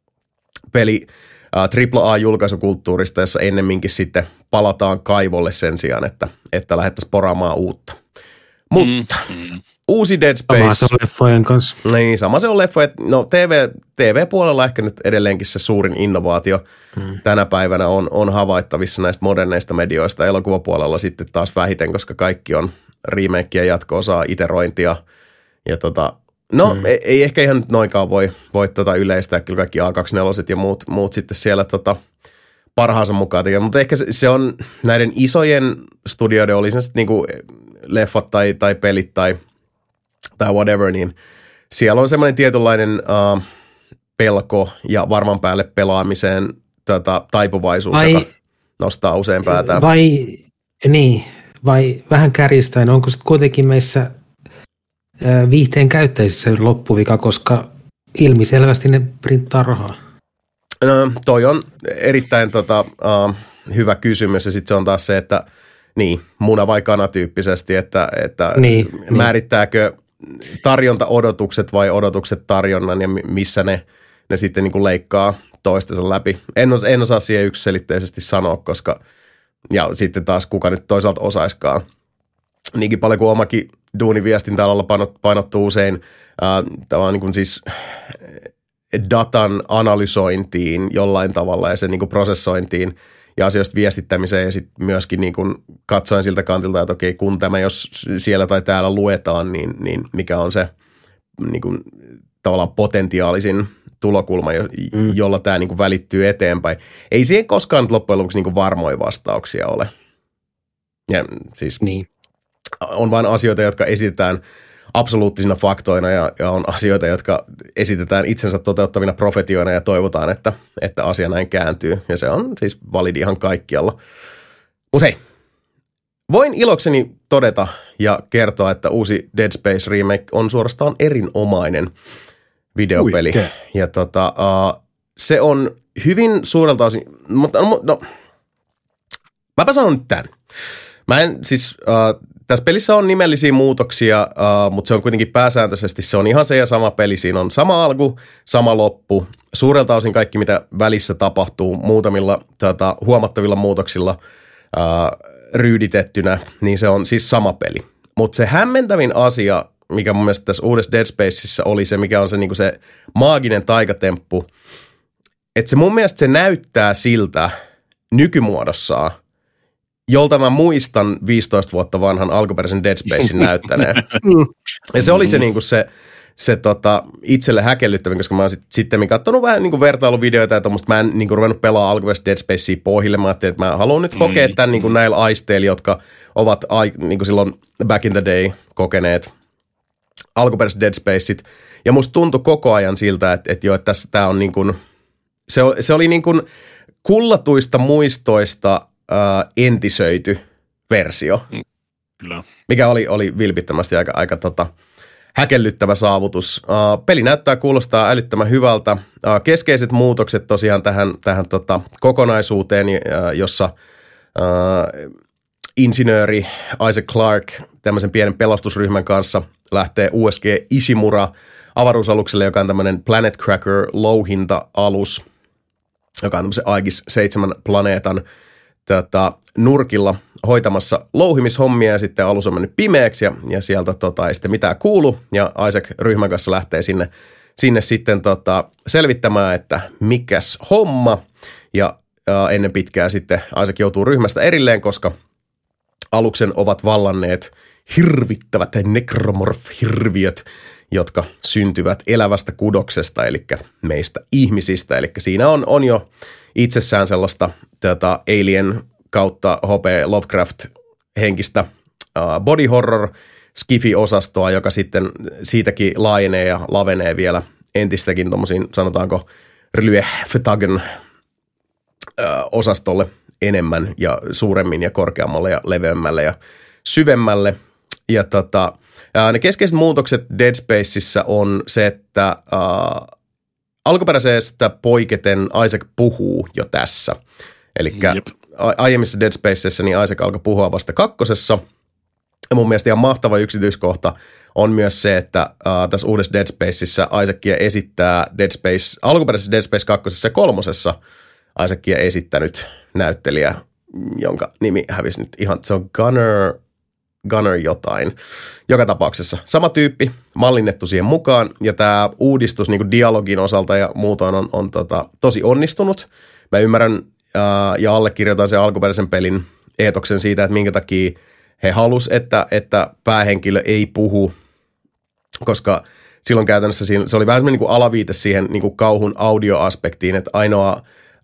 AAA-julkaisukulttuurista, jossa ennemminkin sitten palataan kaivolle sen sijaan, että lähdettäisiin poraamaan uutta. Mutta uusi Dead Space. Sama se on leffojen kanssa. Niin, sama se on leffojen. No TV-puolella ehkä nyt edelleenkin se suurin innovaatio tänä päivänä on havaittavissa näistä moderneista medioista. Elokuvapuolella sitten taas vähiten, koska kaikki on remake ja jatko-osaa, iterointia. Ja ei ehkä ihan nyt noinkaan voi yleistää, kyllä kaikki A24 ja muut sitten siellä parhaansa mukaan tekemään. Mutta ehkä se on näiden isojen studioiden, oli se sitten niinku leffat tai pelit tai whatever, niin siellä on semmoinen tietynlainen pelko ja varman päälle pelaamiseen taipuvaisuus, joka nostaa usein päätään. Vai vähän kärjistäen, onko sitten kuitenkin meissä viihteen käyttäjissä loppuvika, koska ilmiselvästi ne printtaa rahaa? No, toi on erittäin hyvä kysymys, ja sitten se on taas se, että niin, muna vai kana tyyppisesti, että määrittääkö tarjonta-odotukset vai odotukset tarjonnan ja missä ne sitten niin kuin leikkaa toistensa läpi. En osaa siihen yksiselitteisesti sanoa, koska ja sitten taas kuka nyt toisaalta osaiskaan. Niinkin paljon kuin omakin duuniviestintäalalla painottuu usein tavallaan niin kuin siis datan analysointiin jollain tavalla ja sen niin kuin prosessointiin ja asioista viestittämiseen ja sitten myöskin niin kuin katsoen siltä kantilta, että okei, kun tämä jos siellä tai täällä luetaan, niin mikä on se niin kuin tavallaan potentiaalisin tulokulma, jolla tämä niin kuin välittyy eteenpäin. Ei siihen koskaan loppujen lopuksi niin kuin varmoja vastauksia ole. Ja siis on vain asioita, jotka esitetään absoluuttisina faktoina ja on asioita, jotka esitetään itsensä toteuttavina profetioina ja toivotaan, että asia näin kääntyy. Ja se on siis validi ihan kaikkialla. Mutta hei, voin ilokseni todeta ja kertoa, että uusi Dead Space remake on suorastaan erinomainen videopeli. Ja se on hyvin suurelta osin, mutta mäpä sanon nyt tämän. Tässä pelissä on nimellisiä muutoksia, mutta se on kuitenkin pääsääntöisesti, se on ihan se ja sama peli. Siinä on sama alku, sama loppu. Suurelta osin kaikki, mitä välissä tapahtuu, muutamilla huomattavilla muutoksilla ryyditettynä, niin se on siis sama peli. Mutta se hämmentävin asia, mikä mun mielestä tässä uudessa Dead Spaceissa oli se, mikä on se, niinku se maaginen taikatemppu, että se mun mielestä se näyttää siltä nykymuodossaan, jolta mä muistan 15 vuotta vanhan alkuperäisen Dead Spacein näyttäneen. Ja se oli se, niinku se itselle häkellyttävin, koska mä oon sitten katsonut vähän niinku vertailuvideoita ja tommoista. Mä en niinku ruvennut pelaa alkuperäistä Dead Spacea pohjille. Mä ajattelin, että mä haluan nyt kokea tämän niinku näillä aisteilla, jotka ovat niinku silloin back in the day kokeneet alkuperäiset Dead Spaceit. Ja musta tuntui koko ajan siltä, että tässä tää on niinku, se oli niinku kullatuista muistoista entisöity versio. Kyllä. Mikä oli vilpittömästi aika häkellyttävä saavutus. Peli kuulostaa älyttömän hyvältä. Keskeiset muutokset tosiaan tähän kokonaisuuteen, jossa insinööri Isaac Clarke tämmöisen pienen pelastusryhmän kanssa lähtee USG Ishimura avaruusalukselle, joka on tämmöinen Planet Cracker louhinta-alus, joka on tämmöisen Aegis 7 planeetan nurkilla hoitamassa louhimishommia ja sitten alus on mennyt pimeäksi ja sieltä ei sitten mitään kuulu ja Isaac ryhmän kanssa lähtee sinne sitten selvittämään, että mikäs homma ja ennen pitkää sitten Isaac joutuu ryhmästä erilleen, koska aluksen ovat vallanneet hirvittävät nekromorf-hirviöt, jotka syntyvät elävästä kudoksesta, eli meistä ihmisistä. Eli siinä on jo itsessään sellaista Alien kautta H.P. Lovecraft-henkistä body horror skifi-osastoa, joka sitten siitäkin laajenee ja lavenee vielä entistäkin tommosiin, sanotaanko, Rlyeftagen osastolle enemmän ja suuremmin ja korkeammalle ja leveämmälle ja syvemmälle. Ja ne keskeiset muutokset Dead Spaceissa on se, että alkuperäisestä poiketen Isaac puhuu jo tässä. Eli aiemmissa Dead Spaceissa niin Isaac alkoi puhua vasta 2. Ja mun mielestä ihan mahtava yksityiskohta on myös se, että tässä uudessa Dead Spaceissa Isaacia esittää alkuperäisessä Dead Space 2. ja 3. Isaacia esittänyt näyttelijä, jonka nimi hävisi nyt ihan, se on Gunner jotain. Joka tapauksessa sama tyyppi, mallinnettu siihen mukaan, ja tämä uudistus niin kuin dialogin osalta ja muutoin on tosi onnistunut. Mä ymmärrän ja allekirjoitan sen alkuperäisen pelin eetoksen siitä, että minkä takia he halusivat, että päähenkilö ei puhu, koska silloin käytännössä se oli vähän semmoinen niin kuin alaviite siihen niin kuin kauhun audioaspektiin, että ainoa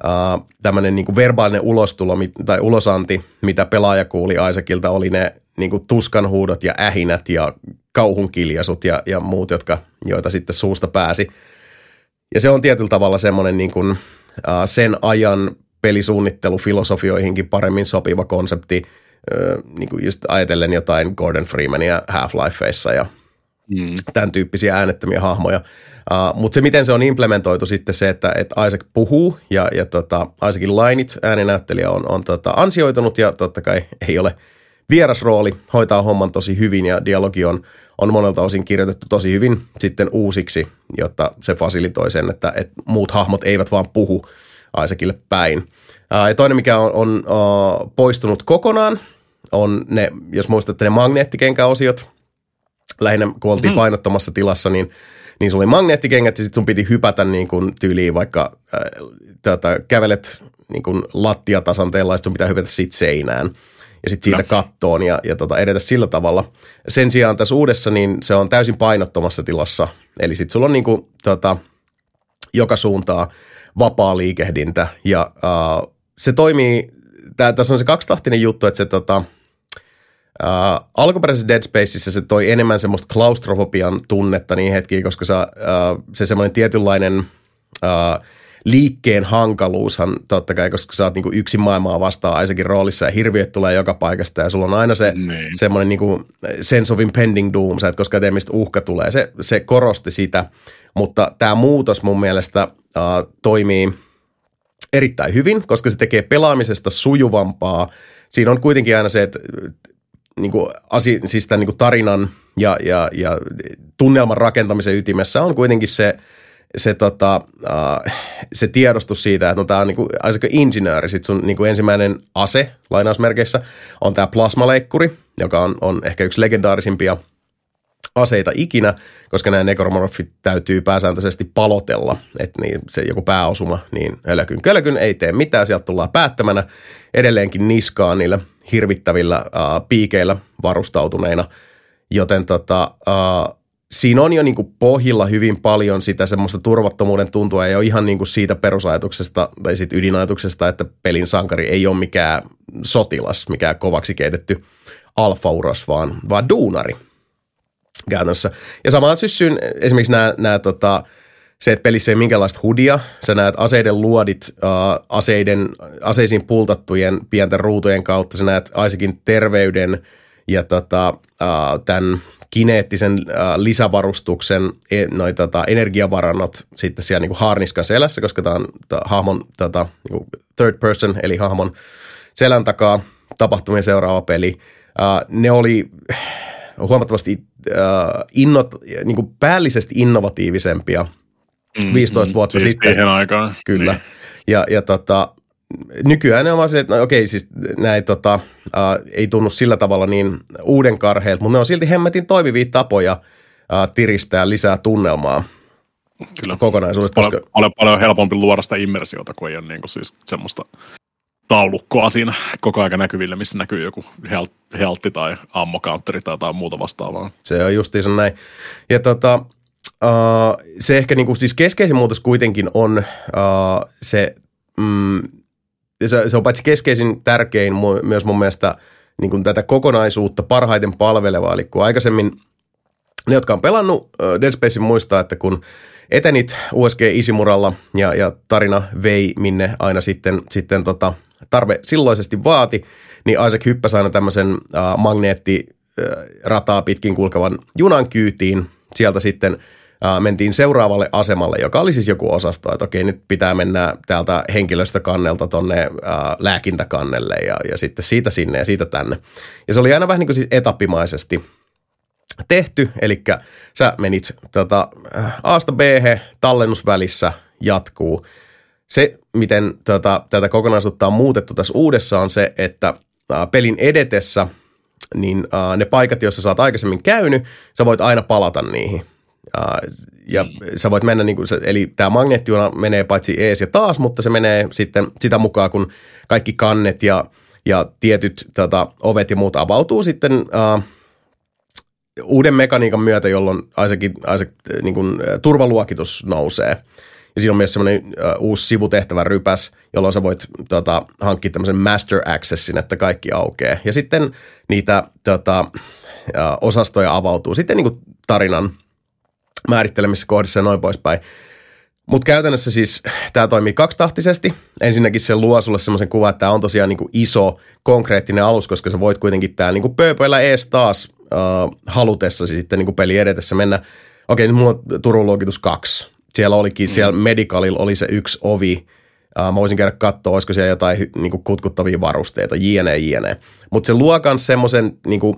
tämmöinen niin kuin verbaalinen ulostulo tai ulosanti, mitä pelaaja kuuli Isaacilta, oli ne niin kuin tuskanhuudot ja ähinät ja kauhunkiljasut ja muut, joita sitten suusta pääsi. Ja se on tietyllä tavalla semmoinen niin kuin, sen ajan pelisuunnittelufilosofioihinkin paremmin sopiva konsepti, niin kuin just ajatellen jotain Gordon Freemania Half-Lifeissa ja tämän tyyppisiä äänettömiä hahmoja. Mutta se, miten se on implementoitu sitten se, että Isaac puhuu ja Isaacin lainit, ääninäyttelijä on ansioitunut ja totta kai ei ole vierasrooli, hoitaa homman tosi hyvin ja dialogi on monelta osin kirjoitettu tosi hyvin sitten uusiksi, jotta se fasilitoi sen, että muut hahmot eivät vaan puhu Isaacille päin. Ja toinen, mikä on poistunut kokonaan, on ne, jos muistatte ne magneettikenkäosiot, lähinnä kun oltiin painottomassa tilassa, niin sulla oli magneettikengät ja sitten sun piti hypätä niin kuin tyyliin vaikka kävelet niin kuin lattiatasanteella ja sun pitää hypätä siitä seinään ja sitten siitä kattoon ja edetä sillä tavalla. Sen sijaan tässä uudessa niin se on täysin painottomassa tilassa, eli sitten sulla on niin kuin, joka suuntaa vapaa liikehdintä ja se toimii, tässä on se kaksitahtinen juttu, että se alkuperäisessä Dead Spaceissa se toi enemmän semmoista klaustrofobian tunnetta niin hetkiä, koska se semmoinen tietynlainen liikkeen hankaluushan totta kai, koska sä oot niinku yksin maailmaa vastaan Isaacin roolissa ja hirviöt tulee joka paikasta ja sulla on aina se semmoinen niinku sense of impending doom, sä et koskaan tiedä mistä uhka tulee. Se korosti sitä, mutta tämä muutos mun mielestä toimii erittäin hyvin, koska se tekee pelaamisesta sujuvampaa. Siinä on kuitenkin aina se, että siis tämän niin kuin tarinan ja tunnelman rakentamisen ytimessä on kuitenkin se tiedostus siitä, että tämä on niin kuin Isaac insinööri. Sitten sun niin kuin ensimmäinen ase, lainausmerkeissä, on tämä plasmaleikkuri, joka on ehkä yksi legendaarisimpia aseita ikinä, koska nämä nekromorfit täytyy pääsääntöisesti palotella, että niin se joku pääosuma, niin kölkyn ei tee mitään, sieltä tullaan päättämänä edelleenkin niskaan niillä hirvittävillä piikeillä varustautuneina, joten siinä on jo niinku pohjilla hyvin paljon sitä semmoista turvattomuuden tuntua, ei ole ihan niinku siitä perusajatuksesta tai siitä ydinajatuksesta, että pelin sankari ei ole mikään sotilas, mikään kovaksi keitetty alfauros, vaan duunari käytännössä. Ja samalla syssyyn esimerkiksi se, että pelissä ei minkäänlaista hudia, sä näet aseiden luodit aseisiin pultattujen pienten ruutujen kautta, sä näet Isaacin terveyden ja tämän kineettisen lisävarustuksen energiavarannot sitten siellä niinku haarniskan selässä, koska tämä on hahmon niinku third person, eli hahmon selän takaa tapahtumien seuraava peli. Ne oli huomattavasti niinku päällisesti innovatiivisempia 15 vuotta sitten. Siihen aikaan. Kyllä. Niin. Ja nykyään ne on vaan se, että no okei, siis näin ei tunnu sillä tavalla niin uudenkarheilta, mutta ne on silti hemmetin toimivia tapoja tiristää lisää tunnelmaa. Kyllä. Kokonaisuudesta. Paljon helpompi luoda sitä immersiota, kun ei ole niin kuin siis semmoista taulukkoa siinä koko ajan näkyvillä, missä näkyy joku heltti tai ammokaunteri tai jotain muuta vastaavaa. Se on justiinsa näin. Ja se ehkä niinku, siis keskeisin muutos kuitenkin on se on paitsi keskeisin tärkein myös mun mielestä niin kuin tätä kokonaisuutta parhaiten palveleva. Eli kun aikaisemmin ne, jotka on pelannut Dead Spacein, muistaa, että kun etenit USG Ishimuralla ja tarina vei minne aina sitten tarve silloisesti vaati, niin Isaac hyppäsi aina tämmöisen magneettirataa pitkin kulkevan junan kyytiin. Sieltä sitten mentiin seuraavalle asemalle, joka oli siis joku osasto, että okei, nyt pitää mennä täältä henkilöstökannelta tonne lääkintäkannelle ja sitten siitä sinne ja siitä tänne. Ja se oli aina vähän niin kuin siis etappimaisesti tehty, eli sä menit A:sta B:hen, tallennusvälissä jatkuu. Se, miten tätä kokonaisuutta on muutettu tässä uudessa, on se, että pelin edetessä niin ne paikat, joissa sä oot aikaisemmin käynyt, sä voit aina palata niihin. Ja sä voit mennä, eli tämä magneettijuna menee paitsi ees ja taas, mutta se menee sitten sitä mukaan, kun kaikki kannet ja tietyt ovet ja muut avautuu sitten uuden mekaniikan myötä, jolloin Isaac niin kuin turvaluokitus nousee. Ja siinä on myös semmoinen uusi sivutehtävä rypäs, jolloin sä voit hankkia tämmöisen master accessin, että kaikki aukeaa. Ja sitten niitä osastoja avautuu sitten niin kuin tarinan määrittelemissä kohdissa ja noin poispäin. Mutta käytännössä siis tämä toimii kaksitahtisesti. Ensinnäkin se luo sulle semmoisen kuvan, että tämä on tosiaan niinku iso, konkreettinen alus, koska sä voit kuitenkin täällä niinku pööpöillä ees taas halutessasi sitten niinku peli edetessä mennä. Okei, nyt mulla on Turun luokitus 2. Siellä olikin, siellä Medicalilla oli se yksi ovi. Mä voisin käydä katsoa, olisiko siellä jotain niinku kutkuttavia varusteita, jne. Mutta se luo myös semmoisen niinku,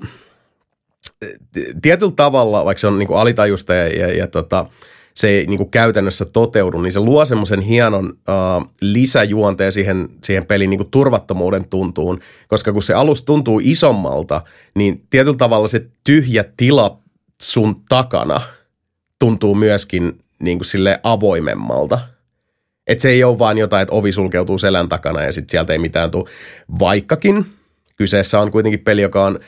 tietyllä tavalla, vaikka se on niinku alitajusta ja se ei niin kuin käytännössä toteudu, niin se luo semmoisen hienon lisäjuonteen siihen pelin niin kuin turvattomuuden tuntuun, koska kun se alus tuntuu isommalta, niin tietyllä tavalla se tyhjä tila sun takana tuntuu myöskin niin kuin silleen avoimemmalta. Että se ei ole vaan jotain, että ovi sulkeutuu selän takana ja sitten sieltä ei mitään tule. Vaikkakin kyseessä on kuitenkin peli, joka on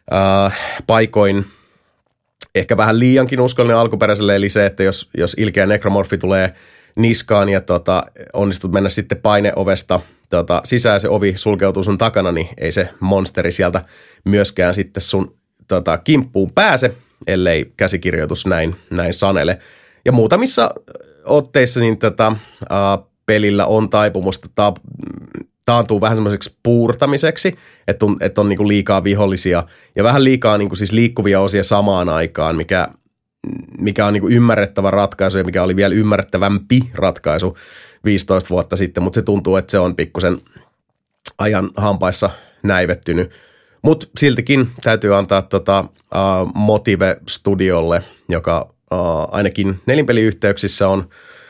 paikoin ehkä vähän liiankin uskollinen alkuperäiselle, eli se, että jos ilkeä nekromorfi tulee niskaan ja onnistut mennä sitten paineovesta sisään, se ovi sulkeutuu sun takana, niin ei se monsteri sieltä myöskään sitten sun kimppuun pääse, ellei käsikirjoitus näin sanele. Ja muutamissa otteissa niin pelillä on taipumusta taantuu vähän semmoiseksi puurtamiseksi, että on niinku liikaa vihollisia ja vähän liikaa niinku siis liikkuvia osia samaan aikaan, mikä on niinku ymmärrettävä ratkaisu ja mikä oli vielä ymmärrettävämpi ratkaisu 15 vuotta sitten, mutta se tuntuu, että se on pikkusen ajan hampaissa näivettynyt. Mutta siltikin täytyy antaa Motive Studiolle, joka ainakin nelinpeliyhteyksissä on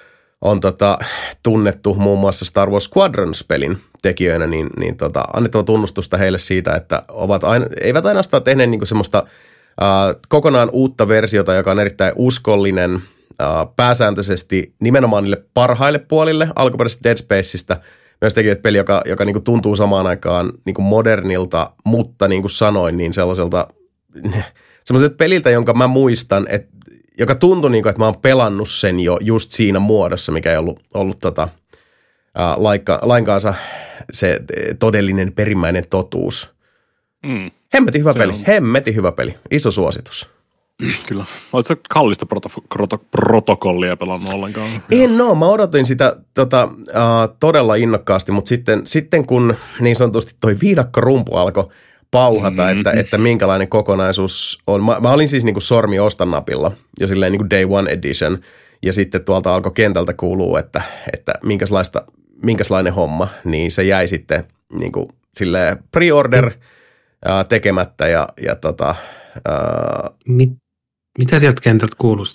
tunnettu muun muassa Star Wars Squadrons-pelin tekijöinä, niin annettava tunnustusta heille siitä, että eivät ainoastaan tehneet niinku semmoista kokonaan uutta versiota, joka on erittäin uskollinen pääsääntöisesti nimenomaan niille parhaille puolille alkuperäisestä Dead Spaceista. Myös tekivät peli, joka niinku tuntuu samaan aikaan niinku modernilta, mutta niin kuin sanoin, niin sellaiselta peliltä, jonka mä muistan, joka tuntui niin kuin, että mä oon pelannut sen jo just siinä muodossa, mikä ei ollut lainkaansa se todellinen perimmäinen totuus. Hemmetin hyvä peli. Iso suositus. Kyllä. Oletko kallista protokollia pelannut ollenkaan? En oo. Mä odotin sitä todella innokkaasti, mutta sitten kun niin sanotusti toi viidakkorumpu alkoi pauhata, että minkälainen kokonaisuus on. Mä olin siis niinku sormi ostan napilla jo silleen niinku day one edition ja sitten tuolta alkoi kentältä kuulua, että minkälainen homma, niin se jäi sitten niinku silleen pre-order tekemättä ja mitä sieltä kentältä kuuluu?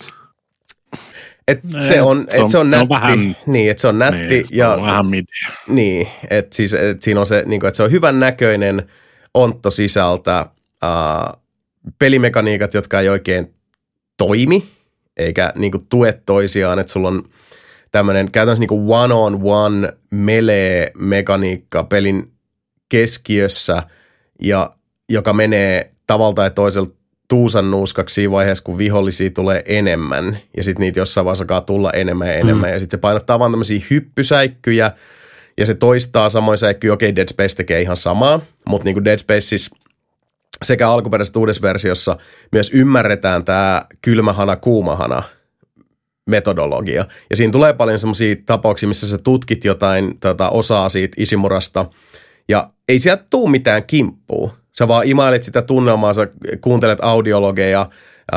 Se on nätti. Vähän, niin, että se on nätti. Niin, ja on vähän mid. Niin, että siis, siinä on se, niin kuin, että se on hyvän näköinen ontto sisältä pelimekaniikat, jotka ei oikein toimi, eikä niin kuin, tue toisiaan, että sulla on tämmöinen käytännössä niin kuin one-on-one melee-mekaniikka pelin keskiössä, ja joka menee tavalla tai toiselta tuusan nuuskaksi siinä vaiheessa, kun vihollisia tulee enemmän, ja sitten niitä jossain vaiheessa alkaa tulla enemmän ja enemmän, ja sitten se painottaa vaan tämmöisiä hyppysäikkyjä, ja se toistaa samoin säikkyjä. Okei, Dead Space tekee ihan samaa, mutta niin kuin Dead Spaceissa sekä alkuperäisessä uudessa versiossa myös ymmärretään tämä kylmähana, kuumahana metodologia. Ja siinä tulee paljon semmoisia tapauksia, missä sä tutkit jotain osaa siitä Ishimurasta, ja ei sieltä tule mitään kimppua. Sä vaan imailet sitä tunnelmaa, sä kuuntelet audiologeja,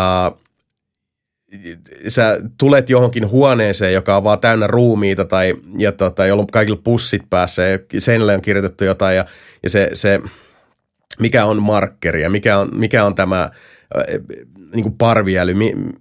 sä tulet johonkin huoneeseen, joka on vaan täynnä ruumiita jolla on kaikilla pussit päässä ja seinälle on kirjoitettu jotain ja se mikä on markkeri ja mikä on tämä niin kuin parviäly,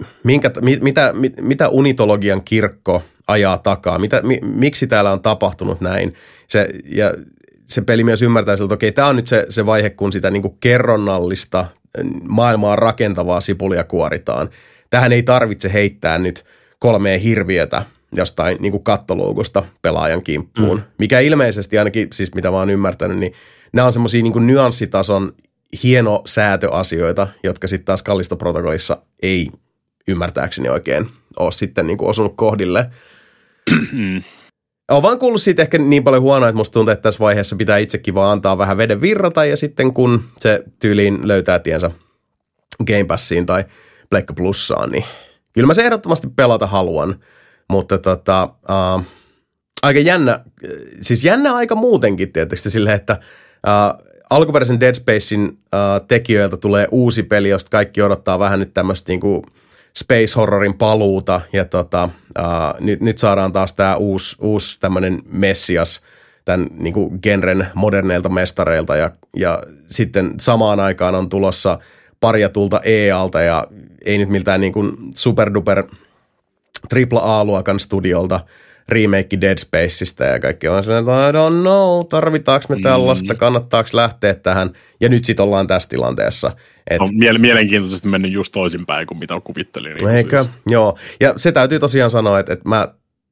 mitä unitologian kirkko ajaa takaa, miksi täällä on tapahtunut näin. Se peli myös ymmärtää siltä, että okei, tämä on nyt se vaihe, kun sitä niin kuin kerronnallista maailmaa rakentavaa sipulia kuoritaan. Tähän ei tarvitse heittää nyt 3 hirviötä jostain niin kuin kattoluukusta pelaajan kimppuun, mikä ilmeisesti ainakin, siis mitä mä oon ymmärtänyt, niin nämä on semmoisia niin kuin nyanssitason hienosäätöasioita, jotka sitten taas Callisto-protokollissa ei ymmärtääkseni oikein ole sitten niin kuin osunut kohdille. Olen vaan kuullut siitä ehkä niin paljon huonoa, että musta tuntuu, että tässä vaiheessa pitää itsekin vaan antaa vähän veden virrata, ja sitten kun se tyyliin löytää tiensä Game Passiin tai Pleikka Plussaan, niin kyllä mä se ehdottomasti pelata haluan. Mutta aika jännä aika muutenkin tietysti silleen, että alkuperäisen Dead Spacein tekijöiltä tulee uusi peli, josta kaikki odottaa vähän nyt tämmöistä niinku space horrorin paluuta, ja nyt saadaan taas tämä uusi tämmöinen messias tämän niinku genren moderneilta mestareilta, ja sitten samaan aikaan on tulossa parjatulta EAlta, ja ei nyt miltään niinku superduper AAA-luokan studiolta remake Dead Spaceista, ja kaikki on sellainen, että I don't know, tarvitaanko me tällaista, kannattaako lähteä tähän, ja nyt sitten ollaan tässä tilanteessa. On mielenkiintoisesti mennyt just toisinpäin kuin mitä kuvittelin. Niin eikö? Siis. Joo, ja se täytyy tosiaan sanoa, että mä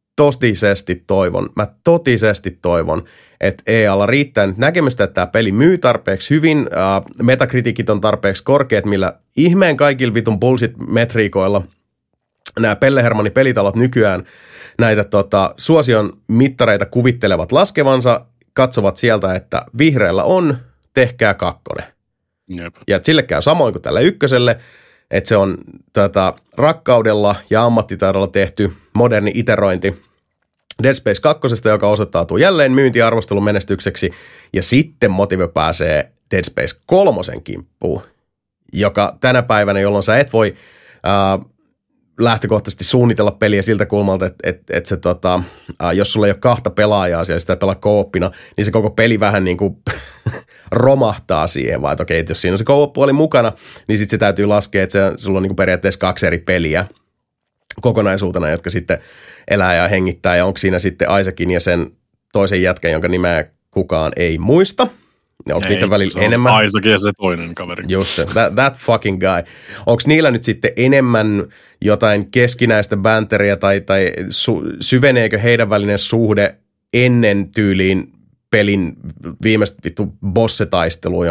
totisesti toivon, että EAlla riittää nyt näkemystä, että tämä peli myy tarpeeksi hyvin, metakritikit on tarpeeksi korkeat, millä ihmeen kaikilla vitun bullshit-metriikoilla nämä Pelle Hermanni pelitalot nykyään näitä suosion mittareita kuvittelevat laskevansa, katsovat sieltä, että vihreällä on, tehkää 2. Jep. Ja sille käy samoin kuin tälle 1, että se on rakkaudella ja ammattitaidolla tehty moderni iterointi Dead Space 2, joka osoittautuu jälleen myyntiarvostelun menestykseksi, ja sitten Motive pääsee Dead Space 3 kimppuun, joka tänä päivänä, jolloin sä et voi lähtökohtaisesti suunnitella peliä siltä kulmalta, että se, jos sulla ei ole 2 pelaajaa siellä, sitä pelaa co-opina, niin se koko peli vähän niin kuin romahtaa siihen, vai että okei, että jos siinä on se co-op-puoli mukana, niin sitten se täytyy laskea, että sulla on niin kuin periaatteessa 2 eri peliä kokonaisuutena, jotka sitten elää ja hengittää, ja onko siinä sitten Isaacin ja sen toisen jätkän, jonka nimeä kukaan ei muista. Onko niitä välillä enemmän? Isaac ja se toinen kaveri. Just se, that fucking guy. Onko niillä nyt sitten enemmän jotain keskinäistä banteria tai syveneekö heidän välinen suhde ennen tyyliin pelin viimeistä vittu bossetaistelua,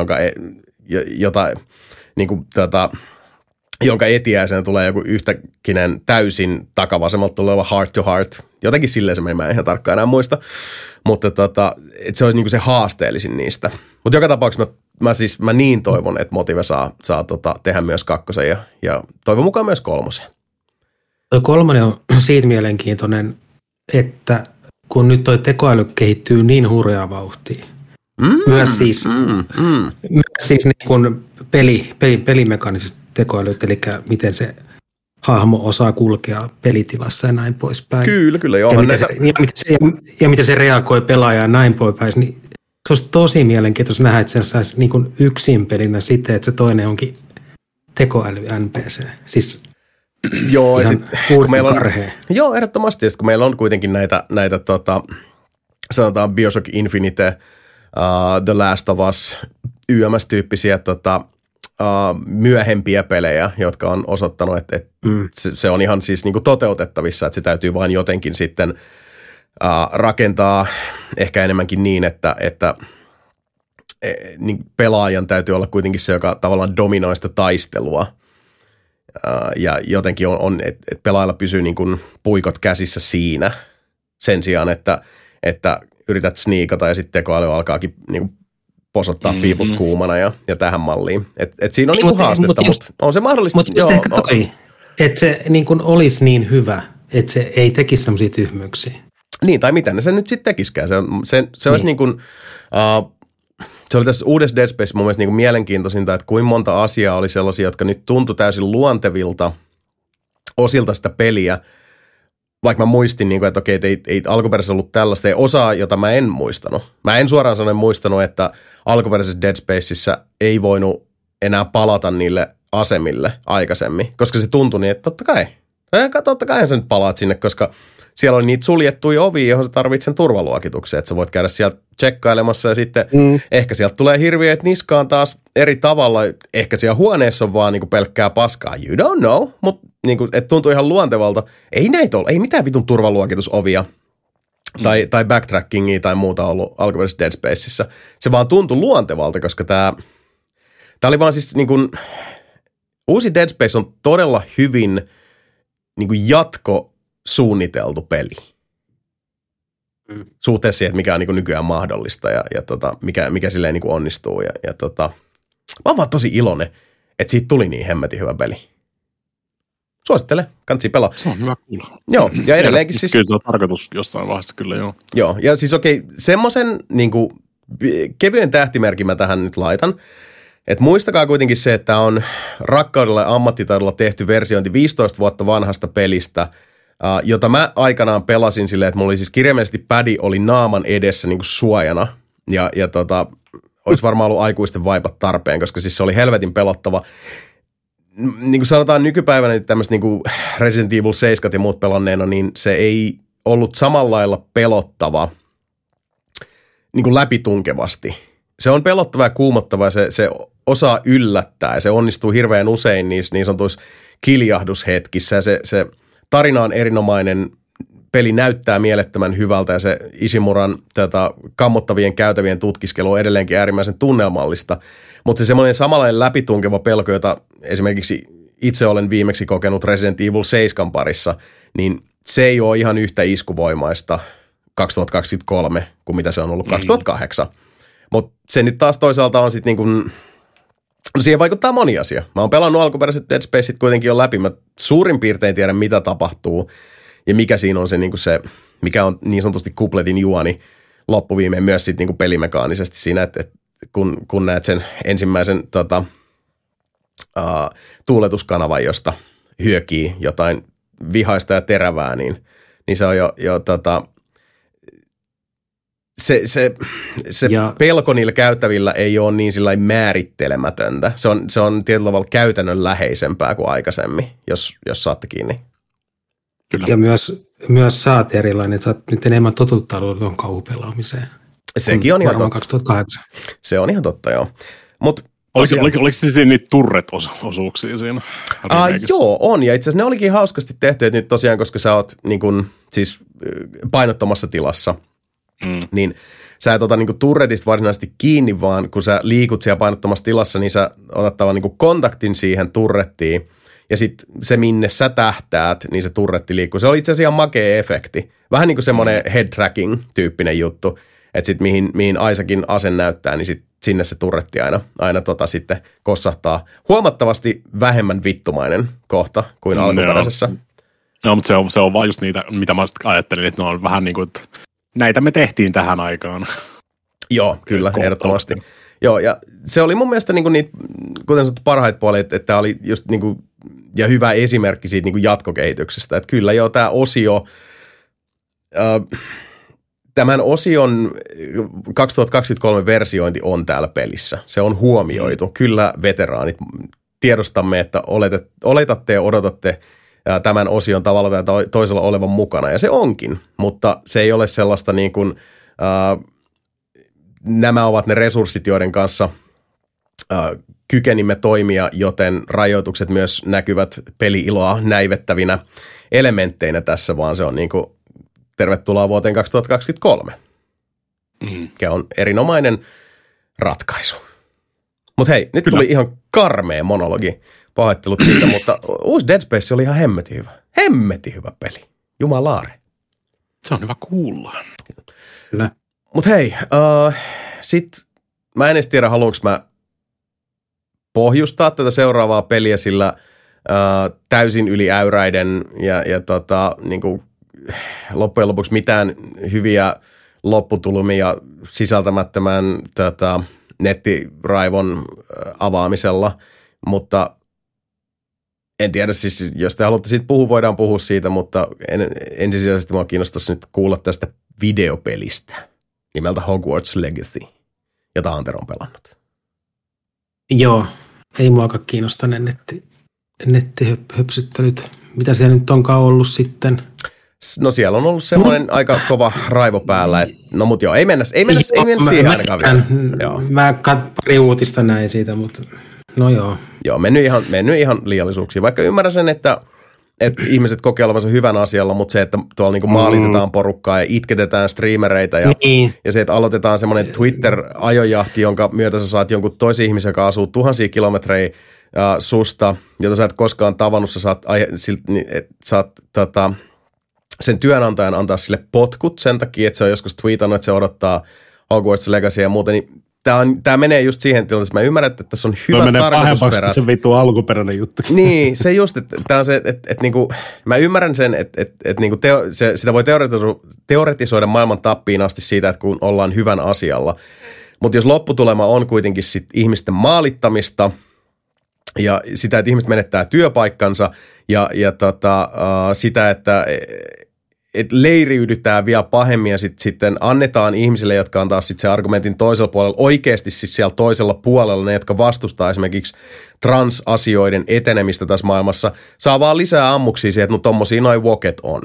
jonka etiäisenä tulee joku yhtäkinen täysin takavasemmalta tuleva heart to heart. Jotenkin silleen se mä en ihan tarkkaan enää muista. Mutta että se olisi niinku se haasteellisin niistä. Mutta joka tapauksessa mä niin toivon, että Motive saa tehdä myös 2 ja toivon mukaan myös 3. Toi 3 on siitä mielenkiintoinen, että kun nyt toi tekoäly kehittyy niin hurjaa vauhtia. Myös siis niin kuin pelimekaniset tekoälyt, eli miten se hahmo osaa kulkea pelitilassa ja näin poispäin. Kyllä, joo. Ja miten se reagoi pelaajaan ja näin poispäin, niin se olisi tosi mielenkiintoista nähdä, että se saisi niin kuin yksin pelinä sitten, että se toinen onkin tekoäly NPC. Siis joo, kun meillä on, joo, ehdottomasti, kun meillä on kuitenkin näitä sanotaan Bioshock Infinite, The Last of Us, YMS-tyyppisiä myöhempiä pelejä, jotka on osoittanut, että se on ihan siis niinku toteutettavissa, että se täytyy vain jotenkin sitten rakentaa ehkä enemmänkin niin, että niin pelaajan täytyy olla kuitenkin se, joka tavallaan dominoi sitä taistelua. Ja jotenkin on että pelaajalla pysyy niin kuin puikot käsissä siinä sen sijaan, että yrität sniikata ja sitten tekoäly alkaakin niin kuin posottaa piiput kuumana ja tähän malliin. Et siinä on niin kuin haastetta, mutta on se mahdollista. Mutta ehkä toi, että se niin kuin olisi niin hyvä, että se ei tekisi sellaisia tyhmyyksiä. Niin, tai mitä ne sen nyt sitten tekisikään. Se olisi niin kuin, se oli tässä uudessa Dead Space mun mielestä niin kuin mielenkiintoisinta, että kuinka monta asiaa oli sellaisia, jotka nyt tuntui täysin luontevilta osilta sitä peliä, vaikka mä muistin, niin kuin, että okei, ei alkuperäisessä ollut tällaista, ei osaa, jota mä en muistanut. Mä en suoraan sanoen muistanut, että alkuperäisessä Dead Spaceissa ei voinut enää palata niille asemille aikaisemmin, koska se tuntui niin, että totta kai sä nyt palaat sinne, koska siellä on niitä suljettuja ovia, johon sä tarvitset sen turvaluokituksen, että sä voit käydä sieltä tsekkailemassa ja sitten ehkä sieltä tulee hirviöitä niskaan taas eri tavalla. Ehkä siellä huoneessa on vaan niinku pelkkää paskaa, you don't know, mutta niinku, että tuntuu ihan luontevalta. Ei näitä ole, ei mitään vitun turvaluokitusovia tai backtrackingia tai muuta ollut alkuperäisessä Dead Spaceissa. Se vaan tuntui luontevalta, koska tää oli vaan siis niinku, uusi Dead Space on todella hyvin niinku jatko suunniteltu peli. suhteessa siihen, että mikä on niin kuin nykyään mahdollista ja mikä silleen niin kuin onnistuu. Mä oon vaan tosi iloinen, että siitä tuli niin hemmetin hyvä peli. Suosittele, kansi pelaa. Se on hyvä kuulla. Joo, ja edelleenkin siis... Kyllä se on tarkoitus jossain vaiheessa, kyllä joo. Joo, ja siis semmoisen niin kuin kevyen tähtimerkin mä tähän nyt laitan. Et muistakaa kuitenkin se, että on rakkaudella ja ammattitaidolla tehty versiointi 15 vuotta vanhasta pelistä, jota mä aikanaan pelasin silleen, että mulla oli siis kirjaimellisesti pädi oli naaman edessä niin kuin suojana. Ja olisi varmaan ollut aikuisten vaipat tarpeen, koska siis se oli helvetin pelottava. Niin kuin sanotaan nykypäivänä, että tämmöistä niin kuin Resident Evil 7 ja muut pelanneena, niin se ei ollut samalla lailla pelottava niin kuin läpitunkevasti. Se on pelottava ja kuumottava ja se osaa yllättää ja se onnistuu hirveän usein niissä niin sanotuissa kiljahdushetkissä ja se tarina on erinomainen, peli näyttää mielettömän hyvältä ja se Ishimuran kammottavien käytävien tutkiskelu on edelleenkin äärimmäisen tunnelmallista, mutta se semmoinen samanlainen läpitunkeva pelko, jota esimerkiksi itse olen viimeksi kokenut Resident Evil 7 parissa, niin se ei ole ihan yhtä iskuvoimaista 2023 kuin mitä se on ollut 2008. Mutta se nyt taas toisaalta on sitten niin kuin, siihen vaikuttaa moni asia. Mä oon pelannut alkuperäiset Dead Spaceit kuitenkin jo läpi. Mä suurin piirtein tiedän, mitä tapahtuu ja mikä siinä on se, niin kuin se mikä on niin sanotusti kupletin juoni loppuviimeen myös sitten niin kuin pelimekaanisesti siinä, että kun näet sen ensimmäisen tuuletuskanavan, josta hyökii jotain vihaista ja terävää, niin se on jo se pelko niillä käyttävillä ei ole niin sillä määrittelemätöntä. Se on tietyllä tavalla käytännönläheisempää kuin aikaisemmin, jos saatte kiinni. Kyllä. Ja myös sä oot erilainen, sä oot nyt enemmän totuttanut tuon kauhupelaamiseen. Sekin on ihan totta. 2008. Se on ihan totta, joo. Oliko se siinä niitä turret-osuuksia siinä? Joo, on. Ja itse asiassa ne olikin hauskasti tehty, että nyt tosiaan, koska sä oot niin kun, siis painottomassa tilassa, niin sä et ota niin kuin turretista varsinaisesti kiinni, vaan kun sä liikut siellä painottomassa tilassa, niin sä otat tavallaan niin kuin kontaktin siihen turrettiin, ja sitten se, minne sä tähtäät, niin se turretti liikkuu. Se oli itse asiassa ihan makea efekti. Vähän niin kuin semmoinen head tracking-tyyppinen juttu, että sitten mihin Aisakin ase näyttää, niin sit sinne se turretti aina sitten kossahtaa. Huomattavasti vähemmän vittumainen kohta kuin alkuperäisessä. No, mutta se on vaan just niitä, mitä mä ajattelin, että ne on vähän niin kuin, että näitä me tehtiin tähän aikaan. Joo, kyllä, ehdottomasti. Joo, ja se oli mun mielestä niinku niitä, kuten sanottu, parhaita puolia, että tämä oli just niinku, ja hyvä esimerkki siitä niinku jatkokehityksestä. Että kyllä joo, tämä osio, tämän osion 2023 versiointi on täällä pelissä. Se on huomioitu. Kyllä veteraanit, tiedostamme, että oletatte ja odotatte tämän osion tavalla tai toisella olevan mukana. Ja se onkin, mutta se ei ole sellaista niin kuin, nämä ovat ne resurssit, joiden kanssa kykenimme toimia, joten rajoitukset myös näkyvät peli-iloa näivettävinä elementteinä tässä, vaan se on niin kuin tervetuloa vuoteen 2023, mikä on erinomainen ratkaisu. Mutta hei, nyt tuli ihan karmea monologi. Pahoittelut siitä, mutta uusi Dead Space oli ihan hemmetin hyvä. Hemmetin hyvä peli. Jumalaare. Se on hyvä kuulla. Kyllä. Mutta hei, sit mä en edes tiedä, haluanko mä pohjustaa tätä seuraavaa peliä, sillä täysin yliäyräiden ja niinku, loppujen lopuksi mitään hyviä lopputulmia sisältämättömän nettiraivon avaamisella, mutta en tiedä, siis jos te haluatte siitä puhua, voidaan puhua siitä, mutta ensisijaisesti minua kiinnostaisi nyt kuulla tästä videopelistä nimeltä Hogwarts Legacy, jota Antero on pelannut. Joo, ei muakaan kiinnosta ne nettihöpsyttelyt. Mitä siellä nyt onkaan ollut sitten? No siellä on ollut semmoinen aika kova raivo päällä. No mut joo, ei mennä siihen ainakaan vielä. Mä pari uutista näin siitä, mutta no joo. Joo, mennyt ihan liiallisuuksiin. Vaikka ymmärrän sen, että ihmiset kokee olevansa hyvän asialla, mutta se, että tuolla niinku maalitetaan porukkaa ja itketetään streamereita ja se, että aloitetaan semmoinen Twitter-ajojahti, jonka myötä sä saat jonkun toisen ihmisen, joka asuu tuhansia kilometrejä susta, jota sä et koskaan tavannut, sä saat sen työnantajan antaa sille potkut sen takia, että se on joskus tweetannut, että se odottaa Hogwarts Legacy ja muuta, niin tämä menee just siihen tilanteeseen. Mä ymmärrän, että tässä on hyvä tarkoitusperä. Se vittu alkuperäinen juttu. Niin, se just, että tämä on se, että niinku, mä ymmärrän sen, että niinku sitä voi teoretisoida maailman tappiin asti siitä, että kun ollaan hyvän asialla. Mutta jos lopputulema on kuitenkin sit ihmisten maalittamista ja sitä, että ihmiset menettää työpaikkansa ja sitä, että leiriydytään vielä pahemmin ja sitten annetaan ihmisille, jotka on taas sitten se argumentin toisella puolella, oikeasti siis siellä toisella puolella, ne, jotka vastustaa esimerkiksi transasioiden etenemistä tässä maailmassa, saa vaan lisää ammuksia siihen, että no tommosia noi woket on.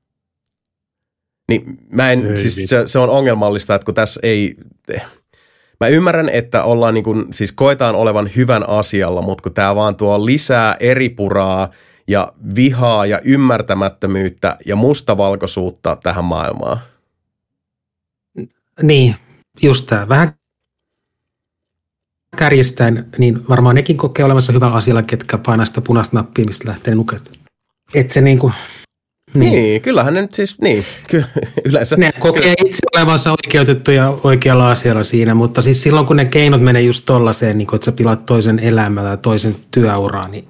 Niin se on ongelmallista, että kun tässä ei... Mä ymmärrän, että ollaan niin kuin, siis koetaan olevan hyvän asialla, mutta kun tää vaan tuo lisää eripuraa ja vihaa ja ymmärtämättömyyttä ja mustavalkoisuutta tähän maailmaan. Niin, just tämä. Vähän kärjistäen, niin varmaan nekin kokee olemassa hyvällä asialla, ketkä painaa sitä punaista nappia, mistä lähtee nuket. Että se niinku... Niin, kyllähän ne nyt siis, yleensä. Ne kokee itse olevansa oikeutettuja oikealla asialla siinä, mutta siis silloin kun ne keinot menee just tollaiseen, niin että sä pilaat toisen elämää tai toisen työuraa, niin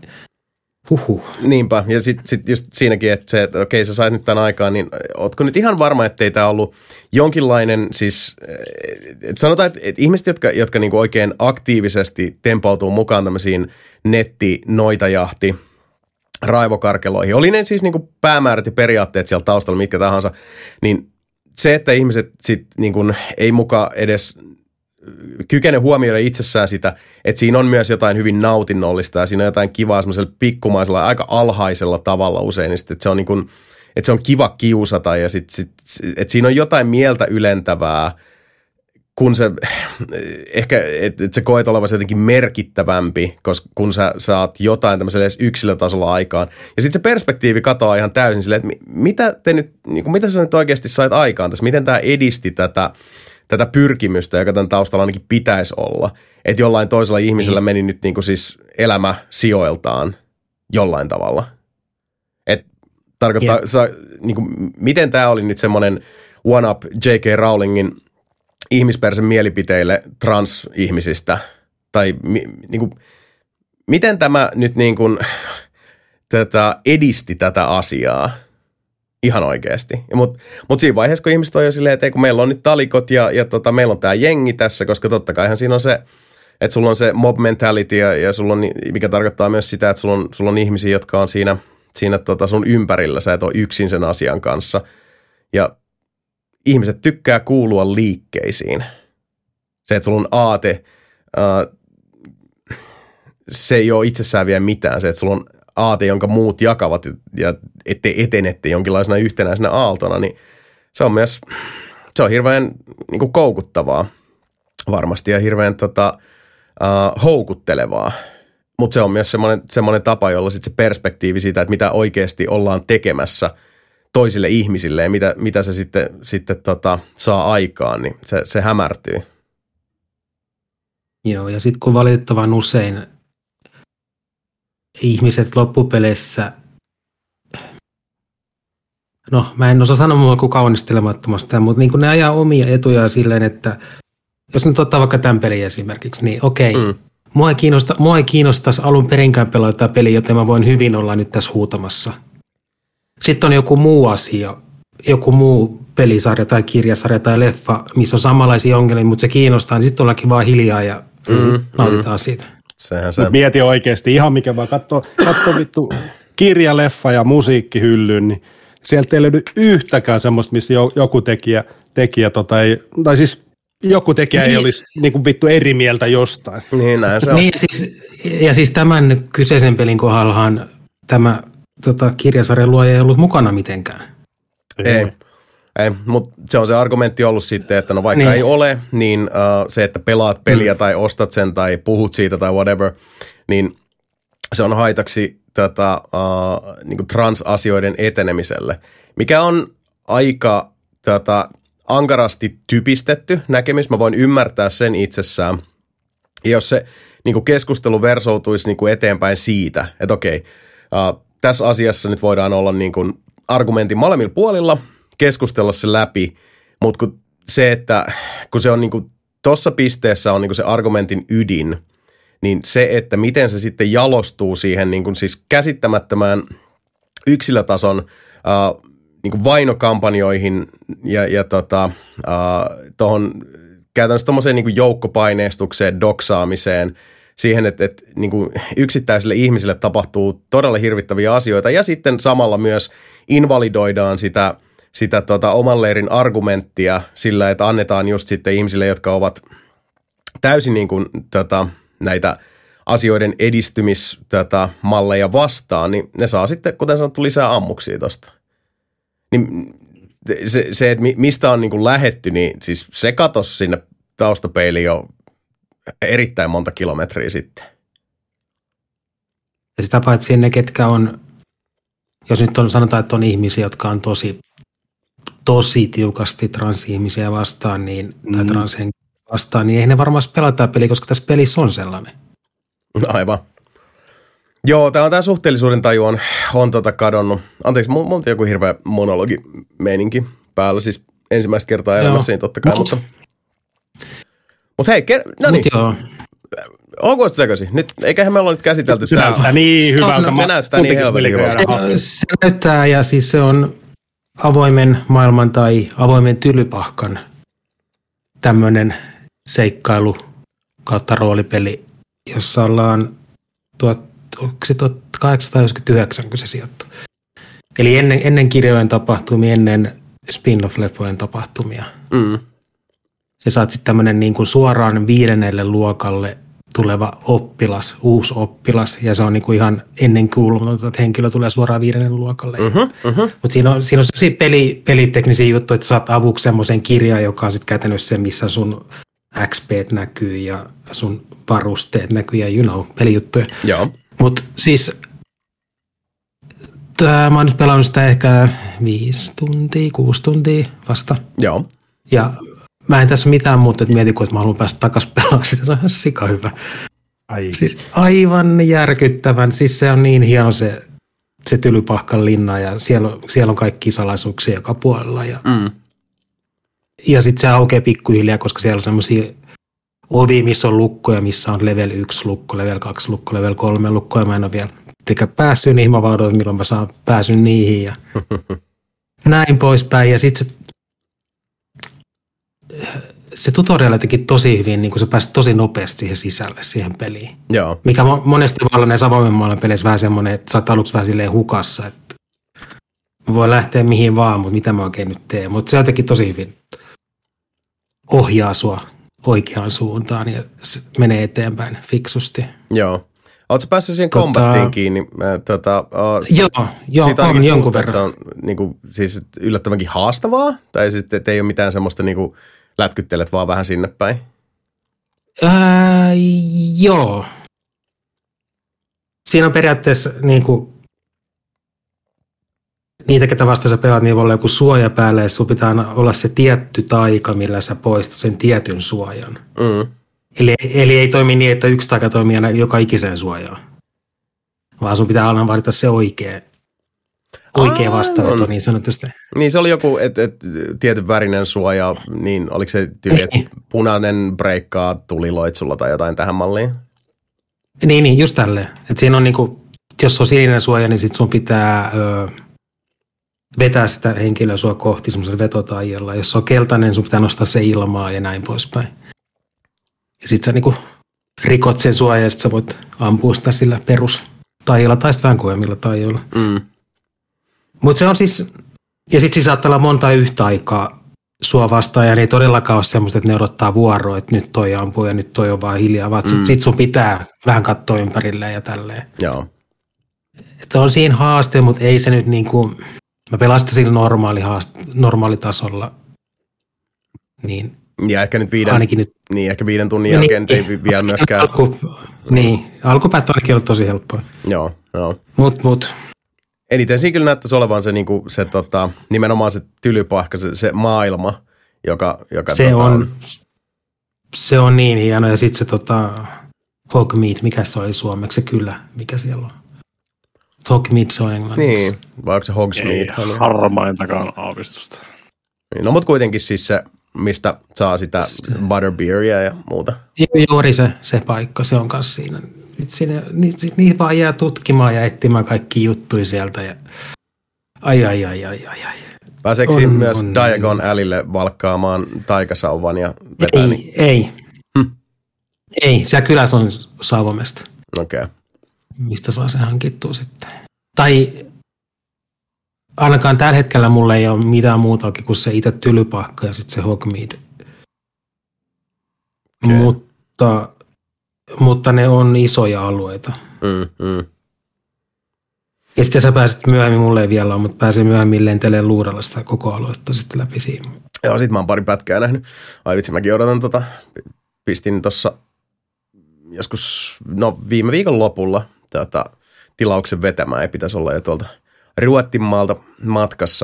Niinpä, ja sitten just siinäkin, että okei, sä sait nyt tämän aikaan, niin ootko nyt ihan varma, ettei tämä ollut jonkinlainen, siis sanotaan, että ihmiset, jotka niinku oikein aktiivisesti tempautuu mukaan tämmöisiin netti-noitajahti raivokarkeloihin, oli ne siis niinku päämäärät ja periaatteet siellä taustalla, mitkä tahansa, niin se, että ihmiset sitten niinku ei muka edes kykene huomioida itsessään sitä, että siinä on myös jotain hyvin nautinnollista ja siinä on jotain kivaa semmoisella pikkumaisella, aika alhaisella tavalla usein, niin sit, että se on niin kuin, että se on kiva kiusata ja että siinä on jotain mieltä ylentävää, kun se ehkä, että sä koet olevasi jotenkin merkittävämpi, koska kun sä saat jotain tämmöisellä edes yksilötasolla aikaan. Ja sitten se perspektiivi katoaa ihan täysin silleen, että mitä sä nyt oikeasti sait aikaan tässä, miten tämä edisti tätä pyrkimystä, joka tämän taustalla ainakin pitäisi olla. Että jollain toisella ihmisellä meni nyt niin kuin siis elämä sijoiltaan jollain tavalla. Että tarkoittaa, niin kuin, miten tämä oli nyt semmoinen one-up J.K. Rowlingin ihmispersen mielipiteille transihmisistä? Tai niin kuin, miten tämä nyt niin kuin, edisti tätä asiaa? Ihan oikeasti. Mutta siinä vaiheessa, kun ihmiset on jo silleen, että kun meillä on nyt talikot ja meillä on tämä jengi tässä, koska totta kaihan siinä on se, että sulla on se mob mentality ja sulla on, mikä tarkoittaa myös sitä, että sulla on ihmisiä, jotka on siinä sun ympärillä, sä et ole yksin sen asian kanssa. Ja ihmiset tykkää kuulua liikkeisiin. Se, että sulla on aate, se ei ole itsessään vielä mitään. Se, että sulla on aate, jonka muut jakavat ja ette etenette jonkinlaisena yhtenäisenä aaltona, niin se on hirveän niin kuin koukuttavaa varmasti ja hirveän houkuttelevaa. Mutta se on myös semmoinen tapa, jolla sit se perspektiivi siitä, että mitä oikeasti ollaan tekemässä toisille ihmisille ja mitä se sitten saa aikaan, niin se hämärtyy. Joo, ja sitten kun valitettavan usein ihmiset loppupeleissä, no mä en osaa sanoa mua kuin kaunistelemattomasta, mutta niin kun ne ajaa omia etujaan silleen, että jos nyt ottaa vaikka tämän pelin esimerkiksi, niin okei, mua ei kiinnostaisi alun perinkään pelata tämä peli, joten mä voin hyvin olla nyt tässä huutamassa. Sitten on joku muu asia, joku muu pelisarja tai kirjasarja tai leffa, missä on samanlaisia ongelmia, mutta se kiinnostaa, niin sitten ollaankin vaan hiljaa ja nautitaan siitä. Mieti oikeasti ihan mikä vaan, katso vittu kirja, leffa ja musiikkihyllyyn, niin sieltä ei löydy yhtäkään semmoista, missä joku tekijä ei, tai siis joku tekijä ei olisi niin kuin vittu eri mieltä jostain. Niin näin se on. Niin, ja siis tämän kyseisen pelin kohdallahan tämä kirjasarjan luoja ei ollut mukana mitenkään. Ei, mutta se on se argumentti ollut sitten, että no vaikka ei ole, niin se, että pelaat peliä tai ostat sen tai puhut siitä tai whatever, niin se on haitaksi niin kuin transasioiden etenemiselle, mikä on aika ankarasti typistetty näkemys. Mä voin ymmärtää sen itsessään. Ja jos se niin kuin keskustelu versoutuisi niin kuin eteenpäin siitä, että okei, tässä asiassa nyt voidaan olla niin kuin argumentin molemmilla puolilla, keskustella se läpi, mutta kun se on niin kuin, tossa pisteessä on niin kuin se argumentin ydin, niin se, että miten se sitten jalostuu siihen niin kuin siis käsittämättömään yksilötason niin kuin vainokampanjoihin ja tuohon käytännössä tommoseen niin kuin joukkopaineistukseen, doksaamiseen, siihen, että niin kuin yksittäisille ihmisille tapahtuu todella hirvittäviä asioita ja sitten samalla myös invalidoidaan sitä oman leirin argumenttia sillä, että annetaan just sitten ihmisille, jotka ovat täysin niin kuin, näitä asioiden edistymismalleja vastaan, niin ne saa sitten, kuten sanottu, lisää ammuksia tosta. Niin se että mistä on niin kuin lähetty, niin siis se katosi sinne taustapeiliin jo erittäin monta kilometriä sitten. Ja sitä paitsi ne, ketkä on, jos nyt sanotaan, että on ihmisiä, jotka on tosi tiukasti transihmisiä vastaan, niin, tai transhenkilöitä vastaan, niin eihän ne varmaan pelata tämä peli, koska tässä pelissä on sellainen. Aivan. Joo, tämä suhteellisuuden taju on kadonnut. Anteeksi, mulla on joku hirveä monologimeininki päällä, siis ensimmäistä kertaa elämässäni totta kai, mutta hei, no niin. Onko se näköisi? Nyt, eiköhän me olla nyt käsitelty se tämä. Näyttää niin hyvältä. Se näyttää niin hyvältä. Se näyttää, ja siis se on avoimen maailman tai avoimen tylypahkan tämmöinen seikkailu kautta roolipeli, jossa ollaan 1899, kun se sijoittuu. Eli ennen kirjojen tapahtumia, ennen spin-off-leffojen tapahtumia. Mm. Ja sä oot sitten tämmöinen niin kuin suoraan 5. luokalle tuleva oppilas, uusi oppilas, ja se on niin kuin ihan ennenkuulumatonta, että henkilö tulee suoraan 5. luokalle. Mutta siinä on sellaisia peliteknisiä juttuja, että saat avuksi semmoisen kirjan, joka on sitten käytännössä se, missä sun XP:t näkyy ja sun varusteet näkyy ja pelijuttuja. Joo. Mutta siis mä oon nyt pelannut sitä ehkä 5 tuntia, 6 tuntia vasta. Joo. Ja mä en tässä mitään muuta, että mietin, että mä haluan päästä takaisin pelaamaan sitä. Se on ihan sika hyvä. Siis aivan järkyttävän. Siis se on niin hieno se Tylypahkan linna ja siellä on kaikki salaisuuksia joka puolella. Ja sitten se aukeaa pikkuhiljaa, koska siellä on semmoisia ovia, missä on lukkoja, missä on level 1 lukko, level 2 lukko, level 3 lukko, ja mä en ole vielä päässyt niihin, mä vaan odotan, milloin mä saan pääsyn niihin ja näin poispäin. Ja sitten se tutorial teki tosi hyvin, niin kun sä pääsit tosi nopeasti siihen sisälle, siihen peliin. Joo. Mikä monesti voi olla näissä avoimen maailman peleissä vähän semmoinen, että sä oot aluksi vähän silleen hukassa, että voi lähteä mihin vaan, mutta mitä mä oikein nyt teen. Mutta se jotenkin tosi hyvin ohjaa sua oikeaan suuntaan ja menee eteenpäin fiksusti. Joo. Oletko päässyt siihen kombattiin kiinni? Joo, on jonkun verran. Se on niinku, siis yllättävänkin haastavaa? Tai sitten ei ole mitään semmoista niinku, lätkyttelet vaan vähän sinne päin? Joo. Siinä on periaatteessa niinku, niitä, ketä vasta sä pelaat, niin voi olla joku suoja päällä, ja sun pitää olla se tietty taika, millä sä poistat sen tietyn suojan. Eli ei toimi niin, että yksi taika toimii aina joka ikiseen suojaan, vaan sun pitää aina valita se oikea vastaveto niin sanotusti. Niin se oli joku tietyn värinen suoja, niin oliko se tyyli, että punainen breikkaa tuliloitsulla tai jotain tähän malliin? Niin just tälleen. Että siinä on niinku, jos on sininen suoja, niin sit sun pitää vetää sitä henkilöä sua kohti semmoisella vetotaijalla. Jos on keltainen, sun pitää nostaa se ilmaa ja näin poispäin. Ja sit sä niinku rikot sen suojan ja sit sä voit ampua sitä sillä perustaijalla tai sitten vähän kovemmilla taijoilla. Mutta se on siis, ja sit siis saattaa olla monta yhtä aikaa sua vastaan ja ne ei todellakaan ole semmoista, että ne odottaa vuoroa, että nyt toi ampuu ja nyt toi on vaan hiljaa, vaan sit sun pitää vähän katsoa ympärilleen ja tälleen. Joo. Että on siinä haaste, mutta ei se nyt niinku, mä pelaan sitä sillä normaalitasolla, niin ja ehkä nyt ehkä 5 tunnin niin, jälkeen ei vielä myöskään. Alkupäät ainakin ollut tosi helppoa. Joo. Mut. Eniten siinä kyllä näyttäisi olevan se, niinku, se nimenomaan se tylypahka, se maailma, joka se on niin hieno. Ja sitten se Hogmeade, mikä se oli suomeksi, se kylä, mikä siellä on. Hogsmeade se on englanniksi. Niin, vai onko se Hogsmeade? Ei harmaintakaan aavistusta. No mutta kuitenkin siis se, mistä saa sitä butterbeeria ja muuta. Juuri se paikka, se on kanssa siinä. Niitä vaan jää tutkimaan ja etsimään kaikki juttuja sieltä. Ja... Ai. Pääseekö myös Diagon Alleylle valkkaamaan taikasauvan ja vetää? Ei, siellä kylässä on sauvamesta. Okei. Mistä saa sen hankittua sitten. Tai ainakaan tällä hetkellä mulla ei ole mitään muutakin kuin se itse Tylypahka ja sitten se Hogsmeade. Okay. Mutta ne on isoja alueita. Ja sitten sä pääset myöhemmin, mulle ei vielä ole, mutta pääsen myöhemmin lentelemään luuralla sitä koko aluetta sitten läpi siinä. Joo, sit mä oon pari pätkää nähnyt. Ai vitsi, mäkin odotan pistin tossa joskus, viime viikon lopulla tilauksen vetämään. Ei pitäisi olla jo tuolta Ruottinmaalta matkassa.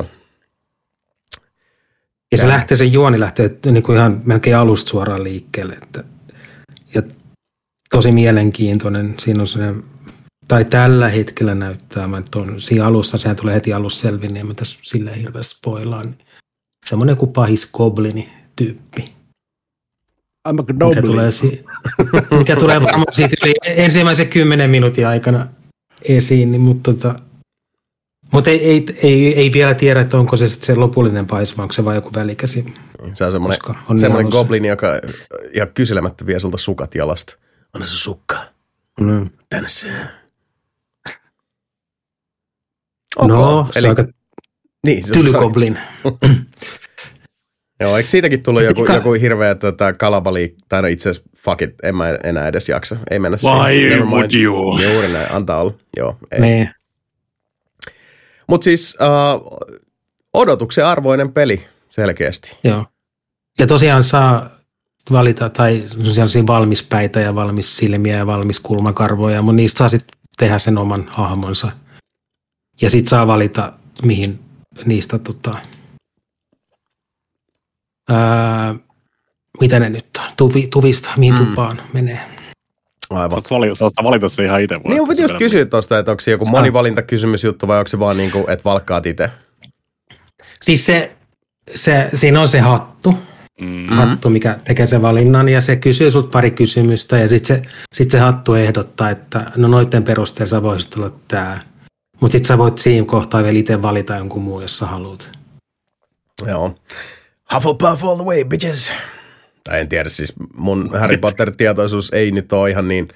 Ja se juoni lähtee niin kuin ihan melkein alusta suoraan liikkeelle. Ja tosi mielenkiintoinen. Siinä on sellainen, tai tällä hetkellä näyttää, siinä alussa, sehän tulee heti alussa selviin, niin en mä tässä silleen hirveästi spoilaan. Niin semmoinen kuin pahis goblini-tyyppi. Mikä tulee varmaan siitä yli ensimmäisen 10 minuutin aikana esiin, niin, mutta ei vielä tiedä, että onko se sitten se lopullinen pahis, vai onko se vain joku välikäsi. Se on semmoinen goblini, joka ihan kyselemättä vie sulta sukat jalasta. Anna se sukka. Tänne se. No, se on aika tylygoblin. Joo, eikö siitäkin tullut joku hirveä kalabali, tai no itse asiassa fuck it, en mä enää edes jaksa. Ei mennä siihen. Why would you? Juuri näin, antaa olla. Joo, ei. Nee. Mut siis odotuksen arvoinen peli selkeästi. Joo. Ja tosiaan saa valita, tai sellaisia valmispäitä ja valmis silmiä ja valmis kulmakarvoja, mutta niistä saa sitten tehdä sen oman hahmonsa. Ja sitten saa valita, mihin niistä mitä ne nyt on? Tuvista, mihin tupaan menee. Aivan. Saat valita se ihan itse. Niin, piti just kysyä tuosta, että onko se joku monivalintakysymysjuttu vai onko se vaan niin kuin, että valkkaat itse? Siis siinä on se hattu, mikä tekee sen valinnan, ja se kysyy sulta pari kysymystä, ja sitten se hattu ehdottaa, että no noiden perusteella sä voisit olla tää. Mutta sitten sä voit siinä kohtaa vielä itse valita jonkun muun, jos sä haluat. Joo. Hufflepuff all the way, bitches. Tai en tiedä, siis mun Harry Potter-tietoisuus ei nyt ole ihan niin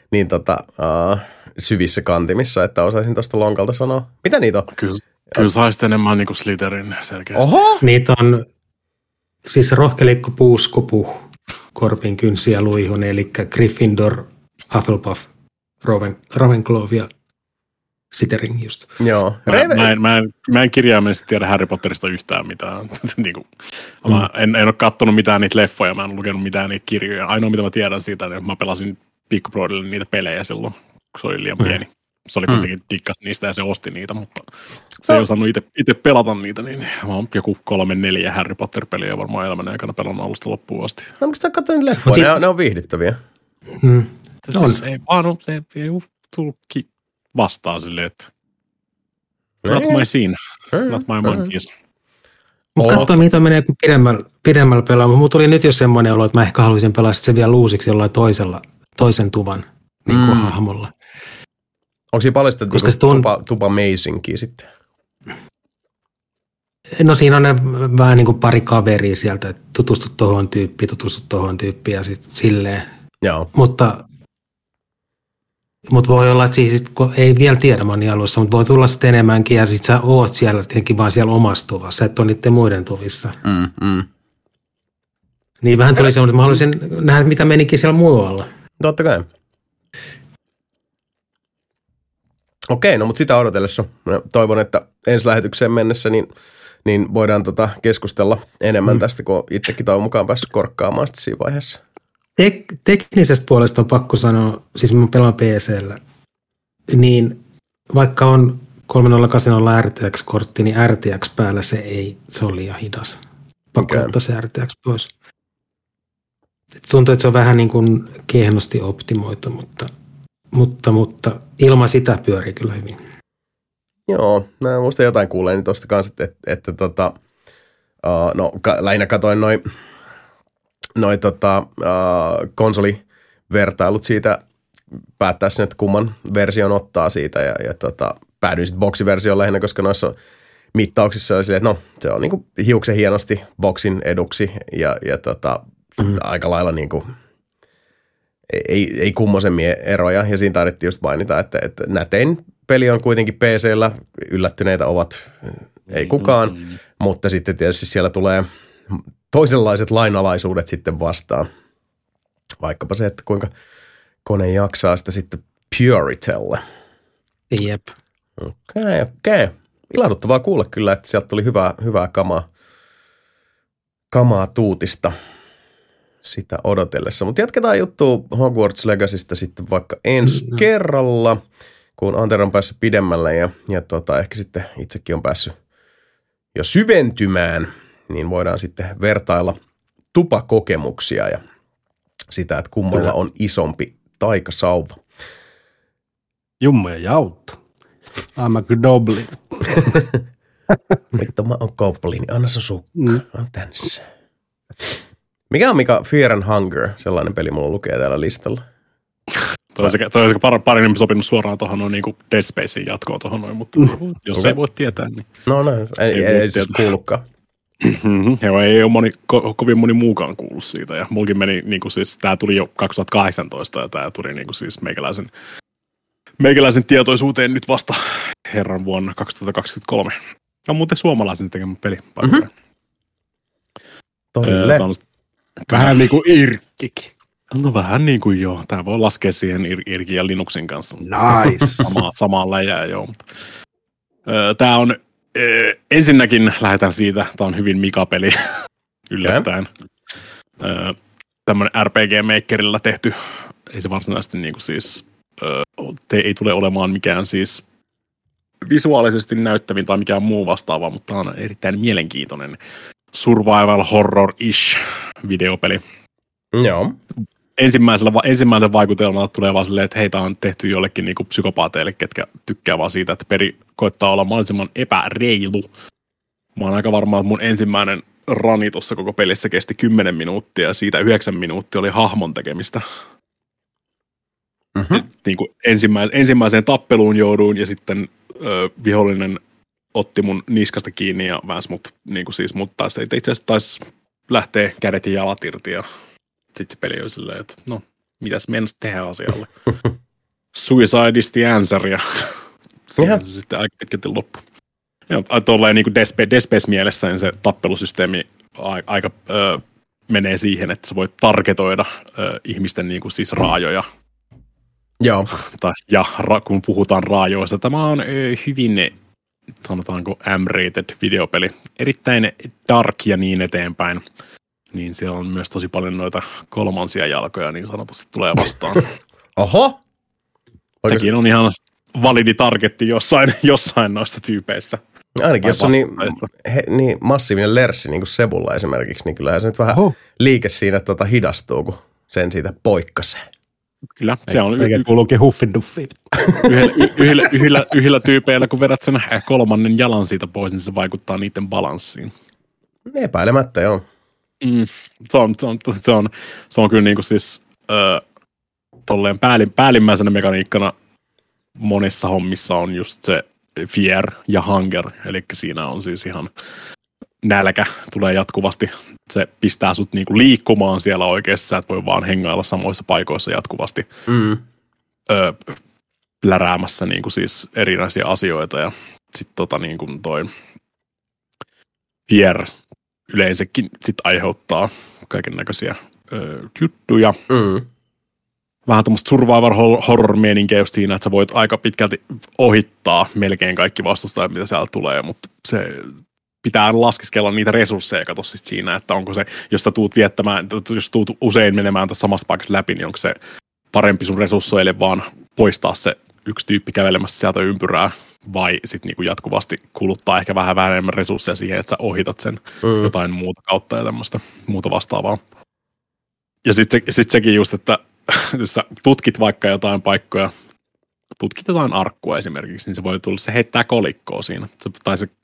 syvissä kantimissa, että osaisin tuosta lonkalta sanoa. Mitä niitä on? Kyllä saisit enemmän niin kuin Slytherin selkeästi. Oho! Niitä on siis rohkelikko, puuskopu, korpin kynsi ja luihun, eli Gryffindor, Hufflepuff, Ravenclaw ja Slytherin just. Joo. Mä en kirjaimellisesti tiedä Harry Potterista yhtään mitään. Mä en ole kattonut mitään niitä leffoja, mä en ole lukenut mitään niitä kirjoja. Ainoa mitä mä tiedän siitä, niin mä pelasin pikkubroidille niitä pelejä silloin, kun se oli liian pieni. Se oli kuitenkin dikkas niistä ja se osti niitä, mutta se ei osannut itse pelata niitä, niin mä oon joku 3-4 Harry Potter-peliä varmaan elämän aikana pelannut alusta loppuun asti. No miksi sä katsoit niitä leffoja? Ne on viihdyttäviä. Siis se ei tullut vastaan silleen, että not my scene, not my monkeys. Mä katsoin, mitä menee pidemmällä pelaamaan. Mulla tuli nyt jo semmoinen olo, että mä ehkä haluaisin pelaa sen vielä uusiksi jollain toisen tuvan niin kuin hahmolla. Onko siinä paljon sitä tupa amazingkia sitten? No siinä on ne vähän niin kuin pari kaveria sieltä, että tutustu tohon tyyppiin ja sitten silleen. Joo. Mutta voi olla, että siis, ei vielä tiedä moni alussa, mutta voi tulla sitten enemmänkin ja sitten sä oot siellä tietenkin vaan siellä omassa tuvassa, sä et ole niiden muiden tuvissa. Niin vähän tuli semmoinen, että mä haluaisin nähdä, mitä menikin siellä muualla. Totta kai. Okei, no mutta sitä odotellessa. Toivon, että ensi lähetykseen mennessä niin voidaan keskustella enemmän tästä, kun itsekin toivon mukaan päässyt korkkaamaan sitten siinä vaiheessa. Teknisestä puolesta on pakko sanoa, siis mä pelaan PC:llä, niin vaikka on 3080 RTX-kortti, niin RTX päällä se on liian hidas. Pakko ottaa se RTX pois. Tuntuu, että se on vähän niin kuin kehnosti optimoitu, mutta ilman sitä pyörii kyllä hyvin. Joo, mä muistan jotain kuuleeni tuosta kanssa, että lähinnä katoin noi konsolivertailut siitä, päättää sen, että kumman version ottaa siitä ja päädyin sitten boksiversioon lähinnä, koska noissa mittauksissa oli silleen, että no se on niinku hiuksen hienosti boksin eduksi ja aika lailla niinku ei kummosemmin eroja ja siinä taidettiin just mainita, että nätein peli on kuitenkin PC:llä, yllättyneitä ovat ei kukaan, mutta sitten tietysti siellä tulee toisenlaiset lainalaisuudet sitten vastaan. Vaikkapa se, että kuinka kone jaksaa sitä sitten pyöritellä. Jep. Okei. Ilahduttavaa kuulla kyllä, että sieltä tuli hyvää kamaa tuutista sitä odotellessa. Mutta jatketaan juttua Hogwarts Legacysta sitten vaikka ensi kerralla, kun Antero on päässyt pidemmälle ja ehkä sitten itsekin on päässyt jo syventymään, niin voidaan sitten vertailla tupakokemuksia ja sitä, että kummalla on isompi taikasauva. Jumma ja jautta. I'm a goblin. Vittu, mä oon kauppaliini. Anna se sukka. On tänne se. Mikä on Fear and Hunger? Sellainen peli mulla lukee täällä listalla. Toi olisi paremmin sopinut suoraan tuohon noin niin Dead Spacein jatkoon tuohon noin, mutta jos ei voi tietää, niin... No ei siis kuullutkaan. Joo, ei ole kovin moni muukaan kuullut siitä. Ja mulkin meni, niin kuin siis, tää tuli jo 2018 ja tää tuli niin kuin siis meikäläisen tietoisuuteen nyt vasta herran vuonna 2023. On muuten suomalaisen tekemä peli. Vähän niin kuin Irkkikin. No vähän niin kuin joo. Tää voi laskea siihen Irkin ja Linuxin kanssa. Nice. Samaan läjää joo. Tää on, ensinnäkin lähdetään siitä, tää on hyvin Mika-peli yllättäen. Tämmönen RPG-makerilla tehty, ei se varsinaisesti niinku siis, ei tule olemaan mikään siis visuaalisesti näyttävin tai mikään muu vastaava, mutta tää on erittäin mielenkiintoinen survival horror-ish videopeli. Joo. Ensimmäisellä vaikutelmalla tulee vaan silleen, että hei, tää on tehty jollekin niinku psykopaateille, ketkä tykkää vaan siitä, että peli koittaa olla mahdollisimman epäreilu. Mä oon aika varma, että mun ensimmäinen rani tuossa koko pelissä kesti 10 minuuttia ja siitä 9 minuuttia oli hahmon tekemistä. Niin kuin ensimmäiseen tappeluun jouduin ja sitten vihollinen otti mun niskasta kiinni ja väänsi mut, niin kuin siis, mutta itse asiassa taisi lähteä kädet ja jalat irti ja sitten se peli oli silleen, että no, mitäs mennäs tehdä asialle. Suicide is the answer ja se sitten aika pitkälti loppu. Ja tolleen niin kuin Dead Space mielessä niin se tappelusysteemi aika menee siihen, että sä voit targetoida ihmisten niin kuin siis raajoja. Joo. Ja kun puhutaan raajoista, tämä on hyvin, sanotaanko M-rated videopeli. Erittäin dark ja niin eteenpäin. Niin siellä on myös tosi paljon noita kolmansia jalkoja, niin sanotusti tulee vastaan. Oho! Sekin on ihan validi targetti jossain noista tyypeissä. Ainakin jos on niin massiivinen lerssi, niin kuin Sebulla esimerkiksi, niin kyllähän se nyt vähän liike siinä hidastuu, kun sen siitä poikkasee. Kyllä, se on kuuluukin huffinduffi. Yhdellä tyypeillä, kun vedät sen kolmannen jalan siitä pois, niin se vaikuttaa niiden balanssiin. Epäilemättä, joo. Se on kyllä niin kuin siis tolleen päällimmäisenä mekaniikkana monissa hommissa on just se fear ja hunger, eli siinä on siis ihan nälkä tulee jatkuvasti. Se pistää sut niinku liikkumaan siellä oikeassa, sä et voi vaan hengailla samoissa paikoissa jatkuvasti pläräämässä niinku siis erinäisiä asioita ja sitten niinku toi fear yleensäkin sit aiheuttaa kaiken näköisiä juttuja. Vähän tämmöistä survivor horror-mieninkiä just siinä, että sä voit aika pitkälti ohittaa melkein kaikki vastustajat, mitä sieltä tulee, mutta se pitää laskeskella niitä resursseja, kato siis siinä, että onko se, jos sä tuut viettämään, jos tuut usein menemään tässä samassa paikassa läpi, niin onko se parempi sun resursseille vaan poistaa se yksi tyyppi kävelemässä sieltä ympyrää, vai sitten niinku jatkuvasti kuluttaa ehkä vähän enemmän resursseja siihen, että sä ohitat sen jotain muuta kautta ja tämmöistä muuta vastaavaa. Ja sitten sekin just, että jos sä tutkit vaikka jotain paikkoja, tutkit jotain arkkua esimerkiksi, niin se voi tulla, se heittää kolikkoa siinä. Tai se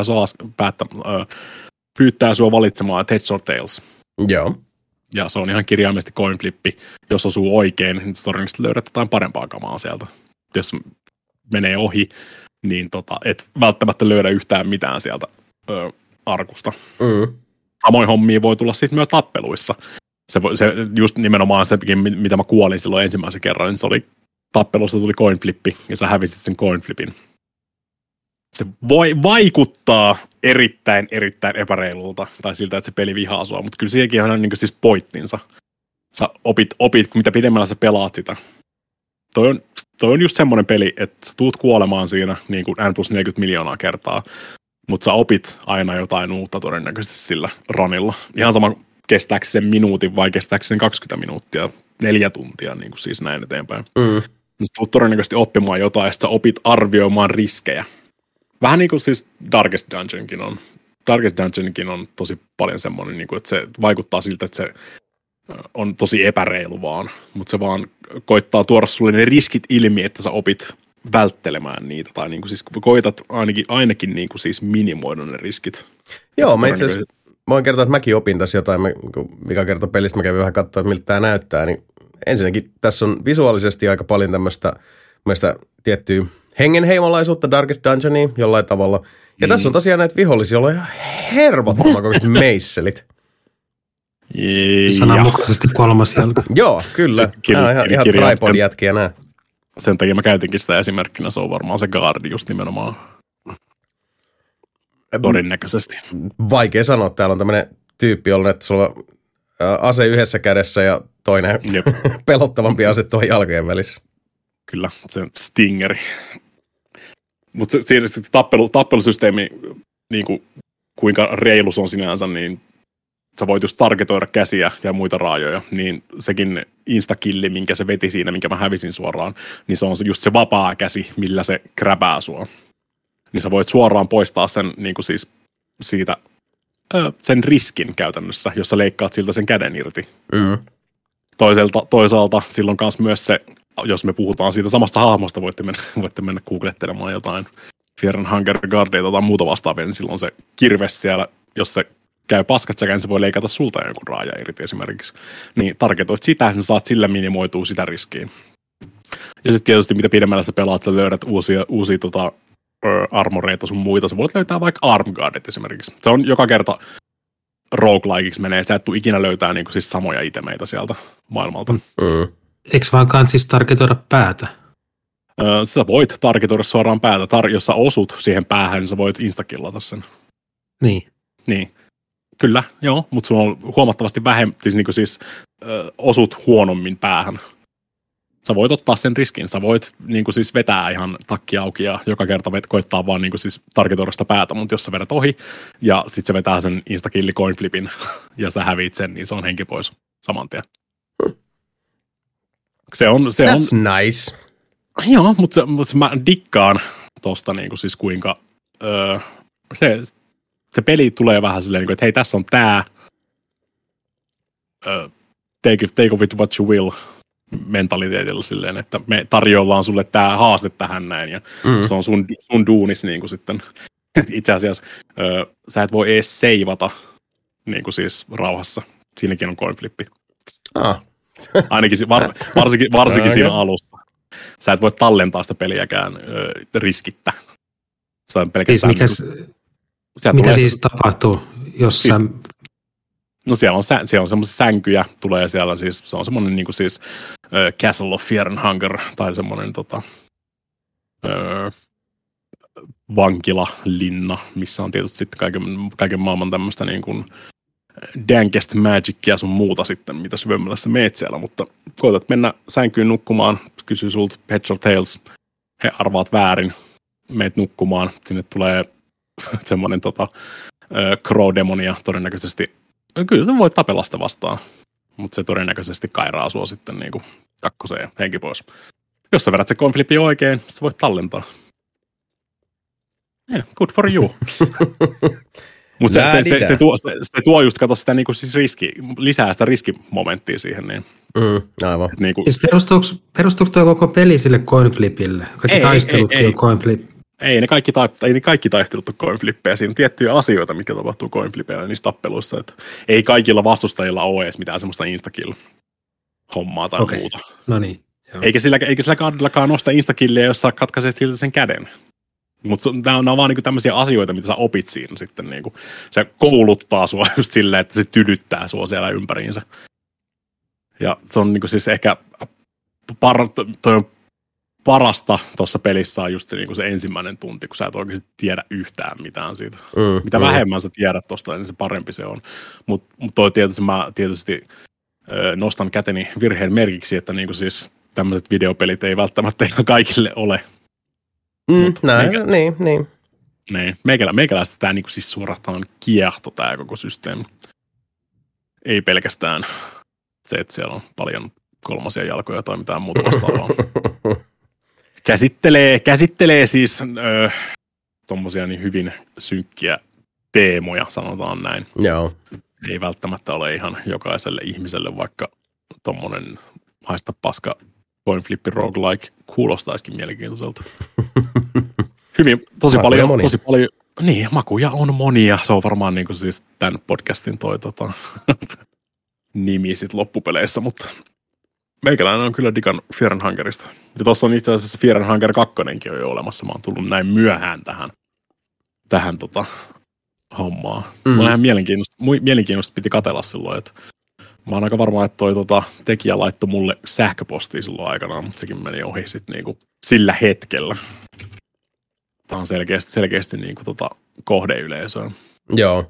pyytää sua valitsemaan heads or tails. Joo. Ja se on ihan kirjaimellisesti coin flippi. Jos osuu oikein, niin todennäköisesti löydät jotain parempaa kamaa sieltä. Jos menee ohi, niin et välttämättä löydä yhtään mitään sieltä arkusta. Samoin hommia voi tulla sitten myös tappeluissa. Se just nimenomaan se, mitä mä kuolin silloin ensimmäisen kerran, niin se oli tappelussa tuli coin flippi, ja sä hävisit sen coin flipin. Se voi vaikuttaa erittäin epäreilulta, tai siltä, että se peli vihaa sua, mutta kyllä siihenkin on niin siis pointtinsa. Sä opit, mitä pidemmällä sä pelaat sitä. Toi on just semmoinen peli, että sä tuut kuolemaan siinä niin kuin N+40 miljoonaa kertaa, mutta sä opit aina jotain uutta todennäköisesti sillä runilla. Ihan sama, kestääkö sen minuutin vai kestääkö sen 20 minuuttia, 4 tuntia, niin kuin siis näin eteenpäin. Sä tulet todennäköisesti oppimaan jotain, ja sä opit arvioimaan riskejä. Vähän niin kuin siis Darkest Dungeonkin on tosi paljon semmoinen, niin kuin, että se vaikuttaa siltä, että se on tosi epäreilu vaan, mutta se vaan koittaa tuoda sulle ne riskit ilmi, että sä opit välttelemään niitä, tai niin kuin siis koitat ainakin niin kuin siis minimoida ne riskit. Joo, mä itse asiassa voin kertoa, että mäkin opin tässä jotain, mikä kertoo pelistä, mä kävin vähän katsoa, että miltä tämä näyttää, niin ensinnäkin tässä on visuaalisesti aika paljon tämmöistä tiettyä hengenheimolaisuutta Darkest Dungeonia jollain tavalla. Ja tässä on tosiaan näitä vihollisia, joilla on ihan hervottoman kokoiset meisselit. Sananmukaisesti 3. jalka. Joo, kyllä. Nämä on ihan tripod-jätkiä nämä. Sen takia mä käytinkin sitä esimerkkinä, se on varmaan se guardi just nimenomaan. Todennäköisesti. Vaikea sanoa, täällä on tämmöinen tyyppi ollut, että sulla on ase yhdessä kädessä ja toinen pelottavampi ase tuohon jalkojen välissä. Kyllä, se stingeri. Mutta siinä se tappelusysteemi, niin kuin, kuinka reilu se on sinänsä, niin sä voit just targetoida käsiä ja muita raajoja, niin sekin instakilli, minkä se veti siinä, minkä mä hävisin suoraan, niin se on just se vapaa käsi, millä se kräpää sua. Niin sä voit suoraan poistaa sen niin kuin siis siitä, sen riskin käytännössä, jos sä leikkaat siltä sen käden irti. Toisaalta silloin kanssa myös se, jos me puhutaan siitä samasta hahmosta, voitte mennä googlettelemaan jotain Fear and Hunger Guardia tai muuta vastaavia, niin silloin se kirves siellä, jos se käy paskatsäkään, se voi leikata sulta jonkun raaja irti esimerkiksi. Niin targetoit sitä, niin saat sillä minimoitua sitä riskiä. Ja sitten tietysti mitä pidemmällä sä pelaat, sä löydät uusia armoreita sun muita. Sä voit löytää vaikka Armguardit esimerkiksi. Se on joka kerta roguelikeiksi menee. Sä et tule ikinä löytää niinku siis samoja itemeitä sieltä maailmalta. Eikö vaan kansis targetoida päätä? Sä voit targetoida suoraan päätä. Jos sä osut siihen päähän, niin sä voit instakillata sen. Niin. Kyllä, joo, mutta sulla on huomattavasti vähemmän, siis osut huonommin päähän. Sä voit ottaa sen riskin. Sä voit niin kuin siis vetää ihan takki auki ja joka kerta koittaa vaan niin kuin siis targetoida sitä päätä, mutta jos sä vedät ohi ja sit se vetää sen instakilli coin flipin ja sä häviit sen, niin se on henki pois saman tien. That's nice. Joo, mutta mä dikkaan tosta niin kuin siis kuinka se peli tulee vähän silleen, että hei, tässä on tää take of it what you will mentaliteetillä silleen, että me tarjoillaan sulle tää haaste tähän näin, ja se on sun duunis niin kuin sitten. Itse asiassa sä et voi edes seivata niin kuin siis rauhassa. Siinäkin on coin flippi. Ainakin varsinkin siinä alussa. Sä et voi tallentaa sitä peliäkään riskittä. Se on pelkästään... Mitä siis tapahtuu, jos siis, sä... No siellä on semmoisia sänkyjä, tulee siellä siis, se on semmoinen niin kuin siis Castle of Fear and Hunger, tai semmoinen vankilalinna, missä on tietysti sitten kaiken maailman tämmöistä niin kuin dankest magicia sun muuta sitten, mitä syvemmällä sä meet siellä, mutta koetat mennä sänkyyn nukkumaan, kysyy sulta Heads or Tails, he arvaat väärin, meet nukkumaan, sinne tulee semmoinen crow-demonia todennäköisesti. Kyllä se voi tapella sitä vastaan, mutta se todennäköisesti kairaa sua sitten niin kuin kakkoseen henki pois. Jos sä vedät se coin flippi oikein, sä voit tallentaa. Yeah, good for you. Mutta se tuo just, kato sitä niinku siis lisää sitä riskimomenttia siihen. Niin. Aivan. Niinku, siis perustuuko tuo koko peli sille coin flipille? Kaikki taistelutkin on coin flip. Ei ne kaikki taistelut on coin flippejä. Siinä on tiettyjä asioita, mitkä tapahtuu coin flipeillä niissä tappeluissa. Että ei kaikilla vastustajilla ole edes mitään semmoista instakill-hommaa tai muuta. No niin. Eikä sillä kahdellakaan nosta instakilliä, jos sä katkaiset siltä sen käden. Mutta nämä on vaan niinku tämmöisiä asioita, mitä sä opit siinä sitten. Niinku. Se kouluttaa sua just silleen, että se tydyttää sua siellä ympäriinsä. Ja se on niinku siis ehkä parasta tuossa pelissä on just se, niinku se ensimmäinen tunti, kun sä et oikeasti tiedä yhtään mitään siitä. Mitä vähemmän sä tiedät tosta, niin se parempi se on. Mutta toi mä tietysti nostan käteni virheen merkiksi, että niinku siis tämmöiset videopelit ei välttämättä ihan kaikille ole. Niin. Meikäläistä tämä niinku siis suorastaan kiehto tämä koko systeemi. Ei pelkästään se, että siellä on paljon kolmasia jalkoja tai mitään muuta vastaavaa. Käsittelee siis tommosia niin hyvin synkkiä teemoja, sanotaan näin. Joo. Ei välttämättä ole ihan jokaiselle ihmiselle, vaikka tommonen haista paska coin flippi roguelike kuulostaisikin mielenkiintoiselta. Hyvin, tosi paljon. Niin, makuja on monia. Se on varmaan niin kuin siis tämän podcastin nimi sit loppupeleissä, mutta meikäläinen on kyllä digan Fear & Hungerista. Ja tuossa on itse asiassa Fear & Hunger 2 on jo olemassa. Mä oon tullut näin myöhään tähän hommaa. Mä ihan mielenkiintoista piti katsella silloin, että mä oon aika varma, että toi tekijä laittoi mulle sähköpostia silloin aikanaan, mutta sekin meni ohi sitten niinku sillä hetkellä. Tää on selkeästi niinku kohdeyleisöä. Joo.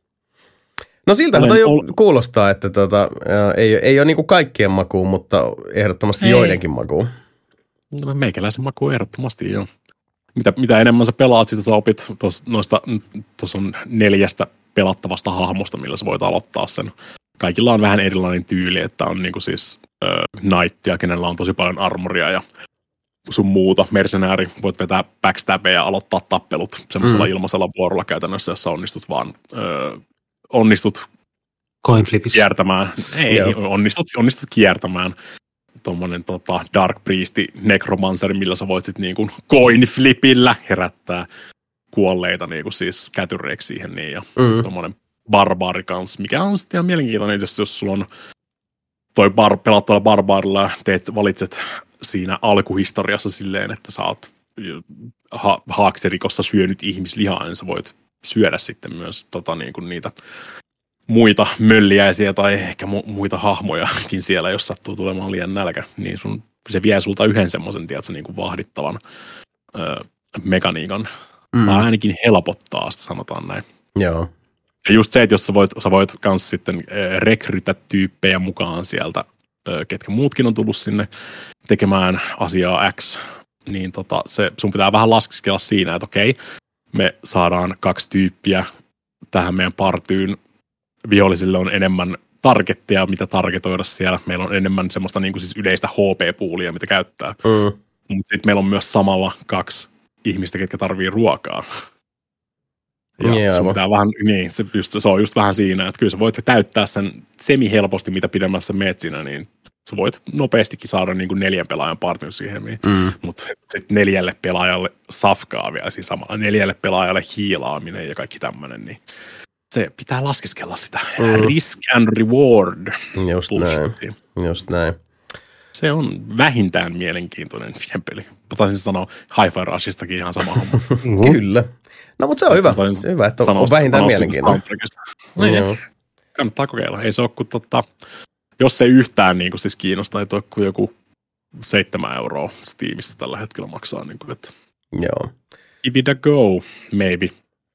No siltähän toi kuulostaa, että ei ole niinku kaikkien makuun, mutta ehdottomasti joidenkin makuun. No, meikäläisen makuun ehdottomasti joo. Mitä enemmän sä pelaat, sitä sä opit tuossa on 4 pelattavasta hahmosta, millä sä voit aloittaa sen. Kaikilla on vähän erilainen tyyli, että on niinku siis knighttia, kenellä on tosi paljon armoria ja sun muuta. Mercenääri, voit vetää backstabeja ja aloittaa tappelut semmoisella ilmaisella vuorolla käytännössä, jossa onnistut kiertämään. Onnistut kiertämään tommonen Dark Priesti Necromancer, millä sä voit sit niinku coin flipillä herättää kuolleita niinku siis kätyreiksi siihen niin, ja tommonen barbaari kans, mikä on sitten ihan mielenkiintoinen, jos sulla on toi pelattavalla barbaarilla valitset siinä alkuhistoriassa silleen, että sä oot haakserikossa syönyt ihmislihaa, niin sä voit syödä sitten myös niin kuin niitä muita mölliäisiä tai ehkä muita hahmojakin siellä, jos sattuu tulemaan liian nälkä, niin se vie sulta yhden semmoisen, tiedätkö, niin kuin vahdittavan mekaniikan. Tai ainakin helpottaa sitä, sanotaan näin. Joo. Ja just se, että jos sä voit kans sitten rekrytä tyyppejä mukaan sieltä, ketkä muutkin on tullut sinne tekemään asiaa X, niin sun pitää vähän laskeskella siinä, että okei, me saadaan 2 tyyppiä tähän meidän partyyn. Vihollisille on enemmän targetteja, mitä targetoida siellä. Meillä on enemmän semmoista niin kuin siis yleistä HP-puulia, mitä käyttää. Mutta sitten meillä on myös samalla 2 ihmistä, ketkä tarvii ruokaa. Ja sun pitää vähän, niin, se on just vähän siinä, että kyllä sä voit täyttää sen semi-helposti, mitä pidemmässä meet siinä, niin sä voit nopeastikin saada niin kuin 4 pelaajan partyn siihen, mutta sitten 4 pelaajalle safkaa vielä, siis samalla 4 pelaajalle hiilaaminen ja kaikki tämmöinen, niin se pitää laskeskella sitä risk and reward. Just näin. Se on vähintään mielenkiintoinen peli. Taisin sanoa Hi-Fi Rushistakin ihan sama homma. Kyllä. No, mutta se on hyvä, että on vähintään mielenkiintoinen. Kannattaa kokeilla. Ei se ole kuin jos se yhtään niin kuin siis kiinnostaa, että on joku 7 € Steamista tällä hetkellä maksaa. Niin kuin, että joo. Give it a go, maybe.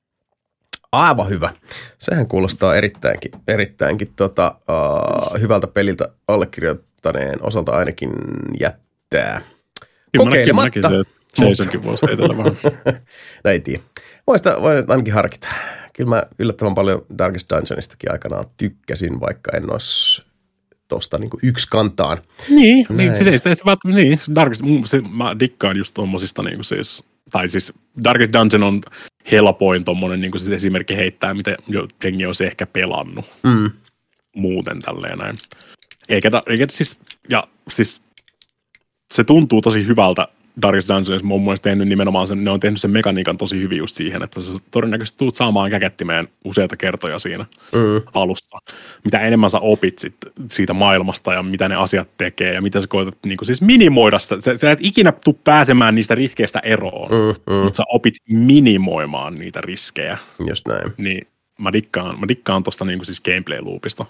Aivan hyvä. Sehän kuulostaa erittäinkin hyvältä peliltä allekirjoittaneen osalta ainakin jättää kokeilematta. Jasonkin voisi heitellä vähän. No ei tiedä. Voisi ainakin harkita. Kyllä mä yllättävän paljon Darkest Dungeonistakin aikanaan tykkäsin, vaikka en olisi tosta niinku yksi kantaan. Niin, siis ei sitä välttämättä, niin, Darkest, mä dikkaan just tommosista niinku siis tai siis Darkest Dungeon on helpoin tommonen niin siis esimerkki heittää, mitä jengi olisi ehkä pelannut muuten tälleen näin. Eikä siis se tuntuu tosi hyvältä Darkest Dungeons. Mä oon mielestäni tehnyt nimenomaan ne on tehnyt sen mekaniikan tosi hyvin just siihen, että sä todennäköisesti tuut saamaan käkettimeen useita kertoja siinä alussa. Mitä enemmän sä opit siitä maailmasta ja mitä ne asiat tekee ja mitä sä koetat niin siis minimoida sitä. Sä et ikinä tuu pääsemään niistä riskeistä eroon, mutta sä opit minimoimaan niitä riskejä. Just näin. Niin mä dikkaan tosta niin siis gameplay-loopista.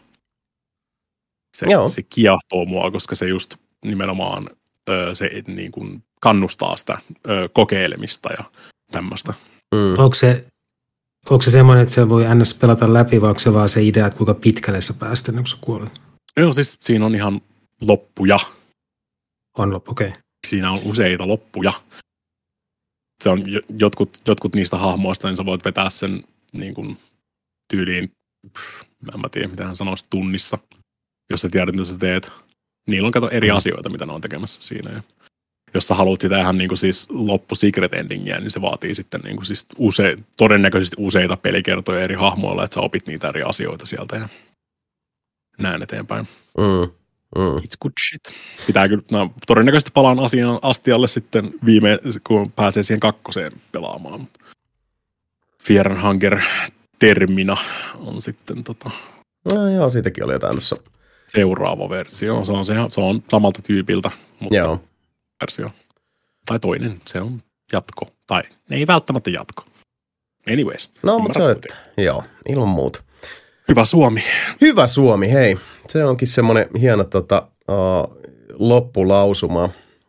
Se kiehtoo mua, koska se just nimenomaan se niin kuin kannustaa sitä kokeilemista ja tämmöistä. Onko se semmoinen, että se voi ns. Pelata läpi, vai onko se vaan se idea, että kuinka pitkälle sä pääst ennen kuin sä kuolet? Joo, siis siinä on ihan loppuja. On loppu, okei. Okay. Siinä on useita loppuja. Se on jotkut niistä hahmoista, niin sä voit vetää sen niin kuin tyyliin, en mä tiedä, mitä hän sanoisi, tunnissa, jos sä tiedät, mitä sä teet. Niillä on eri asioita, mitä ne on tekemässä siinä. Ja jos sä haluat sitä ihan niin kuin siis loppu secret endingiä, niin se vaatii sitten niin kuin siis todennäköisesti useita pelikertoja eri hahmoilla, että sä opit niitä eri asioita sieltä ja näin eteenpäin. It's good shit. Pitää kyllä, todennäköisesti palaan asian astialle sitten kun pääsee siihen 2 pelaamaan. Fear and Hunger Termina on sitten No joo, siitäkin oli jotain tuossa. Seuraava versio. Se on samalta tyypiltä, mutta joo. Versio. Tai toinen, se on jatko. Tai ei välttämättä jatko. Anyways. No, mutta se on, että joo, ilman muuta. Hyvä Suomi. Hyvä Suomi, hei. Se onkin semmoinen hieno loppulausuma.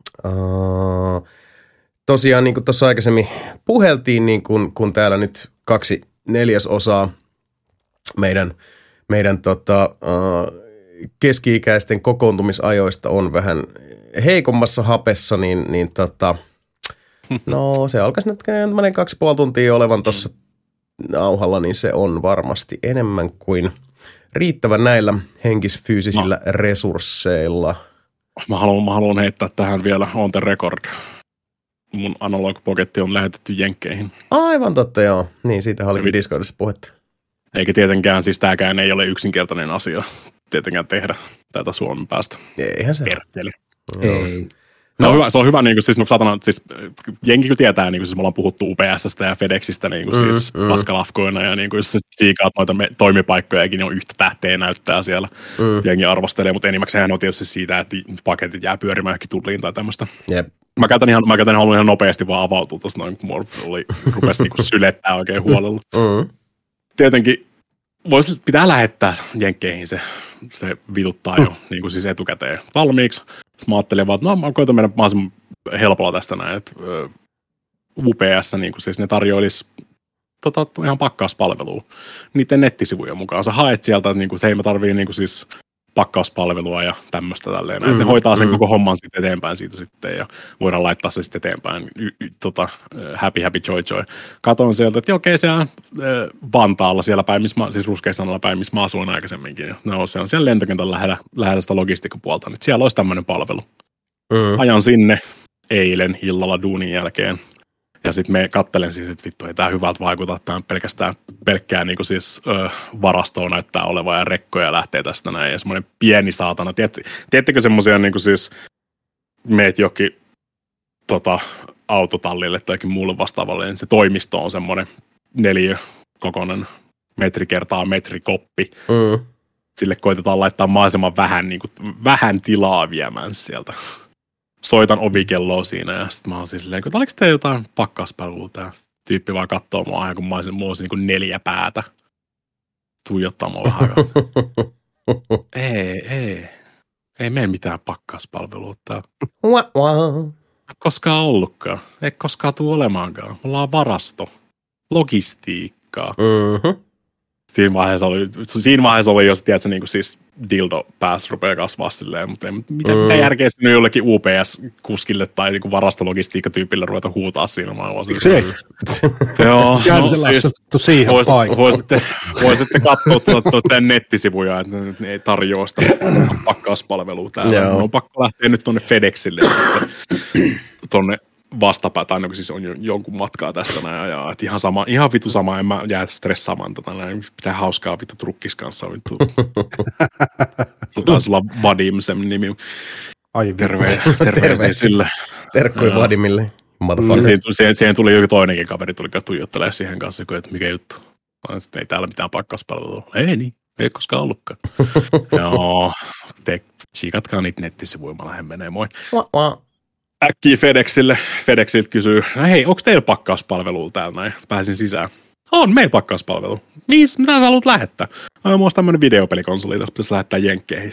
Tosiaan, niin kuin tuossa aikaisemmin puheltiin, niin kun täällä nyt 2/4 meidän keski-ikäisten kokoontumisajoista on vähän heikommassa hapessa, niin no se alkaisi nyt 2,5 tuntia olevan tuossa nauhalla, niin se on varmasti enemmän kuin riittävän näillä henkisfyysisillä resursseilla. Mä haluan heittää tähän vielä on the record. Mun Analog Pocketti on lähetetty Jenkkeihin. Aivan totta, joo. Niin, siitä oli Discordissa puhetta. Eikä tietenkään, siis tääkään ei ole yksinkertainen asia tietenkään tehdä tätä Suomen päästä. Eihän se perkele. Ei. No, se on hyvä, niin kuin, siis, jenki kyllä tietää, niin kuin, siis me ollaan puhuttu UPS:stä ja FedExistä niin kuin, siis paskalafkoina, ja niin kuin, jos sä siikaat noita toimipaikkojakin, niin on yhtä tähteä näyttää siellä. Jengi arvostelee, mutta enimmäkseen on tietysti siitä, että paketit jää pyörimään johonkin tulliin tai tämmöistä. Jep. Mä haluan ihan nopeasti vaan avautua tuossa noin, kun mulla rupesi niin sylettää oikein huolella. Tietenkin pitää lähettää jenkkeihin se vituttaa jo niin kuin siis etukäteen valmiiksi. Sitten mä ajattelin vaan, että mä koitan mennä mahdollisimman helpolla tästä näin, että UPS, niin kuin siis ne tarjoilisi ihan pakkauspalvelua niiden nettisivujen mukaan. Sä haet sieltä, että, niin kuin, että hei, mä tarviin niin kuin siis pakkauspalvelua ja tämmöistä tälleen. Ne hoitaa sen koko homman sitten eteenpäin siitä sitten ja voidaan laittaa se sitten eteenpäin. Happy joy. Katon sieltä, että okei, siellä Vantaalla siellä päin, siis Ruskeissanalla päin, missä mä asuin aikaisemminkin. No, se on siellä lentokentällä lähellä sitä logistiikkapuolta. Nyt siellä olisi tämmöinen palvelu. Ajan sinne eilen illalla duunin jälkeen. Ja sitten me kattelen siis, että vittu ei tää hyvältä vaikuta, tämä on pelkkää niin kuin siis varastoa näyttää olevan ja rekkoja lähtee tästä näin. Ja semmoinen pieni saatana. Tiedättekö semmoisia niin kuin siis meet jokin autotallille tai jokin muulle vastaavalle, niin se toimisto on semmoinen 4-kokoinen metri kertaa metri koppi. Sille koitetaan laittaa mahdollisimman vähän tilaa viemään sieltä. Soitan ovikelloa siinä ja sitten mä oon siis silleen, että oliko teillä jotain pakkauspalvelua? Tämä tyyppi vaan katsoo mua, kun mä olisin niin 4 päätä. Tuijottaa mua vähän. Ei mene mitään pakkauspalvelua. Ei koskaan ollutkaan. Ei koskaan tule olemaankaan. Me ollaan varasto. Logistiikkaa. Siinä vaiheessa oli jos tiedät, niin kuin siis dildo päässä rupeaa kasvaa silleen, mutta mitä järkeä sinne jollekin UPS-kuskille tai niin kuin varastologistiikkatyypille ruveta huutaa siinä maailmassa. Joo, siihen voisitte katsoa tämän nettisivuja, että ne ei tarjoa sitä pakkauspalvelua täällä. On pakko lähteä nyt tuonne FedExille tuonne vastapäätä, aina kun siis on jonkun matkaa tästä näin ajaa. Että ihan vitu sama, en mä jää stressaamaan tätä näin. Pitää hauskaa vitu trukkis kanssa vittu. Se taisi olla Vadim sen nimi. Ai Terveisiä sille. Terkkui Vadimille. Siihen tuli joku toinenkin kaveri, tuli tuijottelemaan siihen kanssa, että mikä juttu. Sitten ei täällä mitään pakkauspalvelua. Ei niin, ei koskaan ollutkaan. Joo, tsiikatkaa niitä nettisivuja, mä lähden menee, moi. Äkkiä FedExiltä kysyy, hei, onko teillä pakkauspalvelua täällä näin? Pääsin sisään. On meillä pakkauspalvelu. Mitä sä haluat lähettää? Mulla on tämmönen videopelikonsoli, jos pitäisi lähettää jenkkeihin.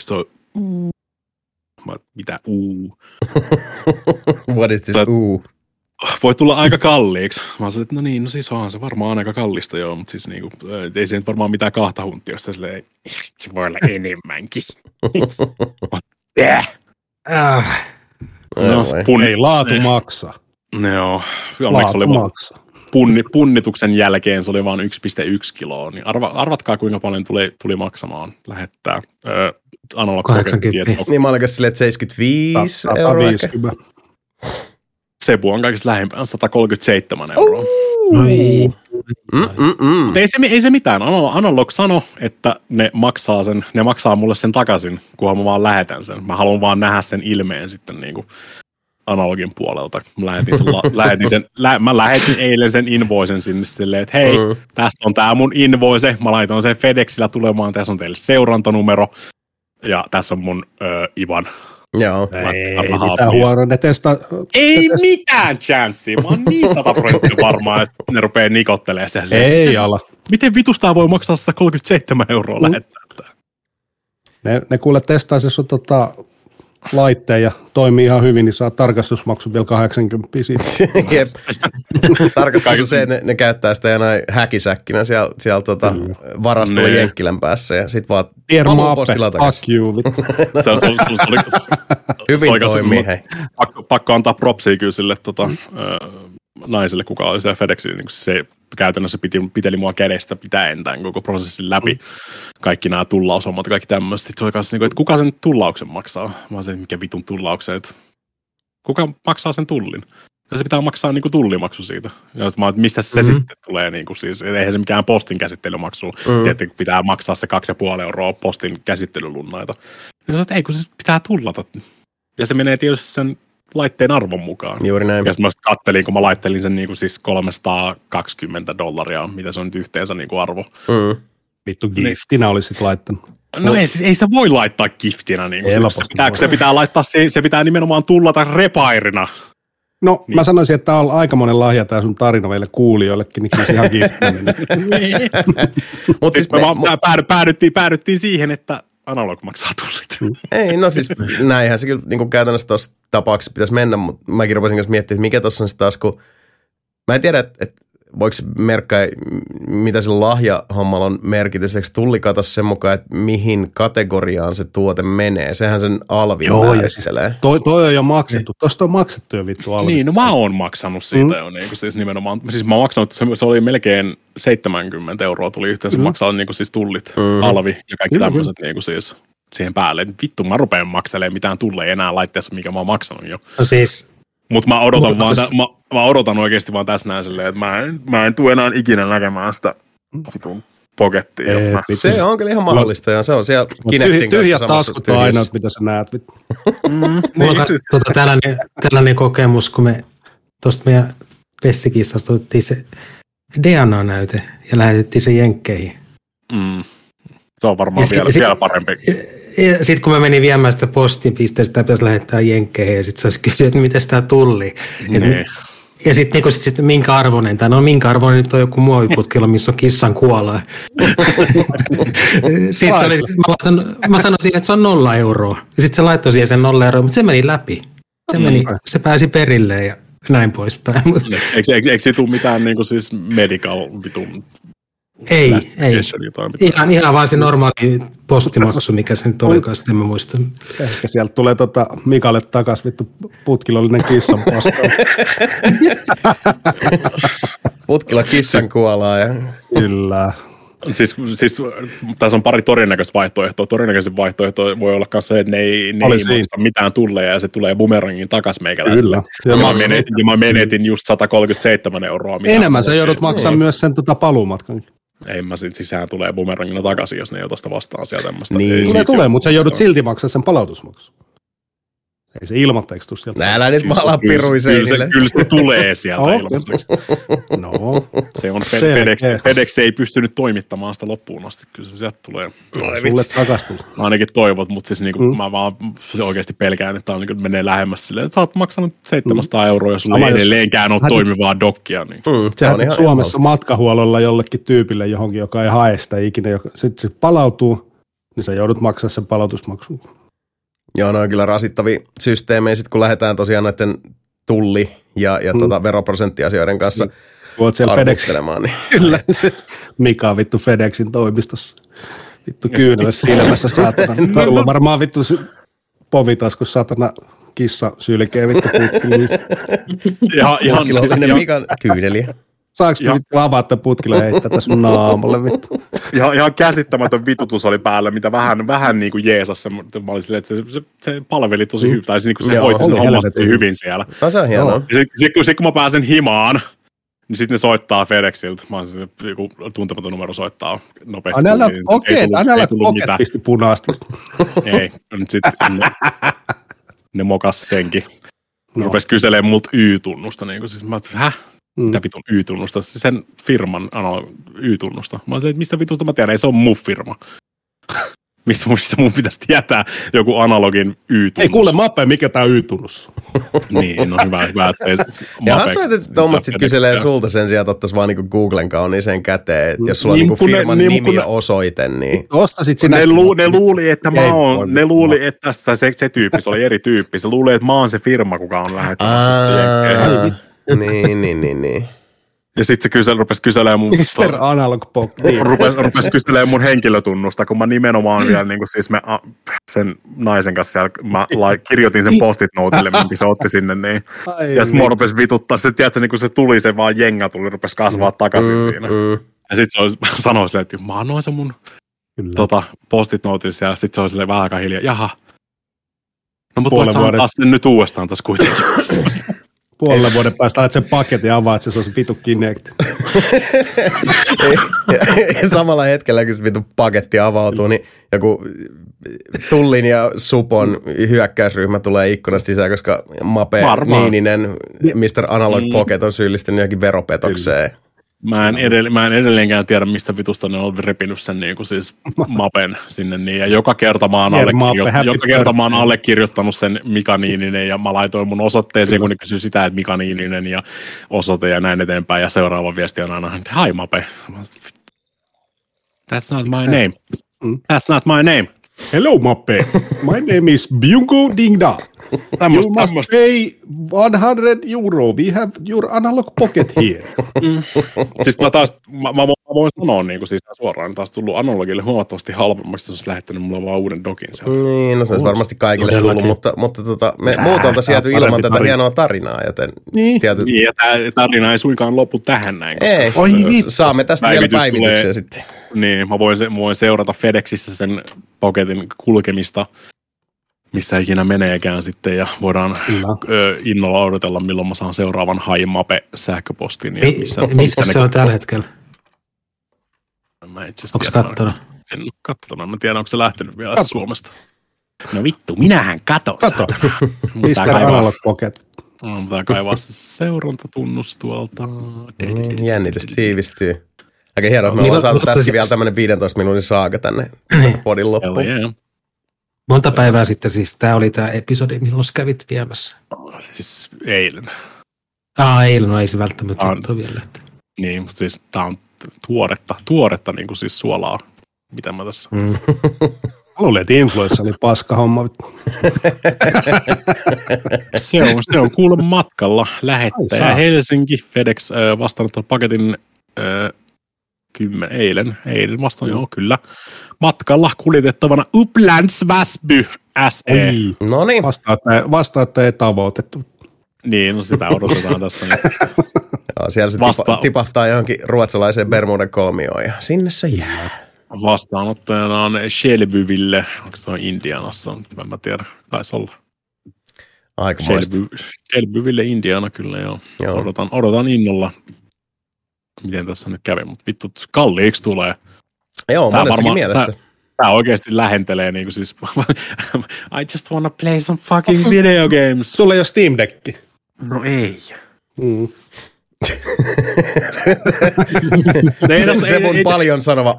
Mitä What is this voi tulla aika kalliiksi. Mä sanoin, että no niin, no siis onhan se varmaan aika kallista joo, mutta siis niinku, ei se nyt varmaan mitään 2 huntia, jos se voi olla enemmänkin. Ei laatu maksaa. Joo, onneksi oli punnituksen jälkeen se oli vain 1,1 kiloa, niin arvatkaa kuinka paljon tuli maksamaan lähettää analog-tietoa. Niin mä olin silleen, että 75 euroa ehkä. Sebu on kaikista lähempänä 137 euroa. Ei se mitään. Analog sano, että ne maksaa mulle sen takaisin, kunhan mä vaan lähetän sen. Mä haluan vaan nähdä sen ilmeen sitten niin kuin analogin puolelta. Mä lähetin eilen sen invoicen sinne silleen, että hei, tästä on tää mun invoice. Mä laitoin sen FedExillä tulemaan. Tässä on teille seurantanumero. Ja tässä on mun IBAN. Joo. Ei mitään huonoa, ne mitään chanssiä. Mä oon niin 100% varma, että ne rupeaa nikottelemaan sen. Ei ala. Miten vitustaa voi maksaa 137 euroa lähettää? Ne kuule testaa se sun laitteen ja toimii ihan hyvin, niin saa tarkastusmaksun vielä 80 siitä. Jep. Tarkastus on se, että ne käyttää sitä näin häkisäkkinä siellä varastolla Jenkkilän päässä ja sit vaan palupostilla takaisin. Fuck you. Hyvin toimii, hei. Pakko antaa propsia kyllä sille naiselle, kuka oli se FedExin, niin se käytännössä piteli mua kädestä pitäen tämän koko prosessin läpi. Kaikki nämä tullaushommat ja kaikki tämmöiset. Sitten se oli kanssa, että kuka sen tullauksen maksaa? Mä olisin, että mikä vitun tullauksen, että kuka maksaa sen tullin? Ja se pitää maksaa niin kuin tullimaksu siitä. Ja mä että mistä se sitten tulee, niin kuin siis, eihän se mikään postin käsittelymaksu. Tietenkin pitää maksaa se 2,5 euroa postin käsittelylunnaita. Ja mä että ei, kun se pitää tullata. Ja se menee tietysti sen laitteen arvon mukaan. Juuri näin. Ja mä kattelin, kun mä laittelin sen niinku siis $320, mitä se on nyt yhteensä niinku arvo. Vittu giftinä olisit laittanut. No ei se voi laittaa giftinä. Niinku. Se pitää nimenomaan tullata repairina. No niin. Mä sanoisin, että tää on aikamoinen lahja tää sun tarina meille kuulijoillekin, niin se ihan giftinä. Mutta siis päädyttiin siihen, että analog maksaa tullit. Ei, no siis näinhän se kyllä niin käytännössä tuossa tapauksessa pitäisi mennä, mutta mäkin rupesin kanssa miettimään, että mikä tuossa on sitten taas, kun mä en tiedä, että voiko merkkaa, mitä sillä lahjahommalla on merkitys, eikö tulli katso sen mukaan, että mihin kategoriaan se tuote menee, sehän sen alvin määrittelee. Toi on jo maksettu, tosta on maksettu jo vittu alvi. Niin, no mä oon maksanut siitä jo, niin siis nimenomaan, siis mä oon maksanut, se oli melkein 70 euroa tuli yhteensä maksaa niin kuin siis tullit, alvi ja kaikki tämmöiset niin kuin siis siihen päälle. Vittu, mä rupean makselemaan mitään tulleja enää laitteessa, mikä mä oon maksanut jo. No siis... Mutta mä odotan oikeasti vaan tässä näin silleen, että mä en tule enää ikinä näkemään sitä vitun pokettia. Se on kyllä ihan mahdollista ja se on siellä Kinectin kanssa samassa taskut on ainoa, mitä sä näet. Mulla on tällainen kokemus, kun me tuosta meidän pessikissasta otettiin se DNA-näyte ja lähetettiin se jenkkeihin. Se on varmaan vielä parempi. Ja sitten kun mä menin viemään sitä postipisteestä, pitäisi lähettää jenkkeihin ja sitten se olisi kysynyt, että miten tämä tulli. Ja sitten niin sit, minkä arvoinen tämä? No minkä arvoinen nyt on joku muoviputkilla, missä on kissan kuola. Sitten mä sanoin että se on 0 euroa. Ja sitten se laittoi siihen sen 0 euroa, mutta se meni läpi. Se pääsi perille ja näin poispäin. Eikö se tule mitään niin kuin siis medical vitun? Ei. Ihan vaan se normaali postimaksu, mikä se nyt olikaan, sitten mä muistan. Ehkä sieltä tulee Mikalle takas vittu putkilollinen kissan paska. Putkilla kissan kuolaa. Ja... Kyllä. Siis tässä on pari todennäköistä vaihtoehtoa. Todennäköisin vaihtoehto voi olla myös se, että ne ei maksa mitään tulleja ja se tulee bumerangin takas meikäläiselle. Kyllä. Ja mä menetin just 137 €. Enemmän sä joudut maksamaan myös sen paluumatkan. Ei mä sit sisään tulee bumerangina takaisin, jos ne ei ota sitä vastaan sieltä tämmöistä. Niin. Tulee, mutta sä joudut silti maksaa sen palautusmaksun. Ei se ilmoitteeksi tule sieltä. Älä nyt maalaa piruiseinille. Kyllä se tulee sieltä ilmoitteeksi. No. Se on FedEx ei pystynyt toimittamaan sitä loppuun asti. Kyllä se sieltä tulee. Sulle takastuu. Mä ainakin toivot, mutta siis niinku, mä vaan oikeasti pelkään, että on, niinku, menee lähemmäs silleen, että sä oot maksanut 700 €, jos sulla ei edelleenkään ole toimivaa dokkia. Niin. Sä on Suomessa matkahuollolla jollekin tyypille johonkin, joka ei hae sitä ikinä. Sitten se palautuu, niin sä joudut maksamaan sen palautusmaksun. Joo, ne on kyllä rasittavia systeemejä, sit kun lähdetään tosiaan noiden tulli- ja veroprosenttiasioiden kanssa arvostelemaan. Niin. Kyllä, Mika on vittu FedExin toimistossa. Vittu kyynelössä silmässä saatana. Sulla on varmaan vittu povitas, kun saatana kissa sylkee vittu putkille. Ihan sinne Mikan kyyneliä. Saanko vittu avata putkilla ja heittää tässä mun naamalle vittu? Ihan käsittämätön vitutus oli päällä, mitä vähän niin kuin jeesas. Mä olin silleen, että se palveli tosi hyvin, tai niin kuin se hoiti sen hommasta hyvin siellä. No se on hienoa. Sitten kun mä pääsen himaan, niin sitten ne soittaa FedExiltä. Mä olin joku tuntematon numero soittaa nopeasti. Anella poket pisti punaista. Ei, nyt sitten ne mokas senkin. Rupesi kyselemään multa Y-tunnusta. Niin siis mä ajattelin, mitä vitun Y-tunnusta? Sen firman Y-tunnusta. Mä olin, että mistä vitusta mä tiedän? Ei se on mun firma. Mistä mun pitäisi tietää joku analogin Y-tunnus? Ei kuule Mape, mikä tää Y-tunnus? Niin, no hyvä. Ja hassu, että Tuomas sitten kyselee sulta sen sijaan, että ottaisi vaan niinku Googlen kauniiseen käteen. Että jos sulla on niinku firman nimi ja osoite, niin... Ostasit sinä... Ne luuli, että mä oon... Ne luuli, että tässä se tyyppi, se oli eri tyyppi. Se luuli, että mä oon se firma, kuka on lähettämässä. Niin. Ja sitten se rupesi kyselemään mun... Mr. Analog Pop. Rupesi kyselemään mun henkilötunnusta, kun mä nimenomaan vielä niin kuin siis sen naisen kanssa siellä, mä kirjoitin sen postit noutille, minkä se otti sinne, niin. Ja sitten mua rupesi vituttaa. Sitten tiedätkö, niin kun se tuli, se vaan jenga tuli, rupesi kasvaa takaisin siinä. Ja sitten se sanoi silleen, että mä annoin sen mun postit noutille siellä. Sitten se oli silleen vähän aikaa hiljaa, jaha. No mutta voit antaa sen nyt uudestaan tässä kuitenkin. Puolen vuoden päästä laitat sen paketin ja avaat, se olisi vitu Kinect. Samalla hetkellä, kun se vitu paketti avautuu, niin joku Tullin ja Supon hyökkäysryhmä tulee ikkunasta sisään, koska Mape Niininen, Mr. Analog Pocket on syyllistynyt johonkin veropetokseen. Mä en edelleenkään tiedä, mistä vitusta ne on repinyt sen niin kuin siis Mapen sinne. Niin. Ja joka kerta mä oon allekirjoittanut sen Mika Niininen ja mä laitoin mun osoitteeseen, kun ne kysyi sitä, että Mika Niininen ja osoite ja näin eteenpäin. Ja seuraava viesti on aina, hi Mape. That's not my name. That's not my name. Hello Mape. My name is Byungo Dingda. You must pay 100 €. We have your analog pocket here. Siis mä voin sanoa niin kuin siis suoraan, taas tullut analogille huomattavasti halvemmaksi, se olisi lähettänyt mulle vaan uuden dokin sieltä. Niin, no se olisi varmasti kaikille tullut, mutta me muut oltaisiin jääty ilman tätä hienoa tarinaa, joten... Niin, ja tämä tarina ei suinkaan loppu tähän näin, koska... Saamme tästä vielä päivityksiä sitten. Niin, mä voin seurata FedExissä sen paketin kulkemista, missä ikinä meneekään sitten, ja voidaan innolla odotella, milloin mä saan seuraavan Haimape-sähköpostin. Ja missä se on tällä hetkellä? Onko se kattonut? En ole kattonut. Mä tiedän, onko se lähtenyt vielä Suomesta. No vittu, minähän katon. Mr. Analog Pocket. Pitää kaivaa se seurantatunnus tuolta. Jännitys tiivistyy. Aika hienoa, että me ollaan saatu tässä vielä tämmöinen 15 minuutin saaga tänne podin loppuun. Monta päivää sitten siis tämä oli tämä episodi, milloin sä kävit viemässä? Siis eilen. Eilen, no ei se välttämättä ole vielä. Niin, mutta siis tämä on tuoretta niin kuin siis suolaa, mitä mä tässä... Mä luulen, että influenssa oli paska homma. se on kuulemma matkalla. Lähettäjä Helsinki, FedEx vastaanottaa paketin eilen vastaan, joo kyllä. Matkalla kuljetettavana Upplands Väsby SE. No niin. Vastaatte ei tavoitettu. Niin, no sitä odotetaan tässä nyt. Joo, siellä se tipahtaa johonkin ruotsalaiseen Bermudan kolmioon ja sinne se jää. Vastaanottajana on Shelbyville. Onko se on Indianassa? En mä tiedä. Taisi olla. Aikamoista. Shelbyville Indiana kyllä, joo. Odotan innolla, miten tässä nyt kävi. Mutta vittu, kalliiksi tulee. Joo, monessakin mielessä. Tää oikeesti lähentelee niinku siis I just wanna play some fucking video games. Sulla ei ole Steam Deck. No ei. Se mun paljon sanova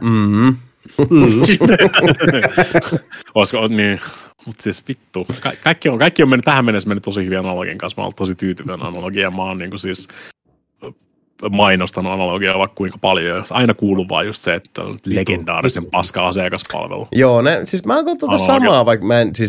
Olisiko niin, mutta siis vittu. Kaikki on mennyt tähän mennessä tosi hyvin analogian kanssa. Mä oon tosi tyytyväinen analogiaan. Mä oon niinku siis mainostanut analogiaa vaikka kuinka paljon. Aina kuuluu vaan just se, että on legendaarisen paska asiakaspalvelu. Joo, siis mä oon tuota samaa, vaikka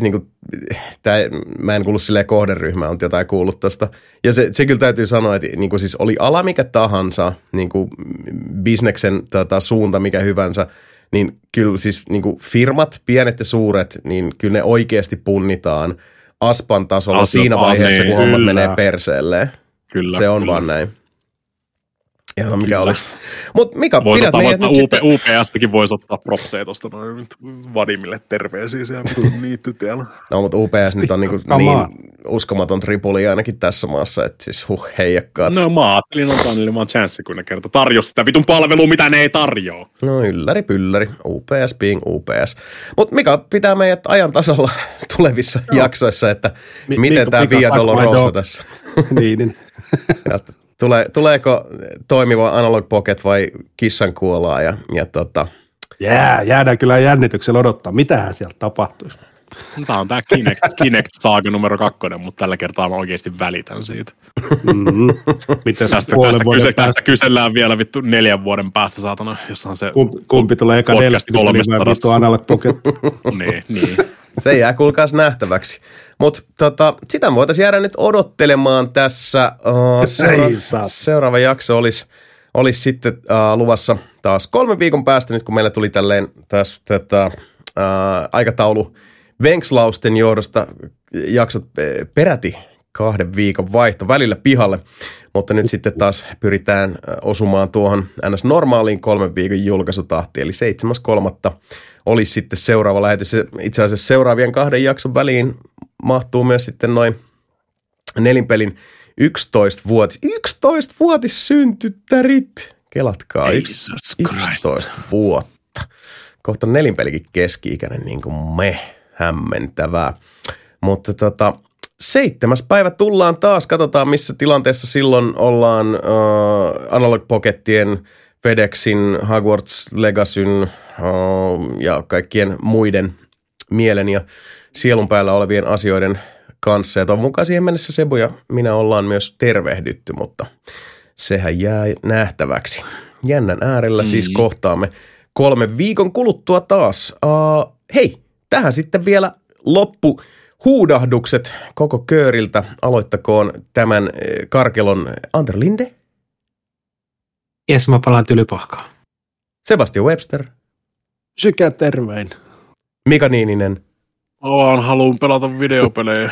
mä en kuulu silleen kohderyhmään, on jotain kuullut tosta. Ja se kyllä täytyy sanoa, että niinku siis oli ala mikä tahansa, niinku bisneksen suunta mikä hyvänsä, niin kyllä siis niinku firmat, pienet ja suuret, niin kyllä ne oikeasti punnitaan aspan tasolla siinä vaiheessa, kun hommat menee perseelleen. Kyllä. Se on vaan näin. Ihan mikä olisi. Mutta Mika, vois pidät meidät nyt sitten... UPS:täkin voisi ottaa propseja tuosta noin Vadimille terveisiä siellä. Niittytellä. No, mutta UPS nyt on niin uskomaton tripuli ainakin tässä maassa, että siis heijakkaat. No mä ajattelin ottaa niille vaan chanssi, kun ne kerta tarjosi sitä vitun palvelua, mitä ne ei tarjoa. No ylläri pylläri, UPS being UPS. Mutta Mika pitää meidät ajan tasalla tulevissa jaksoissa, että miten tämä Via Dolorosa tässä. Niin. Tuleeko toimiva Analog Pocket vai kissankuolaa jäädään kyllä jännityksellä odottaa. Mitähän sieltä tapahtuisi? Tämä on tämä Kinect-saaga numero 2, mutta tällä kertaa mä oikeasti välitän siitä. Miten tästä kysellään vielä vittu 4 vuoden päästä, saatana, jossa on se... Kumpi tulee eka 40 vai vittu Analog Pocket? niin. Se jää kuulkaas nähtäväksi. Mutta sitä voitaisiin jäädä nyt odottelemaan tässä. Seuraava jakso olisi sitten luvassa taas 3 viikon päästä, nyt kun meillä tuli tälleen tässä aikataulu Venkslausten johdosta jaksot peräti 2 viikon vaihto välillä pihalle, mutta nyt sitten taas pyritään osumaan tuohon ns. Normaaliin 3 viikon julkaisutahtiin, eli 7.3. olisi sitten seuraava lähetys. Itse asiassa seuraavien 2 jakson väliin mahtuu myös sitten noin Nelinpelin 11-vuotis syntyttärit. Kelatkaa, 11 vuotta. Kohta Nelinpelikin keski-ikäinen niin kuin me, hämmentävää. Mutta 7. päivä tullaan taas, katsotaan missä tilanteessa silloin ollaan Analog Pockettien, FedExin, Hogwarts Legacyn ja kaikkien muiden mielen ja sielun päällä olevien asioiden kanssa. Ja toivon mukaan siihen mennessä Sebu ja minä ollaan myös tervehdytty, mutta sehän jää nähtäväksi. Jännän äärellä siis kohtaamme 3 viikon kuluttua taas. Hei, tähän sitten vielä loppuhuudahdukset koko kööriltä. Aloittakoon tämän karkelon Anterlinde. Jes, mä palaan Tylypahkaan. Sebastian Webster. Sykä tervein. Mika Niininen. Haluan pelata videopelejä.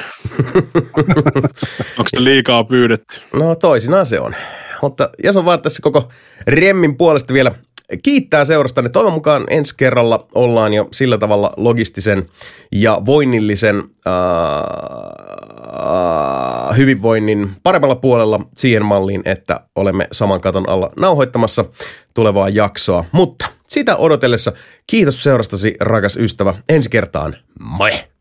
Onko se liikaa pyydetty? No toisinaan se on. Mutta Jason vaan tässä koko Remmin puolesta vielä kiittää seurastanne. Toivon mukaan ensi kerralla ollaan jo sillä tavalla logistisen ja voinnillisen hyvinvoinnin paremmalla puolella siihen malliin, että olemme saman katon alla nauhoittamassa tulevaa jaksoa. Mutta sitä odotellessa kiitos seurastasi, rakas ystävä. Ensi kertaan, moi!